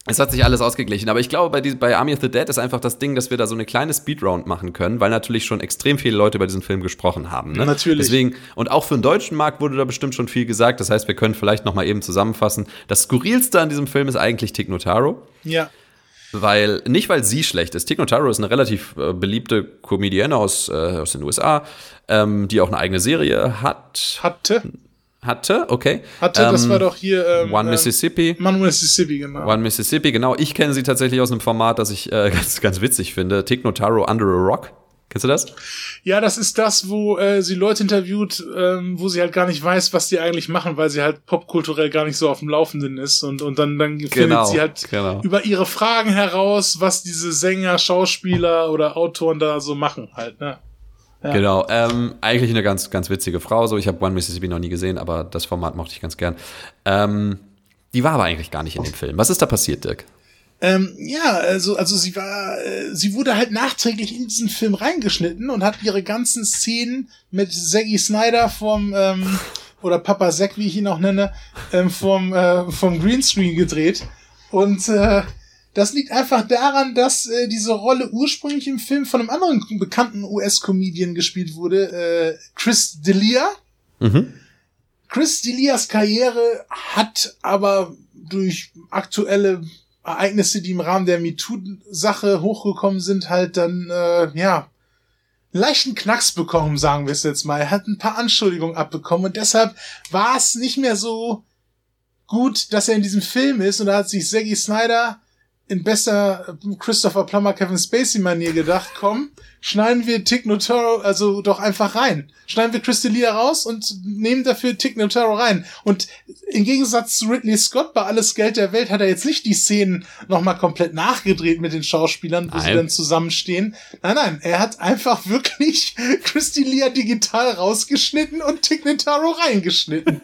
Es hat sich alles ausgeglichen, aber ich glaube, bei, die, bei Army of the Dead ist einfach das Ding, dass wir da so eine kleine Speedround machen können, weil natürlich schon extrem viele Leute über diesen Film gesprochen haben. Ne? Natürlich. Deswegen, und auch für den deutschen Markt wurde da bestimmt schon viel gesagt, das heißt, wir können vielleicht noch mal eben zusammenfassen. Das Skurrilste an diesem Film ist eigentlich Tig Notaro. Ja. Weil, nicht weil sie schlecht ist. Tig Notaro ist eine relativ äh, beliebte Comedienne aus, äh, aus den U S A, ähm, die auch eine eigene Serie hat. Hatte. Hatte, okay. Hatte, ähm, das war doch hier ähm, One Mississippi. One Mississippi, genau. One Mississippi, genau. Ich kenne sie tatsächlich aus einem Format, das ich äh, ganz, ganz witzig finde. Tig Notaro Under a Rock. Kennst du das? Ja, das ist das, wo äh, sie Leute interviewt, ähm, wo sie halt gar nicht weiß, was die eigentlich machen, weil sie halt popkulturell gar nicht so auf dem Laufenden ist. Und, und dann, dann findet genau, sie halt genau. über ihre Fragen heraus, was diese Sänger, Schauspieler oder Autoren da so machen halt, ne? Ja. Genau, ähm, eigentlich eine ganz, ganz witzige Frau. So, ich habe One Mississippi noch nie gesehen, aber das Format mochte ich ganz gern. Ähm, die war aber eigentlich gar nicht in dem Film. Was ist da passiert, Dirk? Ähm, ja, also, also sie war, äh, sie wurde halt nachträglich in diesen Film reingeschnitten und hat ihre ganzen Szenen mit Zack Snyder vom, ähm, oder Papa Zack, wie ich ihn auch nenne, ähm, vom, äh, vom Greenscreen gedreht. Und, äh, das liegt einfach daran, dass äh, diese Rolle ursprünglich im Film von einem anderen bekannten U S-Comedian gespielt wurde, äh, Chris D'Elia. Mhm. Chris D'Elias Karriere hat aber durch aktuelle Ereignisse, die im Rahmen der MeToo-Sache hochgekommen sind, halt dann, äh, ja, einen leichten Knacks bekommen, sagen wir es jetzt mal. Er hat ein paar Anschuldigungen abbekommen und deshalb war es nicht mehr so gut, dass er in diesem Film ist und da hat sich Zack Snyder in bester Christopher Plummer, Kevin Spacey-Manier gedacht, komm, schneiden wir Tig Notaro also doch einfach rein. Schneiden wir Chris D'Elia raus und nehmen dafür Tig Notaro rein. Und im Gegensatz zu Ridley Scott bei Alles Geld der Welt hat er jetzt nicht die Szenen nochmal komplett nachgedreht mit den Schauspielern, wo nein. sie dann zusammenstehen. Nein, nein, er hat einfach wirklich Chris D'Elia digital rausgeschnitten und Tig Notaro reingeschnitten.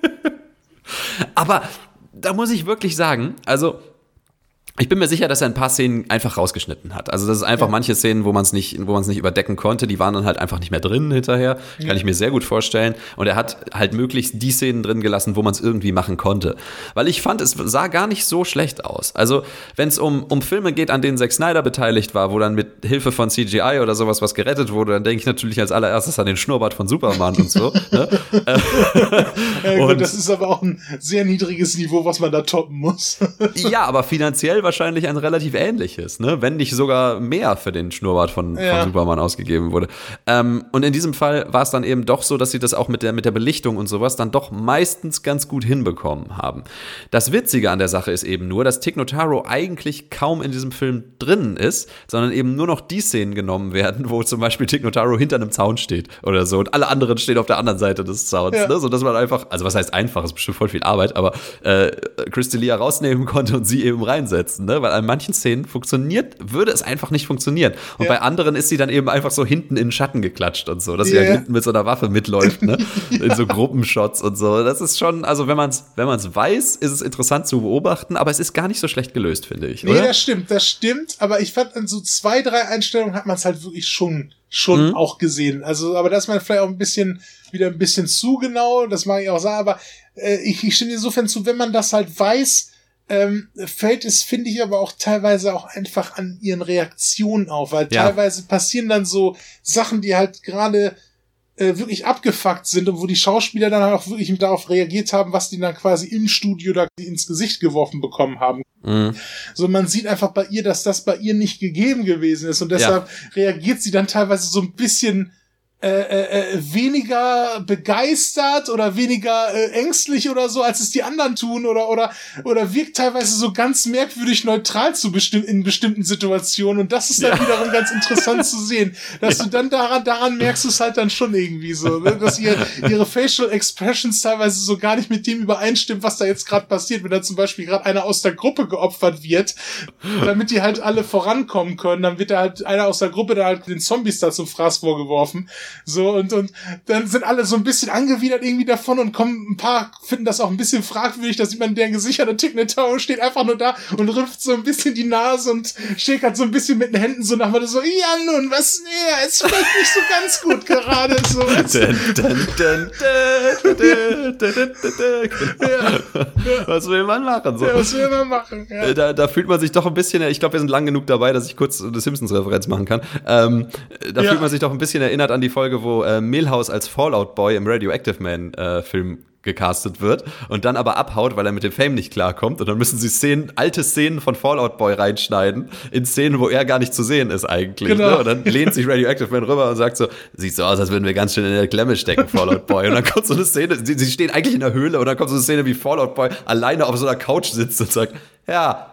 Aber da muss ich wirklich sagen, also ich bin mir sicher, dass er ein paar Szenen einfach rausgeschnitten hat. Also das ist einfach ja. manche Szenen, wo man es nicht, wo man es nicht überdecken konnte, die waren dann halt einfach nicht mehr drin hinterher. Ja. Kann ich mir sehr gut vorstellen. Und er hat halt möglichst die Szenen drin gelassen, wo man es irgendwie machen konnte. Weil ich fand, es sah gar nicht so schlecht aus. Also wenn es um, um Filme geht, an denen Zack Snyder beteiligt war, wo dann mit Hilfe von C G I oder sowas was gerettet wurde, dann denke ich natürlich als allererstes an den Schnurrbart von Superman und so. Ne? ja, gut, und das ist aber auch ein sehr niedriges Niveau, was man da toppen muss. Ja, aber finanziell wahrscheinlich ein relativ ähnliches, ne? Wenn nicht sogar mehr für den Schnurrbart von, ja. von Superman ausgegeben wurde. Ähm, und in diesem Fall war es dann eben doch so, dass sie das auch mit der, mit der Belichtung und sowas dann doch meistens ganz gut hinbekommen haben. Das Witzige an der Sache ist eben nur, dass Tig Notaro eigentlich kaum in diesem Film drin ist, sondern eben nur noch die Szenen genommen werden, wo zum Beispiel Tig Notaro hinter einem Zaun steht oder so und alle anderen stehen auf der anderen Seite des Zauns, ja. ne? So dass man einfach, also was heißt einfach, ist bestimmt voll viel Arbeit, aber äh, Chris D'Elia rausnehmen konnte und sie eben reinsetzen, ne? Weil an manchen Szenen funktioniert, würde es einfach nicht funktionieren. Und ja. bei anderen ist sie dann eben einfach so hinten in den Schatten geklatscht und so, dass yeah. sie halt hinten mit so einer Waffe mitläuft, ne? In so Gruppenshots und so. Das ist schon, also wenn man es wenn man's weiß, ist es interessant zu beobachten, aber es ist gar nicht so schlecht gelöst, finde ich, nee, oder? das stimmt, das stimmt, aber ich fand, an so zwei, drei Einstellungen hat man es halt wirklich schon, schon mhm. auch gesehen. Also, aber da ist man vielleicht auch ein bisschen, wieder ein bisschen zu genau, das mag ich auch sagen, aber äh, ich, ich stimme insofern zu, wenn man das halt weiß, Ähm, fällt es, finde ich, aber auch teilweise auch einfach an ihren Reaktionen auf, weil ja. teilweise passieren dann so Sachen, die halt gerade äh, wirklich abgefuckt sind und wo die Schauspieler dann halt auch wirklich darauf reagiert haben, was die dann quasi im Studio da ins Gesicht geworfen bekommen haben. Mhm. So, man sieht einfach bei ihr, dass das bei ihr nicht gegeben gewesen ist und deshalb ja. reagiert sie dann teilweise so ein bisschen Äh, äh, weniger begeistert oder weniger äh, ängstlich oder so, als es die anderen tun oder oder oder wirkt teilweise so ganz merkwürdig neutral zu bestimm- in bestimmten Situationen und das ist dann ja. wiederum ganz interessant zu sehen, dass ja. du dann daran daran merkst du es halt dann schon irgendwie so, ne? Dass ihr, ihre Facial Expressions teilweise so gar nicht mit dem übereinstimmt, was da jetzt gerade passiert, wenn da zum Beispiel gerade einer aus der Gruppe geopfert wird, damit die halt alle vorankommen können, dann wird da halt einer aus der Gruppe da halt den Zombies da zum Fraß vorgeworfen. So, und, und dann sind alle so ein bisschen angewidert irgendwie davon und kommen, ein paar finden das auch ein bisschen fragwürdig, dass jemand, der gesicherte Tignetaro steht, einfach nur da und rümpft so ein bisschen die Nase und schäkert so ein bisschen mit den Händen so nach dem so, ja nun, was, ja, es schmeckt nicht so ganz gut gerade, so. Dun, dun, dun, dun, dun, dun, dun, dun, dun. Ja, ja. Was will man machen? So. Ja, was will man machen? Ja. Da, da fühlt man sich doch ein bisschen, ich glaube, wir sind lang genug dabei, dass ich kurz eine Simpsons-Referenz machen kann. Ähm, da ja. fühlt man sich doch ein bisschen erinnert an die Folge, wo äh, Milhouse als Fallout Boy im Radioactive Man-Film äh, gecastet wird und dann aber abhaut, weil er mit dem Fame nicht klarkommt und dann müssen sie Szenen, alte Szenen von Fallout Boy reinschneiden in Szenen, wo er gar nicht zu sehen ist eigentlich. Genau. Ne? Und dann lehnt sich Radioactive Man rüber und sagt so, sieht so aus, als würden wir ganz schön in der Klemme stecken, Fallout Boy. Und dann kommt so eine Szene, sie, sie stehen eigentlich in der Höhle und dann kommt so eine Szene, wie Fallout Boy alleine auf so einer Couch sitzt und sagt, ja.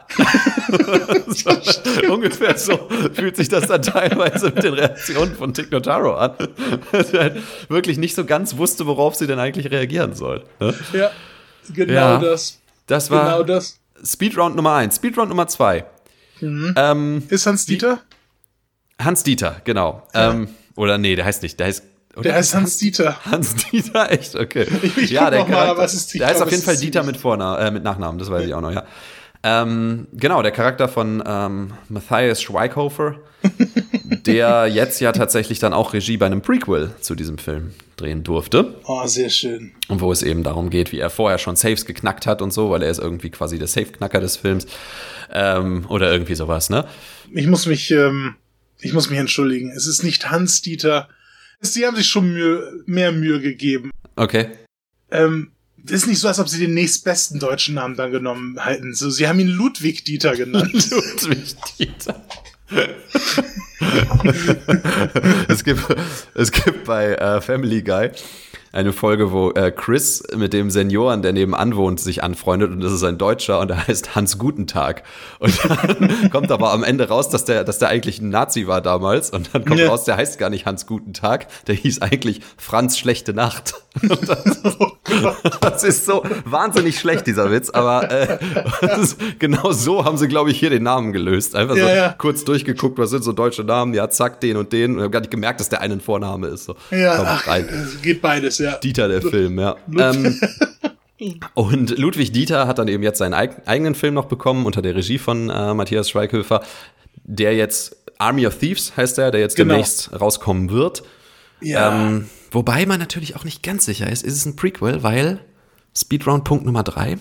so, ungefähr so fühlt sich das dann teilweise mit den Reaktionen von Tignotaro an. Dass er halt wirklich nicht so ganz wusste, worauf sie denn eigentlich reagieren soll. Ne? Ja, genau ja, das. Das war genau das. Speedround Nummer eins. Speedround Nummer zwei. Mhm. Ähm, Ist Hans Dieter? Hans Dieter, genau. Ja. Ähm, oder nee, der heißt nicht, der heißt Oder der heißt Hans Dieter. Hans Dieter, echt? Okay. Ich, ich ja, der mal, was ist Der heißt auf jeden Fall Dieter mit Vornamen, äh, mit Nachnamen, das weiß ich auch noch, ja. Ähm, genau, der Charakter von ähm, Matthias Schweighofer, der jetzt ja tatsächlich dann auch Regie bei einem Prequel zu diesem Film drehen durfte. Oh, sehr schön. Und wo es eben darum geht, wie er vorher schon Safes geknackt hat und so, weil er ist irgendwie quasi der Safe-Knacker des Films. Ähm, oder irgendwie sowas, ne? Ich muss mich, ähm, ich muss mich entschuldigen. Es ist nicht Hans Dieter. Sie haben sich schon Mühe, mehr Mühe gegeben. Okay. Ähm, ist nicht so, als ob sie den nächstbesten deutschen Namen dann genommen hätten. So, sie haben ihn Ludwig Dieter genannt. Ludwig Dieter. es gibt, es gibt bei äh, Family Guy eine Folge, wo äh, Chris mit dem Senioren, der nebenan wohnt, sich anfreundet und das ist ein Deutscher und der heißt Hans Gutentag. Und dann kommt aber am Ende raus, dass der, dass der eigentlich ein Nazi war damals und dann kommt ja. raus, der heißt gar nicht Hans Gutentag, der hieß eigentlich Franz Schlechte Nacht. Und das, das ist so wahnsinnig schlecht, dieser Witz, aber äh, ist, genau so haben sie, glaube ich, hier den Namen gelöst. Einfach ja, so ja. kurz durchgeguckt, was sind so deutsche Namen, ja zack, den und den und haben gar nicht gemerkt, dass der eine ein Vorname ist. So, ja, ach, rein. Geht beides, ja. Dieter, der Film, ja. ähm, und Ludwig Dieter hat dann eben jetzt seinen eig- eigenen Film noch bekommen, unter der Regie von äh, Matthias Schweighöfer, der jetzt Army of Thieves heißt der, der jetzt genau. demnächst rauskommen wird. Ja. Ähm, wobei man natürlich auch nicht ganz sicher ist, ist es ein Prequel, weil Speedround Punkt Nummer drei.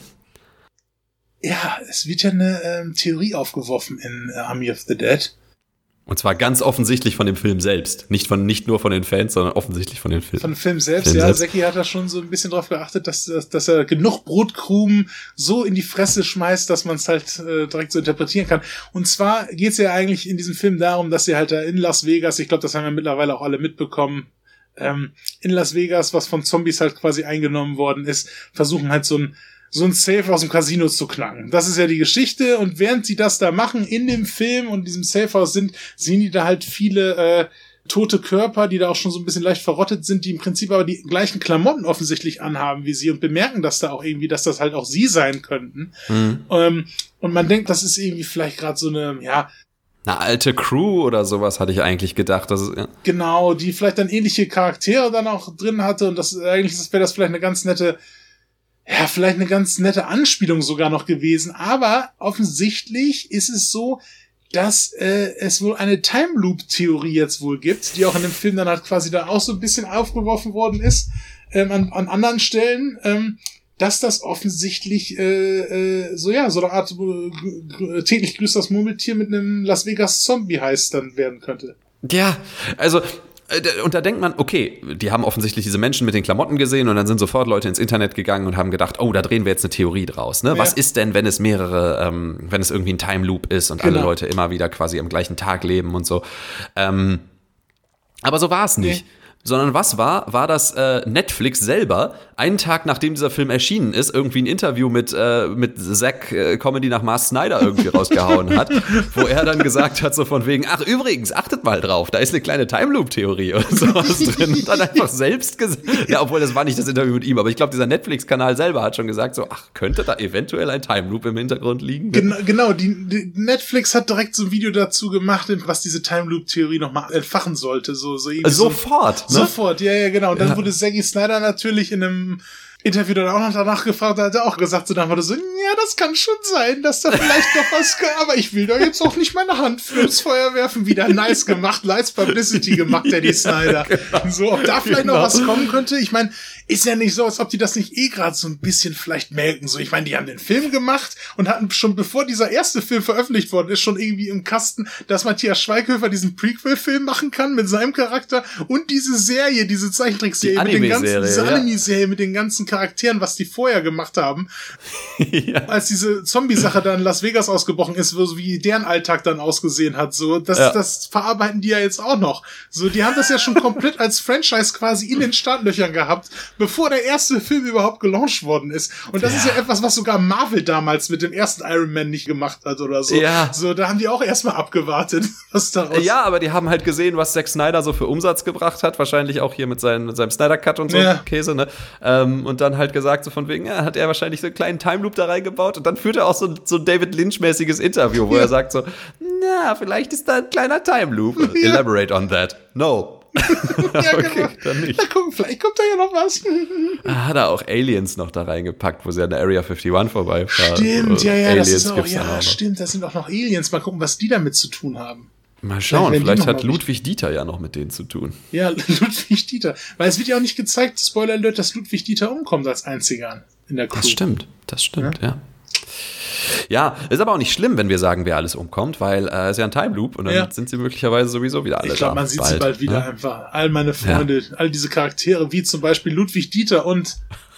Ja, es wird ja eine ähm, Theorie aufgeworfen in uh, Army of the Dead. Und zwar ganz offensichtlich von dem Film selbst. Nicht von nicht nur von den Fans, sondern offensichtlich von den Filmen. Von dem Film selbst, Film ja. Selbst. Zeki hat da schon so ein bisschen drauf geachtet, dass, dass, dass er genug Brotkrumen so in die Fresse schmeißt, dass man es halt äh, direkt so interpretieren kann. Und zwar geht es ja eigentlich in diesem Film darum, dass sie halt da in Las Vegas, ich glaube, das haben wir mittlerweile auch alle mitbekommen, ähm, in Las Vegas, was von Zombies halt quasi eingenommen worden ist, versuchen halt so ein so ein Safe aus dem Casino zu knacken. Das ist ja die Geschichte. Und während sie das da machen, in dem Film und diesem Safehouse sind, sehen die da halt viele äh, tote Körper, die da auch schon so ein bisschen leicht verrottet sind, die im Prinzip aber die gleichen Klamotten offensichtlich anhaben wie sie und bemerken das da auch irgendwie, dass das halt auch sie sein könnten. Mhm. Ähm, und man denkt, das ist irgendwie vielleicht gerade so eine, ja, eine alte Crew oder sowas hatte ich eigentlich gedacht. Dass es, ja. Genau, die vielleicht dann ähnliche Charaktere dann auch drin hatte und das eigentlich wäre das vielleicht eine ganz nette Ja, vielleicht eine ganz nette Anspielung sogar noch gewesen, aber offensichtlich ist es so, dass äh, es wohl eine Time Loop Theorie jetzt wohl gibt, die auch in dem Film dann halt quasi da auch so ein bisschen aufgeworfen worden ist, ähm, an, an anderen Stellen, ähm, dass das offensichtlich äh, äh, so ja so eine Art äh, täglich grüßt das Murmeltier mit einem Las Vegas Zombie heißt dann werden könnte. Ja, also und da denkt man, okay, die haben offensichtlich diese Menschen mit den Klamotten gesehen und dann sind sofort Leute ins Internet gegangen und haben gedacht, oh, da drehen wir jetzt eine Theorie draus. Ne? Ja. Was ist denn, wenn es mehrere, ähm, wenn es irgendwie ein Time Loop ist und genau. alle Leute immer wieder quasi am gleichen Tag leben und so. Ähm, aber so war es nicht. Nee. Sondern was war, war, dass äh, Netflix selber einen Tag nachdem dieser Film erschienen ist, irgendwie ein Interview mit äh, mit Zack äh, Comedy nach Mars Snyder irgendwie rausgehauen hat, wo er dann gesagt hat so von wegen, ach übrigens, achtet mal drauf, da ist eine kleine Time Loop Theorie und sowas drin und dann einfach selbst gesagt, ja, obwohl das war nicht das Interview mit ihm, aber ich glaube, dieser Netflix-Kanal selber hat schon gesagt so, ach, könnte da eventuell ein Time Loop im Hintergrund liegen? Genau, genau die, die Netflix hat direkt so ein Video dazu gemacht, was diese Time Loop Theorie nochmal entfachen sollte, so so irgendwie sofort. So Sofort, ja, ja, genau. Und dann Ja. wurde Zack Snyder natürlich in einem Interview dann auch noch danach gefragt, da hat er auch gesagt, so, dann war so, ja, das kann schon sein, dass da vielleicht noch was, aber ich will da jetzt auch nicht meine Hand für ins Feuer werfen. Wieder nice gemacht, nice Publicity gemacht, Daddy Snyder. Genau. So, ob da vielleicht genau. noch was kommen könnte. Ich meine, ist ja nicht so, als ob die das nicht eh gerade so ein bisschen vielleicht melken. So, ich meine, die haben den Film gemacht und hatten schon, bevor dieser erste Film veröffentlicht worden ist, schon irgendwie im Kasten, dass Matthias Schweighöfer diesen Prequel-Film machen kann mit seinem Charakter und diese Serie, diese Zeichentrickserie die mit den ganzen, diese ja. Anime-Serie mit den ganzen Charakteren, was die vorher gemacht haben. Ja. Als diese Zombie-Sache dann in Las Vegas ausgebrochen ist, so wie deren Alltag dann ausgesehen hat, so, das, ja. das verarbeiten die ja jetzt auch noch. So, die haben das ja schon komplett als Franchise quasi in den Startlöchern gehabt, bevor der erste Film überhaupt gelauncht worden ist. Und das ja. ist ja etwas, was sogar Marvel damals mit dem ersten Iron Man nicht gemacht hat oder so. Ja. So, da haben die auch erstmal abgewartet, was daraus. Ja, aber die haben halt gesehen, was Zack Snyder so für Umsatz gebracht hat, wahrscheinlich auch hier mit, seinen, mit seinem Snyder-Cut und so ja. Käse, ne? Ähm, und dann halt gesagt, so von wegen, ja, hat er wahrscheinlich so einen kleinen Time-Loop da reingebaut und dann führt er auch so, so ein David Lynch-mäßiges Interview, wo ja. er sagt so, na, vielleicht ist da ein kleiner Time-Loop. Ja. Elaborate on that. No. Ja, okay, genau. dann nicht. Na guck, vielleicht kommt da ja noch was. Ah, hat er auch Aliens noch da reingepackt, wo sie an der Area einundfünfzig vorbeifahren. Stimmt, ja, ja, Aliens das ist auch, gibt's ja, auch stimmt, das sind auch noch Aliens. Mal gucken, was die damit zu tun haben. Mal schauen, vielleicht, vielleicht hat Ludwig Ludwig Dieter ja noch mit denen zu tun. Ja, Ludwig Dieter. Weil es wird ja auch nicht gezeigt, Spoiler Alert, dass Ludwig Dieter umkommt als einziger in der Crew. Das stimmt, das stimmt, ja. ja. Ja, ist aber auch nicht schlimm, wenn wir sagen, wer alles umkommt, weil es äh, ist ja ein Time Loop und dann ja. sind sie möglicherweise sowieso wieder alle ich glaub, da. Ich glaube, man sieht bald, sie bald wieder ja? einfach. All meine Freunde, ja. all diese Charaktere, wie zum Beispiel Ludwig Dieter und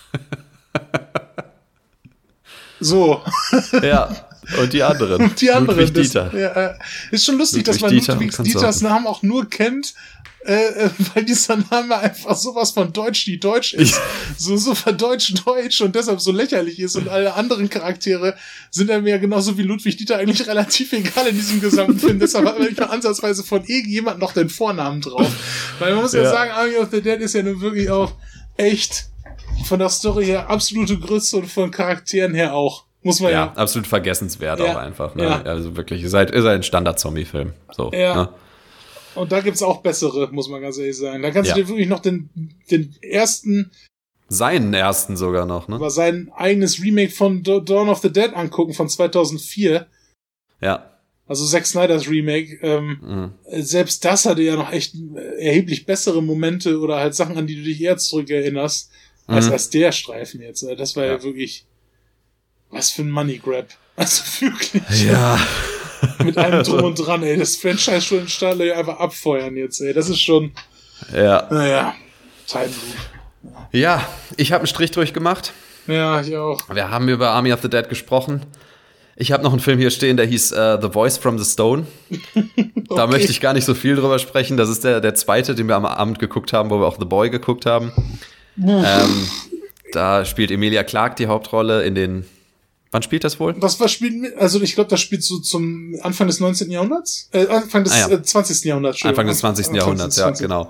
so. Ja, und die anderen. Und die anderen. Ludwig das, Dieter. Ja, ist schon lustig, Ludwig dass man Dieter Ludwig Dieters Namen auch nur kennt, äh, weil dieser Name einfach sowas von Deutsch, die Deutsch ist. so, so verdeutscht Deutsch und deshalb so lächerlich ist und alle anderen Charaktere sind dann mir genauso wie Ludwig Dieter eigentlich relativ egal in diesem gesamten Film. Deshalb hat man nicht mal ansatzweise von irgendjemand noch den Vornamen drauf. Weil man muss ja, ja sagen, Army of the Dead ist ja nun wirklich auch echt von der Story her absolute Grütze und von Charakteren her auch. Muss man ja. Ja, absolut vergessenswert ja. auch einfach. Ne? Ja. Also wirklich, ist halt, ist halt ein Standard-Zombie-Film. So, ja. Ne? Und da gibt's auch bessere, muss man ganz ehrlich sagen. Da kannst ja. du dir wirklich noch den, den ersten, seinen ersten sogar noch, ne? aber sein eigenes Remake von Dawn of the Dead angucken von zweitausendvier. Ja. Also Zack Snyders Remake. Ähm, mhm. Selbst das hatte ja noch echt erheblich bessere Momente oder halt Sachen, an die du dich eher zurückerinnerst, mhm. als, als der Streifen jetzt. Das war ja, ja wirklich, was für ein Money Grab. Also wirklich. Ja. Mit allem drum und dran, ey. Das Franchise schon in Startlöcher einfach abfeuern jetzt, ey. Das ist schon, ja. naja, Time Loop. Ja, ich habe einen Strich durchgemacht. Ja, ich auch. Wir haben über Army of the Dead gesprochen. Ich habe noch einen Film hier stehen, der hieß uh, The Voice from the Stone. Okay. Da möchte ich gar nicht so viel drüber sprechen. Das ist der, der zweite, den wir am Abend geguckt haben, wo wir auch The Boy geguckt haben. ähm, da spielt Emilia Clarke die Hauptrolle in den... Wann spielt das wohl? Das war spielt, also ich glaube, das spielt so zum Anfang des neunzehnten Jahrhunderts? Äh, Anfang des ah, ja. zwanzigsten Jahrhunderts. Anfang des zwanzigsten Jahrhunderts, ja, genau.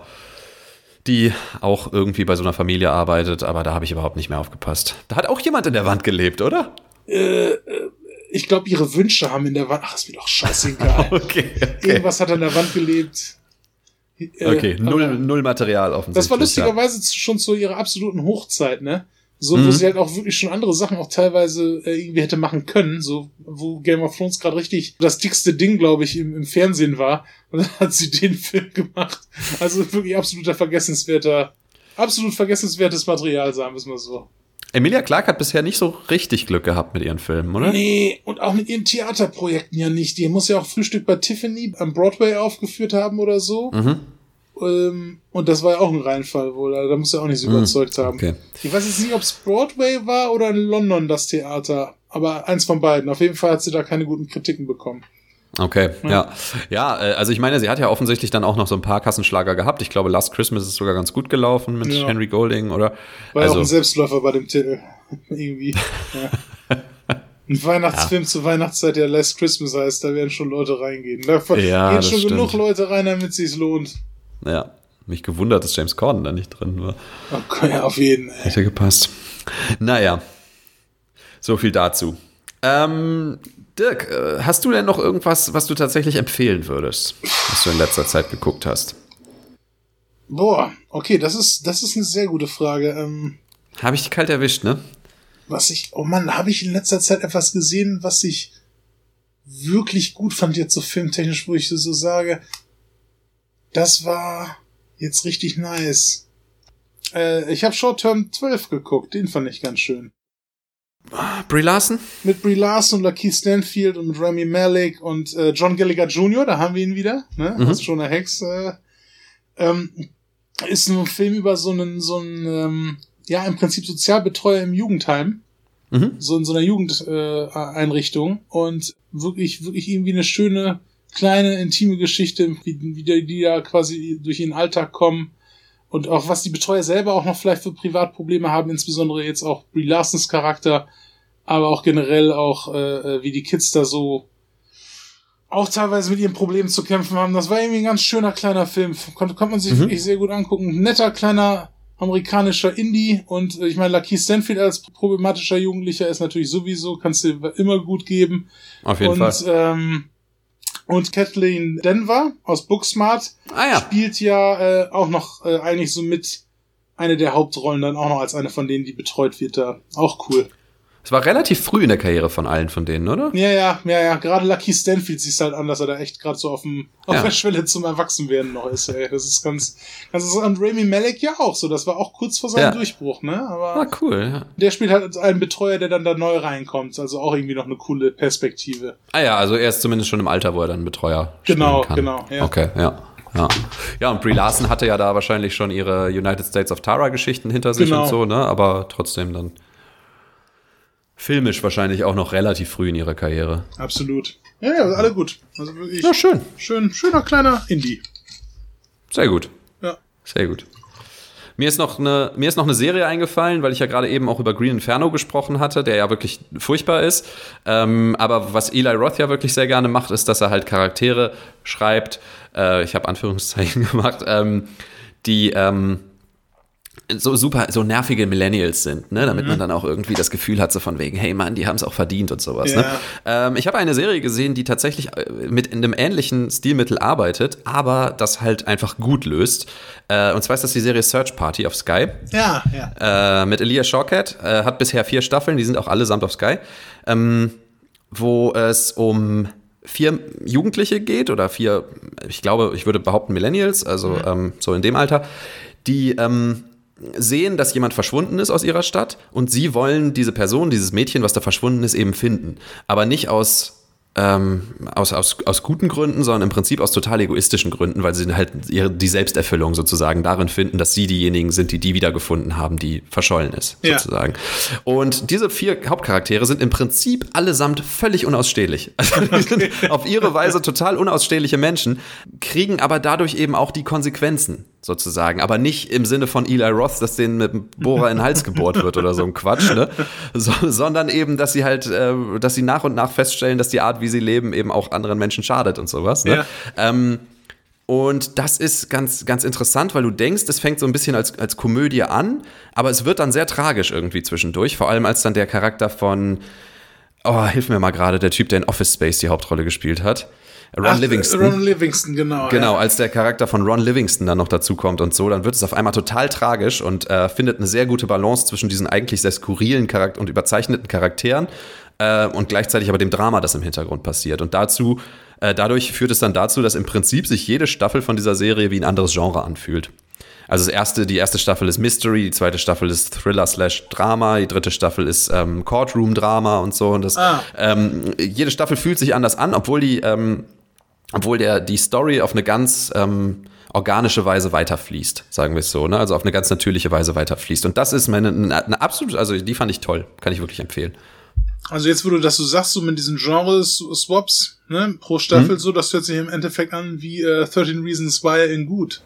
Die auch irgendwie bei so einer Familie arbeitet, aber da habe ich überhaupt nicht mehr aufgepasst. Da hat auch jemand in der Wand gelebt, oder? Äh, ich glaube, ihre Wünsche haben in der Wand... Ach, ist mir doch scheißegal. okay, okay. Irgendwas hat an der Wand gelebt. Äh, okay, null, null Material offensichtlich. Das war lustigerweise ja. schon zu ihrer absoluten Hochzeit, ne? So, mhm. wo sie halt auch wirklich schon andere Sachen auch teilweise äh, irgendwie hätte machen können, so, wo Game of Thrones gerade richtig das dickste Ding, glaube ich, im, im Fernsehen war. Und dann hat sie den Film gemacht. Also wirklich absoluter vergessenswerter, absolut vergessenswertes Material, sagen wir es mal so. Emilia Clarke hat bisher nicht so richtig Glück gehabt mit ihren Filmen, oder? Nee, und auch mit ihren Theaterprojekten ja nicht. Die muss ja auch Frühstück bei Tiffany am Broadway aufgeführt haben oder so. Mhm. Ähm, und das war ja auch ein Reinfall wohl, also da muss er auch nicht so mm, überzeugt haben. Okay. Ich weiß jetzt nicht, ob es Broadway war oder in London das Theater, aber eins von beiden. Auf jeden Fall hat sie da keine guten Kritiken bekommen. Okay, ja. Ja, ja also ich meine, sie hat ja offensichtlich dann auch noch so ein paar Kassenschlager gehabt. Ich glaube, Last Christmas ist sogar ganz gut gelaufen mit ja. Henry Golding, oder? War also, ja auch ein Selbstläufer bei dem Titel. Irgendwie. Ja. Ein Weihnachtsfilm ja. zur Weihnachtszeit, der Last Christmas heißt, da werden schon Leute reingehen. Da ja, gehen schon stimmt. genug Leute rein, damit es sich lohnt. Ja, mich gewundert, dass James Corden da nicht drin war. Okay, ja, auf jeden Fall. Hätte gepasst. Naja, so viel dazu. Ähm, Dirk, hast du denn noch irgendwas, was du tatsächlich empfehlen würdest, was du in letzter Zeit geguckt hast? Boah, okay, das ist, das ist eine sehr gute Frage. Ähm, Habe ich dich kalt erwischt, ne? Was ich, oh Mann, habe ich in letzter Zeit etwas gesehen, was ich wirklich gut fand, jetzt so filmtechnisch, wo ich so sage, das war jetzt richtig nice. Äh, ich habe Short Term zwölf geguckt, den fand ich ganz schön. Brie Larson? Mit Brie Larson und Lakeith Stanfield und mit Rami Malek und äh, John Gallagher Junior, da haben wir ihn wieder, ne? Mhm. Das ist schon eine Hex. Äh, ähm, ist ein Film über so einen, so einen, ähm, ja, im Prinzip Sozialbetreuer im Jugendheim. Mhm. So in so einer Jugendeinrichtung. Äh, und wirklich, wirklich irgendwie eine schöne, kleine, intime Geschichte, wie, wie die, die da quasi durch ihren Alltag kommen. Und auch was die Betreuer selber auch noch vielleicht für Privatprobleme haben, insbesondere jetzt auch Brie Larsons Charakter, aber auch generell auch, äh, wie die Kids da so auch teilweise mit ihren Problemen zu kämpfen haben. Das war irgendwie ein ganz schöner kleiner Film. Konnte, konnte man sich mhm. wirklich sehr gut angucken. Netter, kleiner, amerikanischer Indie. Und äh, ich meine, Lakeith Stanfield als problematischer Jugendlicher ist natürlich sowieso, kannst du immer gut geben. Auf jeden und, Fall. Ähm, Und Kathleen Denver aus Booksmart ah, ja. spielt ja äh, auch noch äh, eigentlich so mit eine der Hauptrollen dann auch noch als eine von denen, die betreut wird da. Auch cool. Es war relativ früh in der Karriere von allen von denen, oder? Ja, ja, ja, ja. Gerade Lakeith Stanfield siehst halt an, dass er da echt gerade so auf dem auf ja. der Schwelle zum Erwachsenwerden noch ist. Ey. Das ist ganz, ganz und Rami Malek ja auch so. Das war auch kurz vor seinem ja. Durchbruch, ne? Aber ah, cool. Ja. Der spielt halt als einen Betreuer, der dann da neu reinkommt. Also auch irgendwie noch eine coole Perspektive. Ah ja, also er ist zumindest schon im Alter, wo er dann einen Betreuer genau, kann. Genau, genau. Ja. Okay, ja. Ja. ja, und Brie Larson hatte ja da wahrscheinlich schon ihre United States of Tara-Geschichten hinter sich genau. und so, ne? Aber trotzdem dann filmisch wahrscheinlich auch noch relativ früh in ihrer Karriere. Absolut. Ja, ja, alle gut. Also wirklich. Ja, schön. Schön, schöner kleiner Indie. Sehr gut. Ja. Sehr gut. Mir ist noch eine, mir ist noch eine Serie eingefallen, weil ich ja gerade eben auch über Green Inferno gesprochen hatte, der ja wirklich furchtbar ist. Ähm, aber was Eli Roth ja wirklich sehr gerne macht, ist, dass er halt Charaktere schreibt, äh, ich habe Anführungszeichen gemacht, ähm, die ähm, so super, so nervige Millennials sind, ne, damit mhm. man dann auch irgendwie das Gefühl hat, so von wegen, hey Mann, die haben es auch verdient und sowas, ja. ne. Ähm, ich habe eine Serie gesehen, die tatsächlich mit in einem ähnlichen Stilmittel arbeitet, aber das halt einfach gut löst. Äh, und zwar ist das die Serie Search Party auf Sky. Ja, ja. Äh, mit Elia Shawkat, äh, hat bisher vier Staffeln, die sind auch allesamt auf Sky, ähm, wo es um vier Jugendliche geht oder vier, ich glaube, ich würde behaupten Millennials, also mhm. ähm, so in dem Alter, die ähm, sehen, dass jemand verschwunden ist aus ihrer Stadt und sie wollen diese Person, dieses Mädchen, was da verschwunden ist, eben finden. Aber nicht aus, ähm, aus, aus, aus guten Gründen, sondern im Prinzip aus total egoistischen Gründen, weil sie halt ihre, die Selbsterfüllung sozusagen darin finden, dass sie diejenigen sind, die die wiedergefunden haben, die verschollen ist, ja. sozusagen. Und diese vier Hauptcharaktere sind im Prinzip allesamt völlig unausstehlich. Also die sind auf ihre Weise total unausstehliche Menschen, kriegen aber dadurch eben auch die Konsequenzen sozusagen, aber nicht im Sinne von Eli Roth, dass denen mit dem Bohrer in den Hals gebohrt wird oder so ein Quatsch, ne? So, sondern eben, dass sie halt, äh, dass sie nach und nach feststellen, dass die Art, wie sie leben, eben auch anderen Menschen schadet und sowas, ne? Ja. Ähm, und das ist ganz, ganz interessant, weil du denkst, es fängt so ein bisschen als, als Komödie an, aber es wird dann sehr tragisch irgendwie zwischendurch, vor allem als dann der Charakter von, oh, hilf mir mal gerade, der Typ, der in Office Space die Hauptrolle gespielt hat, Ron Ach, Livingston. Ron Livingston, genau. Genau, ja. als der Charakter von Ron Livingston dann noch dazukommt und so, dann wird es auf einmal total tragisch und äh, findet eine sehr gute Balance zwischen diesen eigentlich sehr skurrilen Charakter- und überzeichneten Charakteren äh, und gleichzeitig aber dem Drama, das im Hintergrund passiert. Und dazu, äh, dadurch führt es dann dazu, dass im Prinzip sich jede Staffel von dieser Serie wie ein anderes Genre anfühlt. Also das erste, die erste Staffel ist Mystery, die zweite Staffel ist Thriller slash Drama, die dritte Staffel ist ähm, Courtroom-Drama und so. Und das, ah. ähm, jede Staffel fühlt sich anders an, obwohl die ähm, Obwohl der, die Story auf eine ganz ähm, organische Weise weiterfließt, sagen wir es so, ne? Also auf eine ganz natürliche Weise weiterfließt. Und das ist meine eine, eine absolut, also die fand ich toll, kann ich wirklich empfehlen. Also jetzt, wo du das so sagst, so mit diesen Genres-Swaps, ne, pro Staffel, hm? so, das hört sich im Endeffekt an wie äh, thirteen Reasons Why in gut.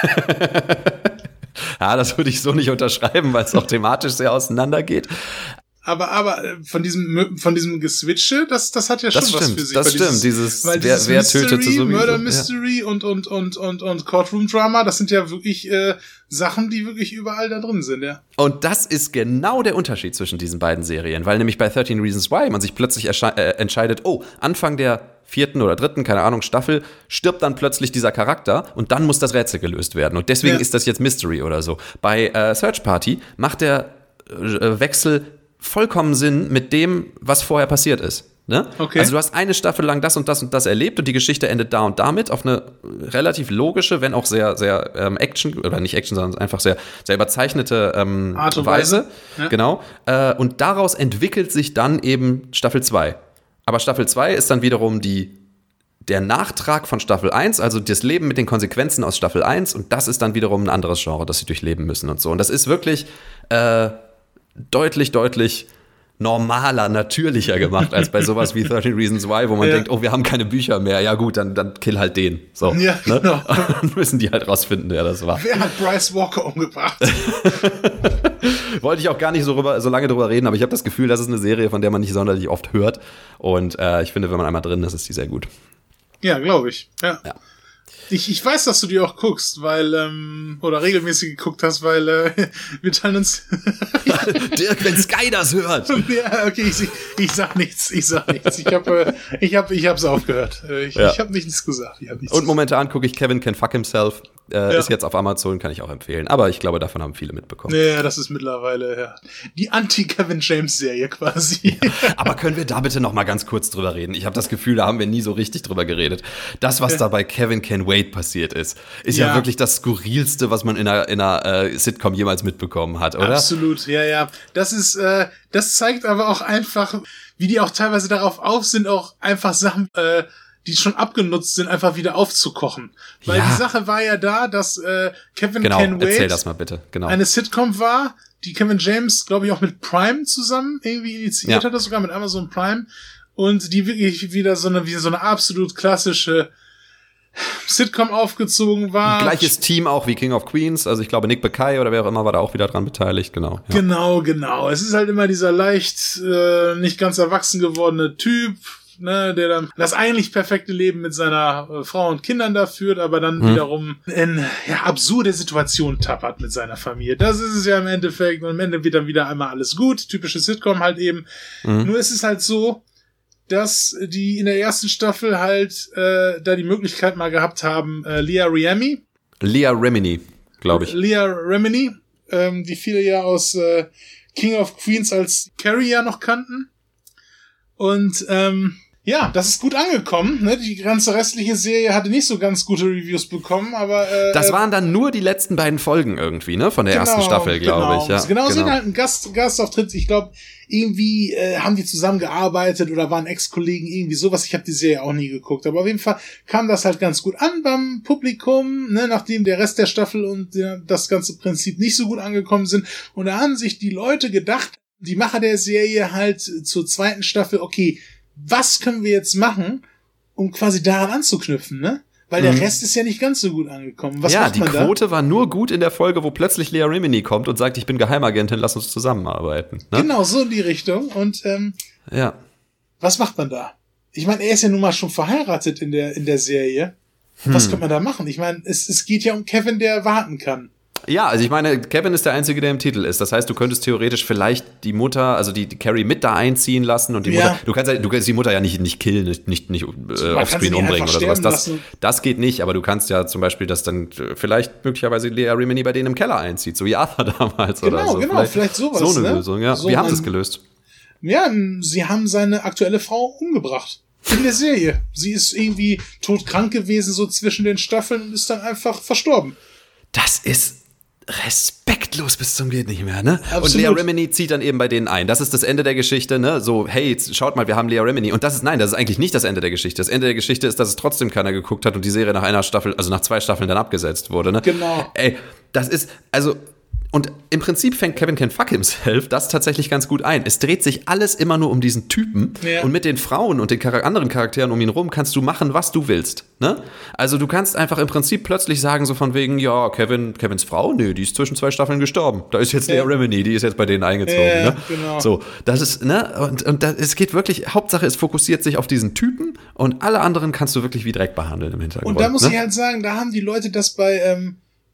Ja, das würde ich so nicht unterschreiben, weil es auch thematisch sehr auseinandergeht. Aber, aber von diesem, von diesem Geswitche, das, das hat ja schon das was stimmt, für sich. Das weil stimmt, dieses, weil wer, dieses wer Mystery, tötete sowieso. Murder Mystery ja. und, und, und, und, und Courtroom Drama, das sind ja wirklich, äh, Sachen, die wirklich überall da drin sind, ja. Und das ist genau der Unterschied zwischen diesen beiden Serien, weil nämlich bei thirteen Reasons Why man sich plötzlich ersche- äh, entscheidet, oh, Anfang der vierten oder dritten, keine Ahnung, Staffel, stirbt dann plötzlich dieser Charakter und dann muss das Rätsel gelöst werden. Und deswegen ja. ist das jetzt Mystery oder so. Bei äh, Search Party macht der äh, Wechsel vollkommen Sinn mit dem, was vorher passiert ist. Ne? Okay. Also du hast eine Staffel lang das und das und das erlebt und die Geschichte endet da und damit auf eine relativ logische, wenn auch sehr, sehr ähm, Action, oder nicht Action, sondern einfach sehr, sehr überzeichnete ähm, Art und Weise. Weise. Ja. Genau. Äh, und daraus entwickelt sich dann eben Staffel zwei. Aber Staffel zwei ist dann wiederum die, der Nachtrag von Staffel eins, also das Leben mit den Konsequenzen aus Staffel eins und das ist dann wiederum ein anderes Genre, das sie durchleben müssen und so. Und das ist wirklich äh, deutlich, deutlich normaler, natürlicher gemacht als bei sowas wie thirteen Reasons Why, wo man ja. denkt, oh, wir haben keine Bücher mehr. Ja gut, dann, dann kill halt den. So, ja, ne? Genau. Dann müssen die halt rausfinden, wer das war. Wer hat Bryce Walker umgebracht? Wollte ich auch gar nicht so, rüber, so lange drüber reden, aber ich habe das Gefühl, das ist eine Serie, von der man nicht sonderlich oft hört. Und äh, ich finde, wenn man einmal drin ist, ist die sehr gut. Ja, glaube ich. Ja. ja. Ich, ich weiß, dass du die auch guckst, weil, ähm, oder regelmäßig geguckt hast, weil äh, wir teilen uns. Dirk, wenn Sky das hört. Ja, okay, ich, ich sag nichts, ich sag nichts. Ich habe äh, ich hab, ich hab's aufgehört. Ich, ja. ich habe nichts gesagt. Ich hab nichts Und momentan gucke ich Kevin Can Fuck Himself. Äh, ja. Ist jetzt auf Amazon, kann ich auch empfehlen. Aber ich glaube, davon haben viele mitbekommen. Ja, das ist mittlerweile ja, die Anti-Kevin James-Serie quasi. Ja. Aber können wir da bitte noch mal ganz kurz drüber reden? Ich habe das Gefühl, da haben wir nie so richtig drüber geredet. Das, was ja. da bei Kevin Can Wait passiert ist, ist ja, ja wirklich das Skurrilste, was man in einer, in einer äh, Sitcom jemals mitbekommen hat, oder? Absolut, ja, ja. Das ist, äh, das zeigt aber auch einfach, wie die auch teilweise darauf auf sind, auch einfach Sachen, äh, die schon abgenutzt sind, einfach wieder aufzukochen. Weil ja. die Sache war ja da, dass äh, Kevin genau, Can Wait erzähl das mal bitte. Genau. eine Sitcom war, die Kevin James, glaube ich, auch mit Prime zusammen irgendwie initiiert ja. hatte, sogar mit Amazon Prime. Und die wirklich wieder so eine, wie so eine absolut klassische Sitcom aufgezogen war. Gleiches Team auch wie King of Queens, also ich glaube Nick Bakay oder wer auch immer war da auch wieder dran beteiligt, genau. Ja. Genau, genau. Es ist halt immer dieser leicht äh, nicht ganz erwachsen gewordene Typ, ne, der dann das eigentlich perfekte Leben mit seiner äh, Frau und Kindern da führt, aber dann hm. wiederum in ja, absurde Situationen tappert mit seiner Familie. Das ist es ja im Endeffekt und am Ende wird dann wieder einmal alles gut, typische Sitcom halt eben. Hm. Nur ist es halt so, dass die in der ersten Staffel halt äh, da die Möglichkeit mal gehabt haben, äh, Leah Remini. Leah Remini, glaube ich. Leah Remini, ähm, die viele ja aus äh, King of Queens als Carrie ja noch kannten. Und ähm, ja, das ist gut angekommen. Ne? Die ganze restliche Serie hatte nicht so ganz gute Reviews bekommen, aber äh, das waren dann nur die letzten beiden Folgen irgendwie, ne, von der genau, ersten Staffel, glaube genau. ich. Ja, genau, genau. sind halt ein Gast, Gastauftritt. Ich glaube, irgendwie äh, haben die zusammengearbeitet oder waren Ex-Kollegen, irgendwie sowas. Ich habe die Serie auch nie geguckt, aber auf jeden Fall kam das halt ganz gut an beim Publikum, ne, nachdem der Rest der Staffel und ja, das ganze Prinzip nicht so gut angekommen sind. Und da haben sich die Leute gedacht, die Macher der Serie halt zur zweiten Staffel, okay, was können wir jetzt machen, um quasi daran anzuknüpfen, ne? Weil der mhm. Rest ist ja nicht ganz so gut angekommen. Was ja, macht man die Quote da? war nur gut in der Folge, wo plötzlich Leah Remini kommt und sagt, ich bin Geheimagentin, lass uns zusammenarbeiten. Ne? Genau, so in die Richtung. Und ähm, ja. was macht man da? Ich meine, er ist ja nun mal schon verheiratet in der in der Serie. Hm. Was kann man da machen? Ich meine, es, es geht ja um Kevin, der warten kann. Ja, also ich meine, Kevin ist der Einzige, der im Titel ist. Das heißt, du könntest theoretisch vielleicht die Mutter, also die, die Carrie mit da einziehen lassen und die ja. Mutter, du kannst ja, du kannst die Mutter ja nicht, nicht killen, nicht, nicht, nicht äh, offscreen umbringen oder sowas. Das, das geht nicht, aber du kannst ja zum Beispiel, dass dann vielleicht möglicherweise Leah Remini bei denen im Keller einzieht, so wie Arthur damals genau, oder so. Genau, vielleicht, vielleicht sowas. So eine ne? Lösung, ja. So Wie haben sie es gelöst? Ja, sie haben seine aktuelle Frau umgebracht. In der Serie. Sie ist irgendwie todkrank gewesen, so zwischen den Staffeln und ist dann einfach verstorben. Das ist respektlos bis zum geht nicht mehr, ne? Absolut. Und Leah Remini zieht dann eben bei denen ein. Das ist das Ende der Geschichte, ne? So, hey, jetzt schaut mal, wir haben Leah Remini. Und das ist, nein, das ist eigentlich nicht das Ende der Geschichte. Das Ende der Geschichte ist, dass es trotzdem keiner geguckt hat und die Serie nach einer Staffel, also nach zwei Staffeln dann abgesetzt wurde, ne? Genau. Ey, das ist, also, und im Prinzip fängt Kevin Can Fuck Himself das tatsächlich ganz gut ein. Es dreht sich alles immer nur um diesen Typen ja. und mit den Frauen und den Char- anderen Charakteren um ihn rum kannst du machen, was du willst. Ne? Also du kannst einfach im Prinzip plötzlich sagen, so von wegen, ja, Kevin, Kevins Frau, nee, die ist zwischen zwei Staffeln gestorben. Da ist jetzt ja. Leah Remini, die ist jetzt bei denen eingezogen. Ja, ne? genau. So, das ist, ne, und, und das, es geht wirklich, Hauptsache es fokussiert sich auf diesen Typen und alle anderen kannst du wirklich wie Dreck behandeln im Hintergrund. Und da muss ne? ich halt sagen, da haben die Leute das bei, ähm,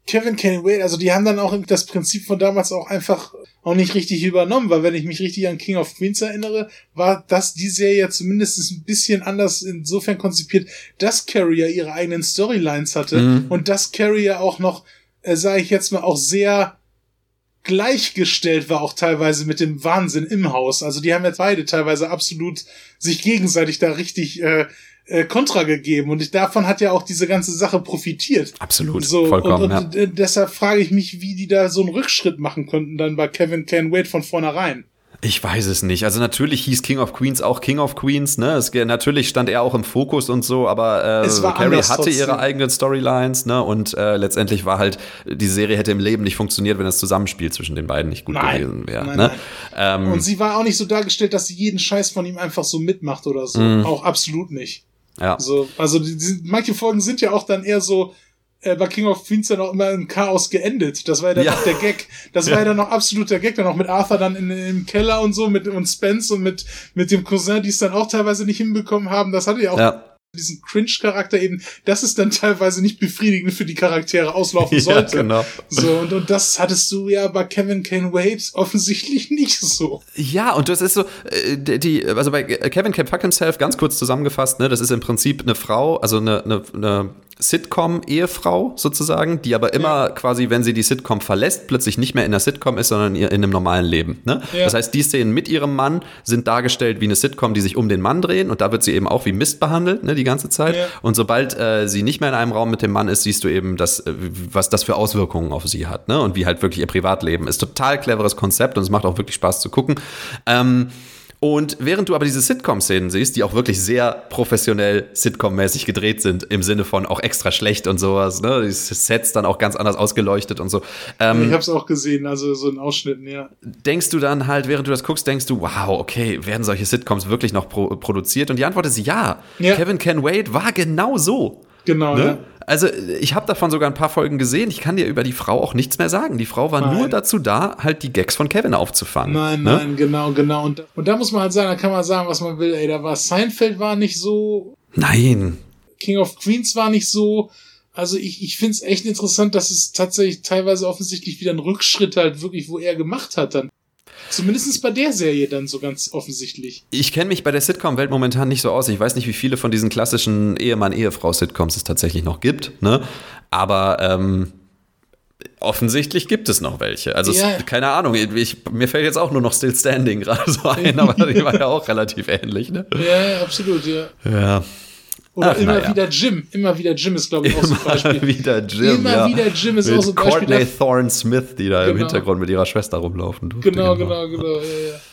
Kevin Kane Wade, also die haben dann auch das Prinzip von damals auch einfach auch nicht richtig übernommen, weil wenn ich mich richtig an King of Queens erinnere, war das die Serie ja zumindest ein bisschen anders insofern konzipiert, dass Carrie ja ihre eigenen Storylines hatte mhm. und dass Carrie ja auch noch, äh, sage ich jetzt mal, auch sehr gleichgestellt war, auch teilweise mit dem Wahnsinn im Haus. Also die haben jetzt beide teilweise absolut sich gegenseitig da richtig äh, äh, Kontra gegeben und ich, davon hat ja auch diese ganze Sache profitiert. Absolut, so, vollkommen. Und, und ja. äh, deshalb frage ich mich, wie die da so einen Rückschritt machen könnten dann bei Kevin Kane Wade von vornherein. Ich weiß es nicht. Also natürlich hieß King of Queens auch King of Queens, ne? Es, natürlich stand er auch im Fokus und so, aber äh, Carrie hatte trotzdem ihre eigenen Storylines, ne? Und äh, letztendlich war halt, die Serie hätte im Leben nicht funktioniert, wenn das Zusammenspiel zwischen den beiden nicht gut nein, gewesen wäre. Ne? Ähm, und sie war auch nicht so dargestellt, dass sie jeden Scheiß von ihm einfach so mitmacht oder so. Mm. Auch absolut nicht. Ja. So, also die, die, manche Folgen sind ja auch dann eher so äh, bei King of Queens dann auch immer im Chaos geendet. Das war ja dann ja. auch der Gag. Das ja. war ja dann noch absolut der Gag. Dann auch mit Arthur dann in, im Keller und so mit und Spence und mit mit dem Cousin, die es dann auch teilweise nicht hinbekommen haben. Das hatte ja auch ja. diesen Cringe-Charakter eben, dass es dann teilweise nicht befriedigend für die Charaktere auslaufen sollte. Ja, genau. So, und, und das hattest du ja bei Kevin Kane Wade offensichtlich nicht so. Ja, und das ist so, äh, die, also bei Kevin Can Fuck Himself, ganz kurz zusammengefasst, ne, das ist im Prinzip eine Frau, also eine, eine, eine Sitcom-Ehefrau sozusagen, die aber immer ja. quasi, wenn sie die Sitcom verlässt, plötzlich nicht mehr in der Sitcom ist, sondern in einem normalen Leben. Ne? Ja. Das heißt, die Szenen mit ihrem Mann sind dargestellt wie eine Sitcom, die sich um den Mann drehen und da wird sie eben auch wie Mist behandelt, ne, die ganze Zeit. Ja. Und sobald äh, sie nicht mehr in einem Raum mit dem Mann ist, siehst du eben, das, was das für Auswirkungen auf sie hat, ne? Und wie halt wirklich ihr Privatleben ist. Total cleveres Konzept und es macht auch wirklich Spaß zu gucken. Ähm, Und während du aber diese Sitcom-Szenen siehst, die auch wirklich sehr professionell Sitcom-mäßig gedreht sind, im Sinne von auch extra schlecht und sowas, ne, die Sets dann auch ganz anders ausgeleuchtet und so. Ähm, ich hab's auch gesehen, also so in Ausschnitten, ja. Denkst du dann halt, während du das guckst, denkst du, wow, okay, werden solche Sitcoms wirklich noch pro- produziert? Und die Antwort ist ja. ja. Kevin Can Wade war genau so. Genau, ne? ja. Also ich habe davon sogar ein paar Folgen gesehen. Ich kann dir über die Frau auch nichts mehr sagen. Die Frau war nein. nur dazu da, halt die Gags von Kevin aufzufangen. Nein, ne? nein, genau, genau. Und, und da muss man halt sagen, da kann man sagen, was man will. Ey, da war Seinfeld war nicht so. Nein. King of Queens war nicht so. Also ich, ich finde es echt interessant, dass es tatsächlich teilweise offensichtlich wieder ein Rückschritt halt wirklich, wo er gemacht hat dann. Zumindest bei der Serie dann so ganz offensichtlich. Ich kenne mich bei der Sitcom-Welt momentan nicht so aus. Ich weiß nicht, wie viele von diesen klassischen Ehemann-Ehefrau-Sitcoms es tatsächlich noch gibt, ne? Aber ähm, offensichtlich gibt es noch welche. Also ja. es, keine Ahnung, ich, mir fällt jetzt auch nur noch Still Standing gerade so ein, aber die war ja auch relativ ähnlich, ne? Ja, ja, absolut, ja. Ja. Oder Ach, immer ja. wieder Jim. Immer wieder Jim ist, glaube ich, auch so ein Beispiel. Immer wieder Jim, Immer ja. wieder Jim ist mit auch so ein Beispiel. Courtney Thorne-Smith, die da genau. im Hintergrund mit ihrer Schwester rumlaufen durfte. Genau, genau, genau. genau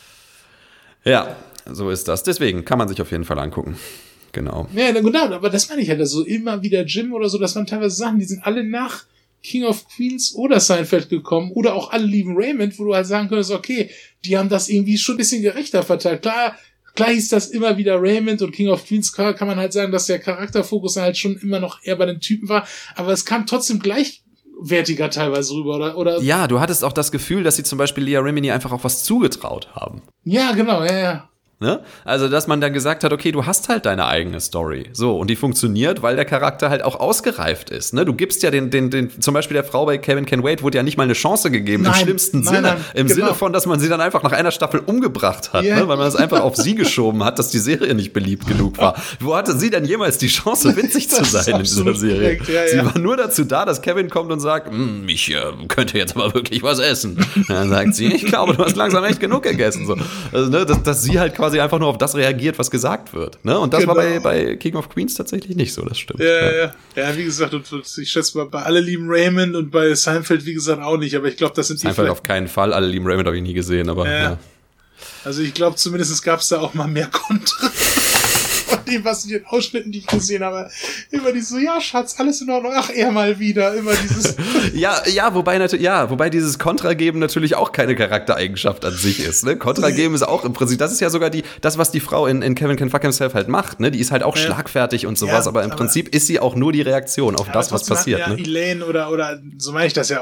ja, ja. ja, so ist das. Deswegen kann man sich auf jeden Fall angucken. Genau. Ja, genau, aber das meine ich halt. Also immer wieder Jim oder so, das waren teilweise Sachen, die sind alle nach King of Queens oder Seinfeld gekommen oder auch Alle lieben Raymond, wo du halt sagen könntest, okay, die haben das irgendwie schon ein bisschen gerechter verteilt. Klar, Klar hieß das immer wieder Raymond und King of Queens, kann man halt sagen, dass der Charakterfokus halt schon immer noch eher bei den Typen war, aber es kam trotzdem gleichwertiger teilweise rüber, oder? oder? Ja, du hattest auch das Gefühl, dass sie zum Beispiel Leah Remini einfach auch was zugetraut haben. Ja, genau, ja, ja. Ne? Also, dass man dann gesagt hat, okay, du hast halt deine eigene Story. So, und die funktioniert, weil der Charakter halt auch ausgereift ist. Ne? Du gibst ja den, den, den, zum Beispiel der Frau bei Kevin Can Wade wurde ja nicht mal eine Chance gegeben, nein, im schlimmsten nein, Sinne. Nein, Im genau. Sinne von, dass man sie dann einfach nach einer Staffel umgebracht hat, yeah. ne? Weil man es einfach auf sie geschoben hat, dass die Serie nicht beliebt genug war. Wo hatte sie denn jemals die Chance, witzig zu sein in dieser Serie? Korrekt, ja, sie ja. war nur dazu da, dass Kevin kommt und sagt, ich äh, könnte jetzt aber wirklich was essen. Dann sagt sie, ich glaube, du hast langsam echt genug gegessen. So. Also, ne, dass, dass sie halt quasi einfach nur auf das reagiert, was gesagt wird. Ne? Und das genau. war bei, bei King of Queens tatsächlich nicht so, das stimmt. Ja, ja, ja. Ja, wie gesagt, und ich schätze mal, bei Alle lieben Raymond und bei Seinfeld, wie gesagt, auch nicht, aber ich glaube, das sind Seinfeld die Seinfeld auf keinen Fall, Alle lieben Raymond habe ich nie gesehen, aber ja. ja. Also ich glaube, zumindest gab es da auch mal mehr Kontra. Von dem, was in den Ausschnitten, die ich gesehen habe, immer die so, ja, Schatz, alles in Ordnung, ach, er mal wieder, immer dieses. ja, ja, wobei natürlich, ja, wobei dieses Kontra geben natürlich auch keine Charaktereigenschaft an sich ist, ne? Kontra geben ist auch im Prinzip, das ist ja sogar die, das, was die Frau in, in Kevin Can Fuck Himself halt macht, ne? Die ist halt auch ja. schlagfertig und sowas, ja, aber im aber Prinzip ist sie auch nur die Reaktion auf das, was passiert, ja, ne? Elaine oder, oder, so meine ich das ja auch,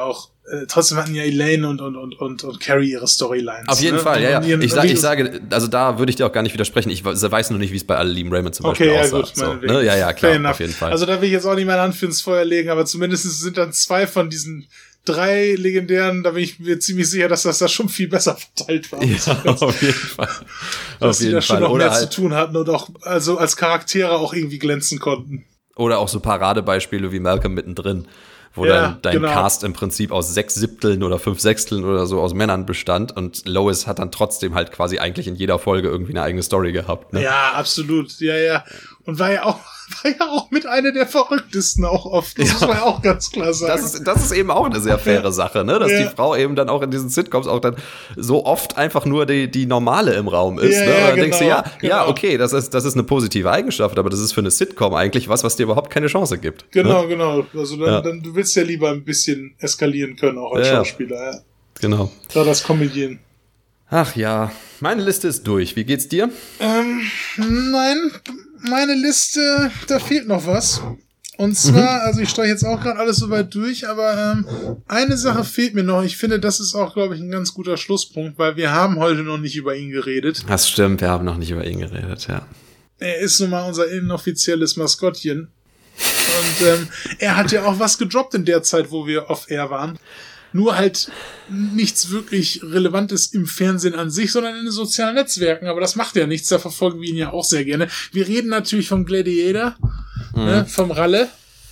äh, trotzdem hatten ja Elaine und, und, und, und, und Carrie ihre Storylines. Auf jeden ne? Fall, ja, ja. Ich, sag, Videos- ich sage, also da würde ich dir auch gar nicht widersprechen. Ich weiß nur nicht, wie es bei Liam Raymond zum Beispiel Okay, ja aussah. gut, So, meinetwegen. ne? Ja, ja, Fair klar, enough. auf jeden Fall. Also da will ich jetzt auch nicht meine Hand für ins Feuer legen, aber zumindest sind dann zwei von diesen drei legendären, da bin ich mir ziemlich sicher, dass das da schon viel besser verteilt war. ja, auf jeden Fall. Dass Auf die jeden da schon Fall. noch Oder mehr halt, zu tun hatten und auch also als Charaktere auch irgendwie glänzen konnten. Oder auch so Paradebeispiele wie Malcolm mittendrin, wo Ja, dann dein genau. Cast im Prinzip aus sechs Siebteln oder fünf Sechsteln oder so aus Männern bestand und Lois hat dann trotzdem halt quasi eigentlich in jeder Folge irgendwie eine eigene Story gehabt. Ne? Ja, absolut. Ja, ja. Und war ja auch, war ja auch mit einer der verrücktesten auch oft. Das Ja. muss man ja auch ganz klar sagen. Das ist, das ist eben auch eine sehr faire Sache, ne? Dass Ja. die Frau eben dann auch in diesen Sitcoms auch dann so oft einfach nur die, die Normale im Raum ist. Ja, ne? Und ja, dann denkst du, genau, ja, genau. ja, okay, das ist, das ist eine positive Eigenschaft, aber das ist für eine Sitcom eigentlich was, was dir überhaupt keine Chance gibt. Genau, Ne? genau. Also dann, Ja. dann, du willst ja lieber ein bisschen eskalieren können, auch als Ja, ja. Schauspieler. Ja. Genau. Da das Comedian. Ach ja, meine Liste ist durch. Wie geht's dir? Ähm, nein, meine Liste, da fehlt noch was. Und zwar, also ich streiche jetzt auch gerade alles soweit durch, aber ähm, eine Sache fehlt mir noch. Ich finde, das ist auch, glaube ich, ein ganz guter Schlusspunkt, weil wir haben heute noch nicht über ihn geredet. Das stimmt, wir haben noch nicht über ihn geredet, ja. Er ist nun mal unser inoffizielles Maskottchen. Und ähm, er hat ja auch was gedroppt in der Zeit, wo wir off-air waren. Nur halt nichts wirklich Relevantes im Fernsehen an sich, sondern in den sozialen Netzwerken. Aber das macht ja nichts, da verfolgen wir ihn ja auch sehr gerne. Wir reden natürlich vom Gladiator, mhm. ne, vom Ralle.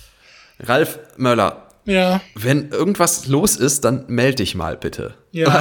Ralf Möller, Ja, wenn irgendwas los ist, dann melde dich mal bitte. ja.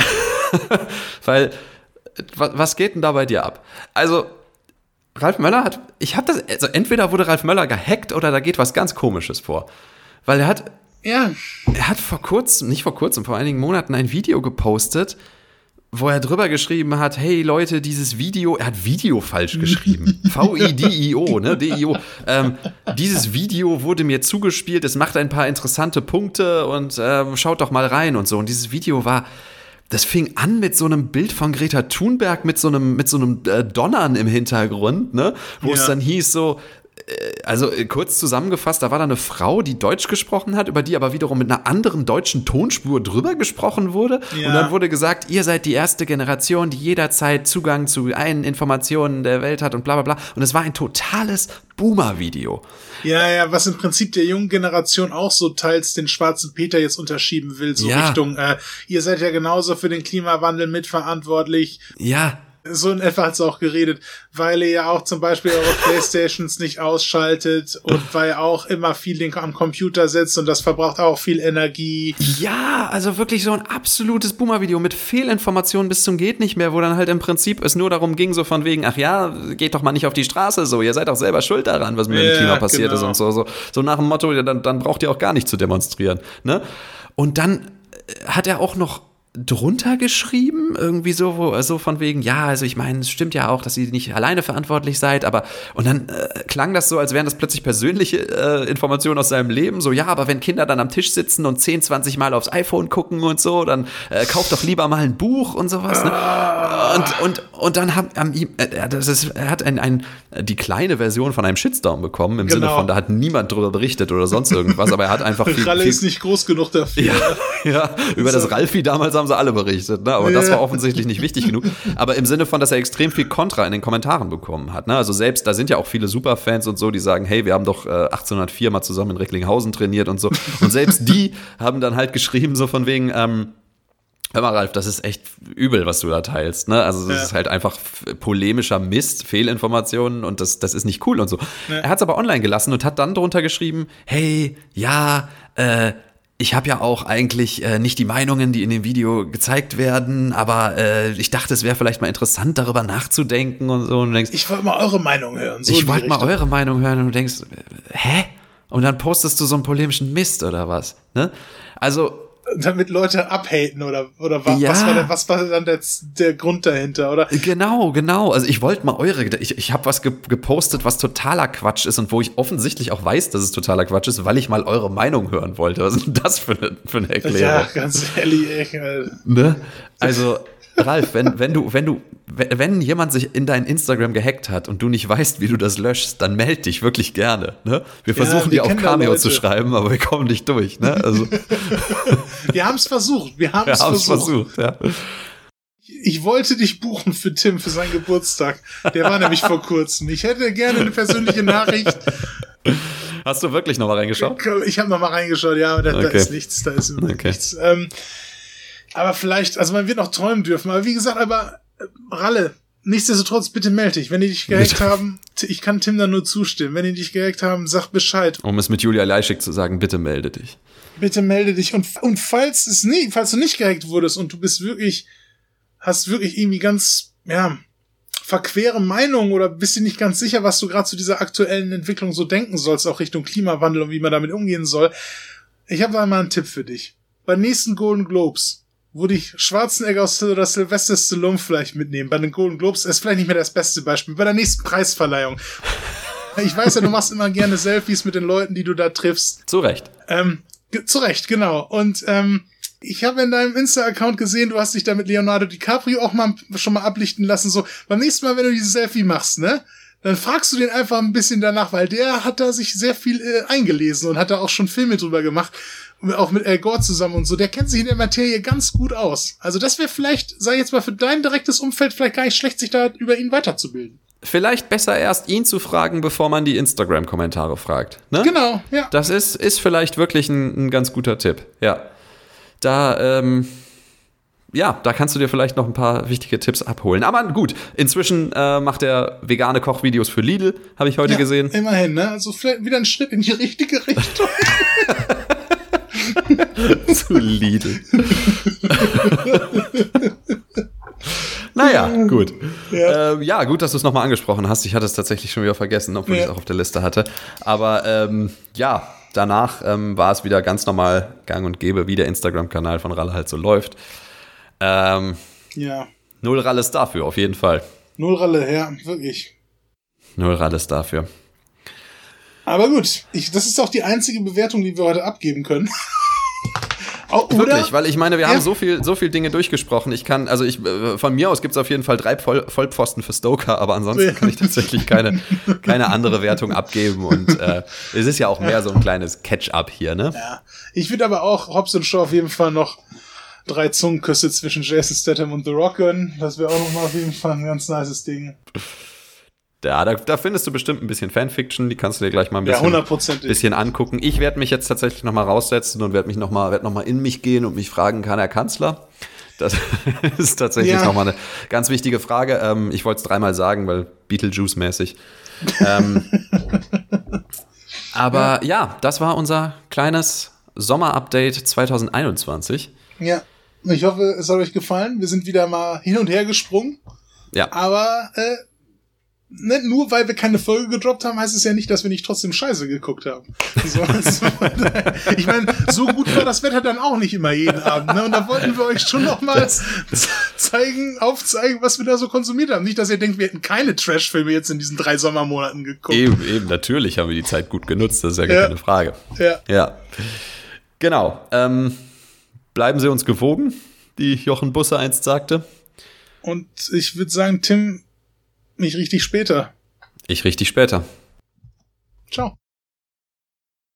Weil, wa- was geht denn da bei dir ab? Also, Ralf Möller hat, ich habe das, also entweder wurde Ralf Möller gehackt oder da geht was ganz Komisches vor. Weil er hat, Ja, er hat vor kurzem, nicht vor kurzem, vor einigen Monaten ein Video gepostet, wo er drüber geschrieben hat, hey Leute, dieses Video, er hat Video falsch geschrieben. V I D I O, ne, D I O. Ähm, dieses Video wurde mir zugespielt, es macht ein paar interessante Punkte und ähm, schaut doch mal rein und so. Und dieses Video war, das fing an mit so einem Bild von Greta Thunberg, mit so einem, mit so einem äh, Donnern im Hintergrund, ne, wo Ja. es dann hieß so, also äh, kurz zusammengefasst, da war da eine Frau, die Deutsch gesprochen hat, über die aber wiederum mit einer anderen deutschen Tonspur drüber gesprochen wurde. Ja. Und dann wurde gesagt, ihr seid die erste Generation, die jederzeit Zugang zu allen Informationen der Welt hat und bla bla bla. Und es war ein totales Boomer-Video. ja, ja, was im Prinzip der jungen Generation auch so teils den schwarzen Peter jetzt unterschieben will, so Ja. Richtung, äh, ihr seid ja genauso für den Klimawandel mitverantwortlich. Ja, So in etwa hat's auch geredet, weil ihr ja auch zum Beispiel eure Playstations nicht ausschaltet und weil ihr auch immer viel den- am Computer sitzt und das verbraucht auch viel Energie. ja, also wirklich so ein absolutes Boomer-Video mit Fehlinformationen bis zum geht nicht mehr, wo dann halt im Prinzip es nur darum ging, so von wegen, ach ja, geht doch mal nicht auf die Straße, so, ihr seid auch selber schuld daran, was mit Ja, dem Klima passiert genau. ist und so, so, so nach dem Motto, ja, dann, dann braucht ihr auch gar nicht zu demonstrieren, ne? Und dann äh, hat er auch noch drunter geschrieben, irgendwie so, wo, so von wegen, ja, also ich meine, es stimmt ja auch, dass ihr nicht alleine verantwortlich seid, aber, und dann äh, klang das so, als wären das plötzlich persönliche äh, Informationen aus seinem Leben, so, ja, aber wenn Kinder dann am Tisch sitzen und zehn, zwanzig Mal aufs iPhone gucken und so, dann äh, kauft doch lieber mal ein Buch und sowas, ne? Und, und, und dann haben, haben ihm, äh, das ist, er hat ein, ein, die kleine Version von einem Shitstorm bekommen, im Sinne Genau. von, da hat niemand drüber berichtet oder sonst irgendwas, aber er hat einfach viel, Ralle viel ist nicht groß genug dafür. ja, ja, über das Ralfi damals haben sie alle berichtet, ne? Aber das war offensichtlich nicht wichtig genug. Aber im Sinne von, dass er extrem viel Kontra in den Kommentaren bekommen hat, ne? Also selbst, da sind ja auch viele Superfans und so, die sagen, hey, wir haben doch äh, achtzehnhundertvier mal zusammen in Recklinghausen trainiert und so. Und selbst die haben dann halt geschrieben, so von wegen, ähm, hör mal, Ralf, das ist echt übel, was du da teilst, ne? Also das Ja. ist halt einfach f- polemischer Mist, Fehlinformationen und das, das ist nicht cool und so. Ja. Er hat es aber online gelassen und hat dann drunter geschrieben, hey, ja, äh, ich habe ja auch eigentlich äh, nicht die Meinungen, die in dem Video gezeigt werden, aber äh, ich dachte, es wäre vielleicht mal interessant, darüber nachzudenken und so. Und du denkst, Ich wollte mal eure Meinung hören. So in ich die wollte mal Richtung. eure Meinung hören und du denkst, äh, hä? Und dann postest du so einen polemischen Mist oder was, ne? Also, Damit Leute abhaten oder, oder wa- Ja. was, war denn, was war dann der, der Grund dahinter, oder? genau, genau. Also ich wollte mal eure, ich, ich habe was ge gepostet, was totaler Quatsch ist und wo ich offensichtlich auch weiß, dass es totaler Quatsch ist, weil ich mal eure Meinung hören wollte. Was ist denn das für eine, für eine Erklärung? Ja, ganz ehrlich, ey, äh, Ne? Also, Ralf, wenn, wenn du, wenn du, wenn jemand sich in dein Instagram gehackt hat und du nicht weißt, wie du das löschst, dann meld dich wirklich gerne. Ne? Wir Ja, versuchen wir dir auf kennen da Cameo Leute. zu schreiben, aber wir kommen nicht durch. Ne? Also, Wir haben es versucht. Wir haben wir es haben es versucht. versucht. Ja. Ich wollte dich buchen für Tim, für seinen Geburtstag. Der war nämlich vor kurzem. Ich hätte gerne eine persönliche Nachricht. Hast du wirklich noch mal reingeschaut? Ich habe noch mal reingeschaut, ja, aber da, da Okay. ist nichts, da ist Okay. nichts. Ähm, aber vielleicht, also man wird noch träumen dürfen. Aber wie gesagt, aber äh, Ralle, nichtsdestotrotz, bitte melde dich. Wenn die dich gehackt Bitte. haben, t- ich kann Tim da nur zustimmen. Wenn die dich gehackt haben, sag Bescheid. Um es mit Julia Leischig zu sagen, bitte melde dich. Bitte melde dich. Und, und falls es nie, falls du nicht gehackt wurdest und du bist wirklich, hast wirklich irgendwie ganz, ja, verquere Meinungen oder bist dir nicht ganz sicher, was du gerade zu dieser aktuellen Entwicklung so denken sollst, auch Richtung Klimawandel und wie man damit umgehen soll. Ich habe da mal einen Tipp für dich. Bei nächsten Golden Globes würde ich Schwarzenegger oder Sylvester Stallone vielleicht mitnehmen. Bei den Golden Globes ist vielleicht nicht mehr das beste Beispiel. Bei der nächsten Preisverleihung. Ich weiß ja, du machst immer gerne Selfies mit den Leuten, die du da triffst. Zu Recht. Ähm, ge- zu Recht, genau. Und ähm, ich habe in deinem Insta-Account gesehen, du hast dich da mit Leonardo DiCaprio auch mal schon mal ablichten lassen. So, beim nächsten Mal, wenn du dieses Selfie machst, ne, dann fragst du den einfach ein bisschen danach, weil der hat da sich sehr viel äh, eingelesen und hat da auch schon Filme drüber gemacht, auch mit Al Gore zusammen und so. Der kennt sich in der Materie ganz gut aus. Also das wäre vielleicht, sag ich jetzt mal, für dein direktes Umfeld vielleicht gar nicht schlecht, sich da über ihn weiterzubilden. Vielleicht besser erst ihn zu fragen, bevor man die Instagram-Kommentare fragt. Ne? Genau, ja. Das ist, ist vielleicht wirklich ein, ein ganz guter Tipp. Ja. Da, ähm, ja, da kannst du dir vielleicht noch ein paar wichtige Tipps abholen. Aber gut, inzwischen äh, macht er vegane Kochvideos für Lidl, habe ich heute ja, gesehen. Immerhin, ne? Also vielleicht wieder ein Schritt in die richtige Richtung. Zu Lidl. Naja, gut. Ja. Ähm, ja, gut, dass du es nochmal angesprochen hast. Ich hatte es tatsächlich schon wieder vergessen, obwohl Ja. ich es auch auf der Liste hatte. Aber ähm, ja, danach ähm, war es wieder ganz normal gang und gäbe, wie der Instagram-Kanal von Ralle halt so läuft. Ähm, Ja. null Ralles dafür, auf jeden Fall. Null Ralle, ja, wirklich. Null Ralles dafür. Aber gut, ich, das ist auch die einzige Bewertung, die wir heute abgeben können. Au- Oder? Wirklich, weil ich meine, wir Ja. haben so viel, so viel Dinge durchgesprochen. Ich kann, also ich, äh, von mir aus gibt es auf jeden Fall drei Voll, Vollpfosten für Stoker, aber ansonsten kann ich tatsächlich keine, keine andere Wertung abgeben. Und äh, es ist ja auch mehr so ein kleines Catch-up hier, ne? Ja. Ich würde aber auch Hobbs und Shaw auf jeden Fall noch drei Zungenküsse zwischen Jason Statham und The Rock gönnen. Das wäre auch nochmal auf jeden Fall ein ganz nices Ding. Ja, da, da findest du bestimmt ein bisschen Fanfiction, die kannst du dir gleich mal ein Ja, bisschen, hundertprozentig. bisschen angucken. Ich werde mich jetzt tatsächlich noch mal raussetzen und werde mich noch mal, werd noch mal in mich gehen und mich fragen, kann er Kanzler? Das ist tatsächlich Ja. noch mal eine ganz wichtige Frage. Ähm, ich wollte es dreimal sagen, weil Beetlejuice-mäßig. ähm, aber ja. ja, das war unser kleines Sommer-Update zwanzig einundzwanzig. Ja. Ich hoffe, es hat euch gefallen. Wir sind wieder mal hin und her gesprungen. Ja. Aber äh, ne, nur weil wir keine Folge gedroppt haben, heißt es ja nicht, dass wir nicht trotzdem Scheiße geguckt haben. So, also, ich meine, so gut war das Wetter dann auch nicht immer jeden Abend. Ne? Und da wollten wir euch schon noch mal zeigen, aufzeigen, was wir da so konsumiert haben. Nicht, dass ihr denkt, wir hätten keine Trash-Filme jetzt in diesen drei Sommermonaten geguckt. Eben, eben, natürlich haben wir die Zeit gut genutzt, das ist ja gar Ja. keine Frage. Ja. Ja, genau. Ähm, bleiben Sie uns gewogen, wie Jochen Busse einst sagte. Und ich würde sagen, Tim, mich richtig später. Ich richtig später. Ciao.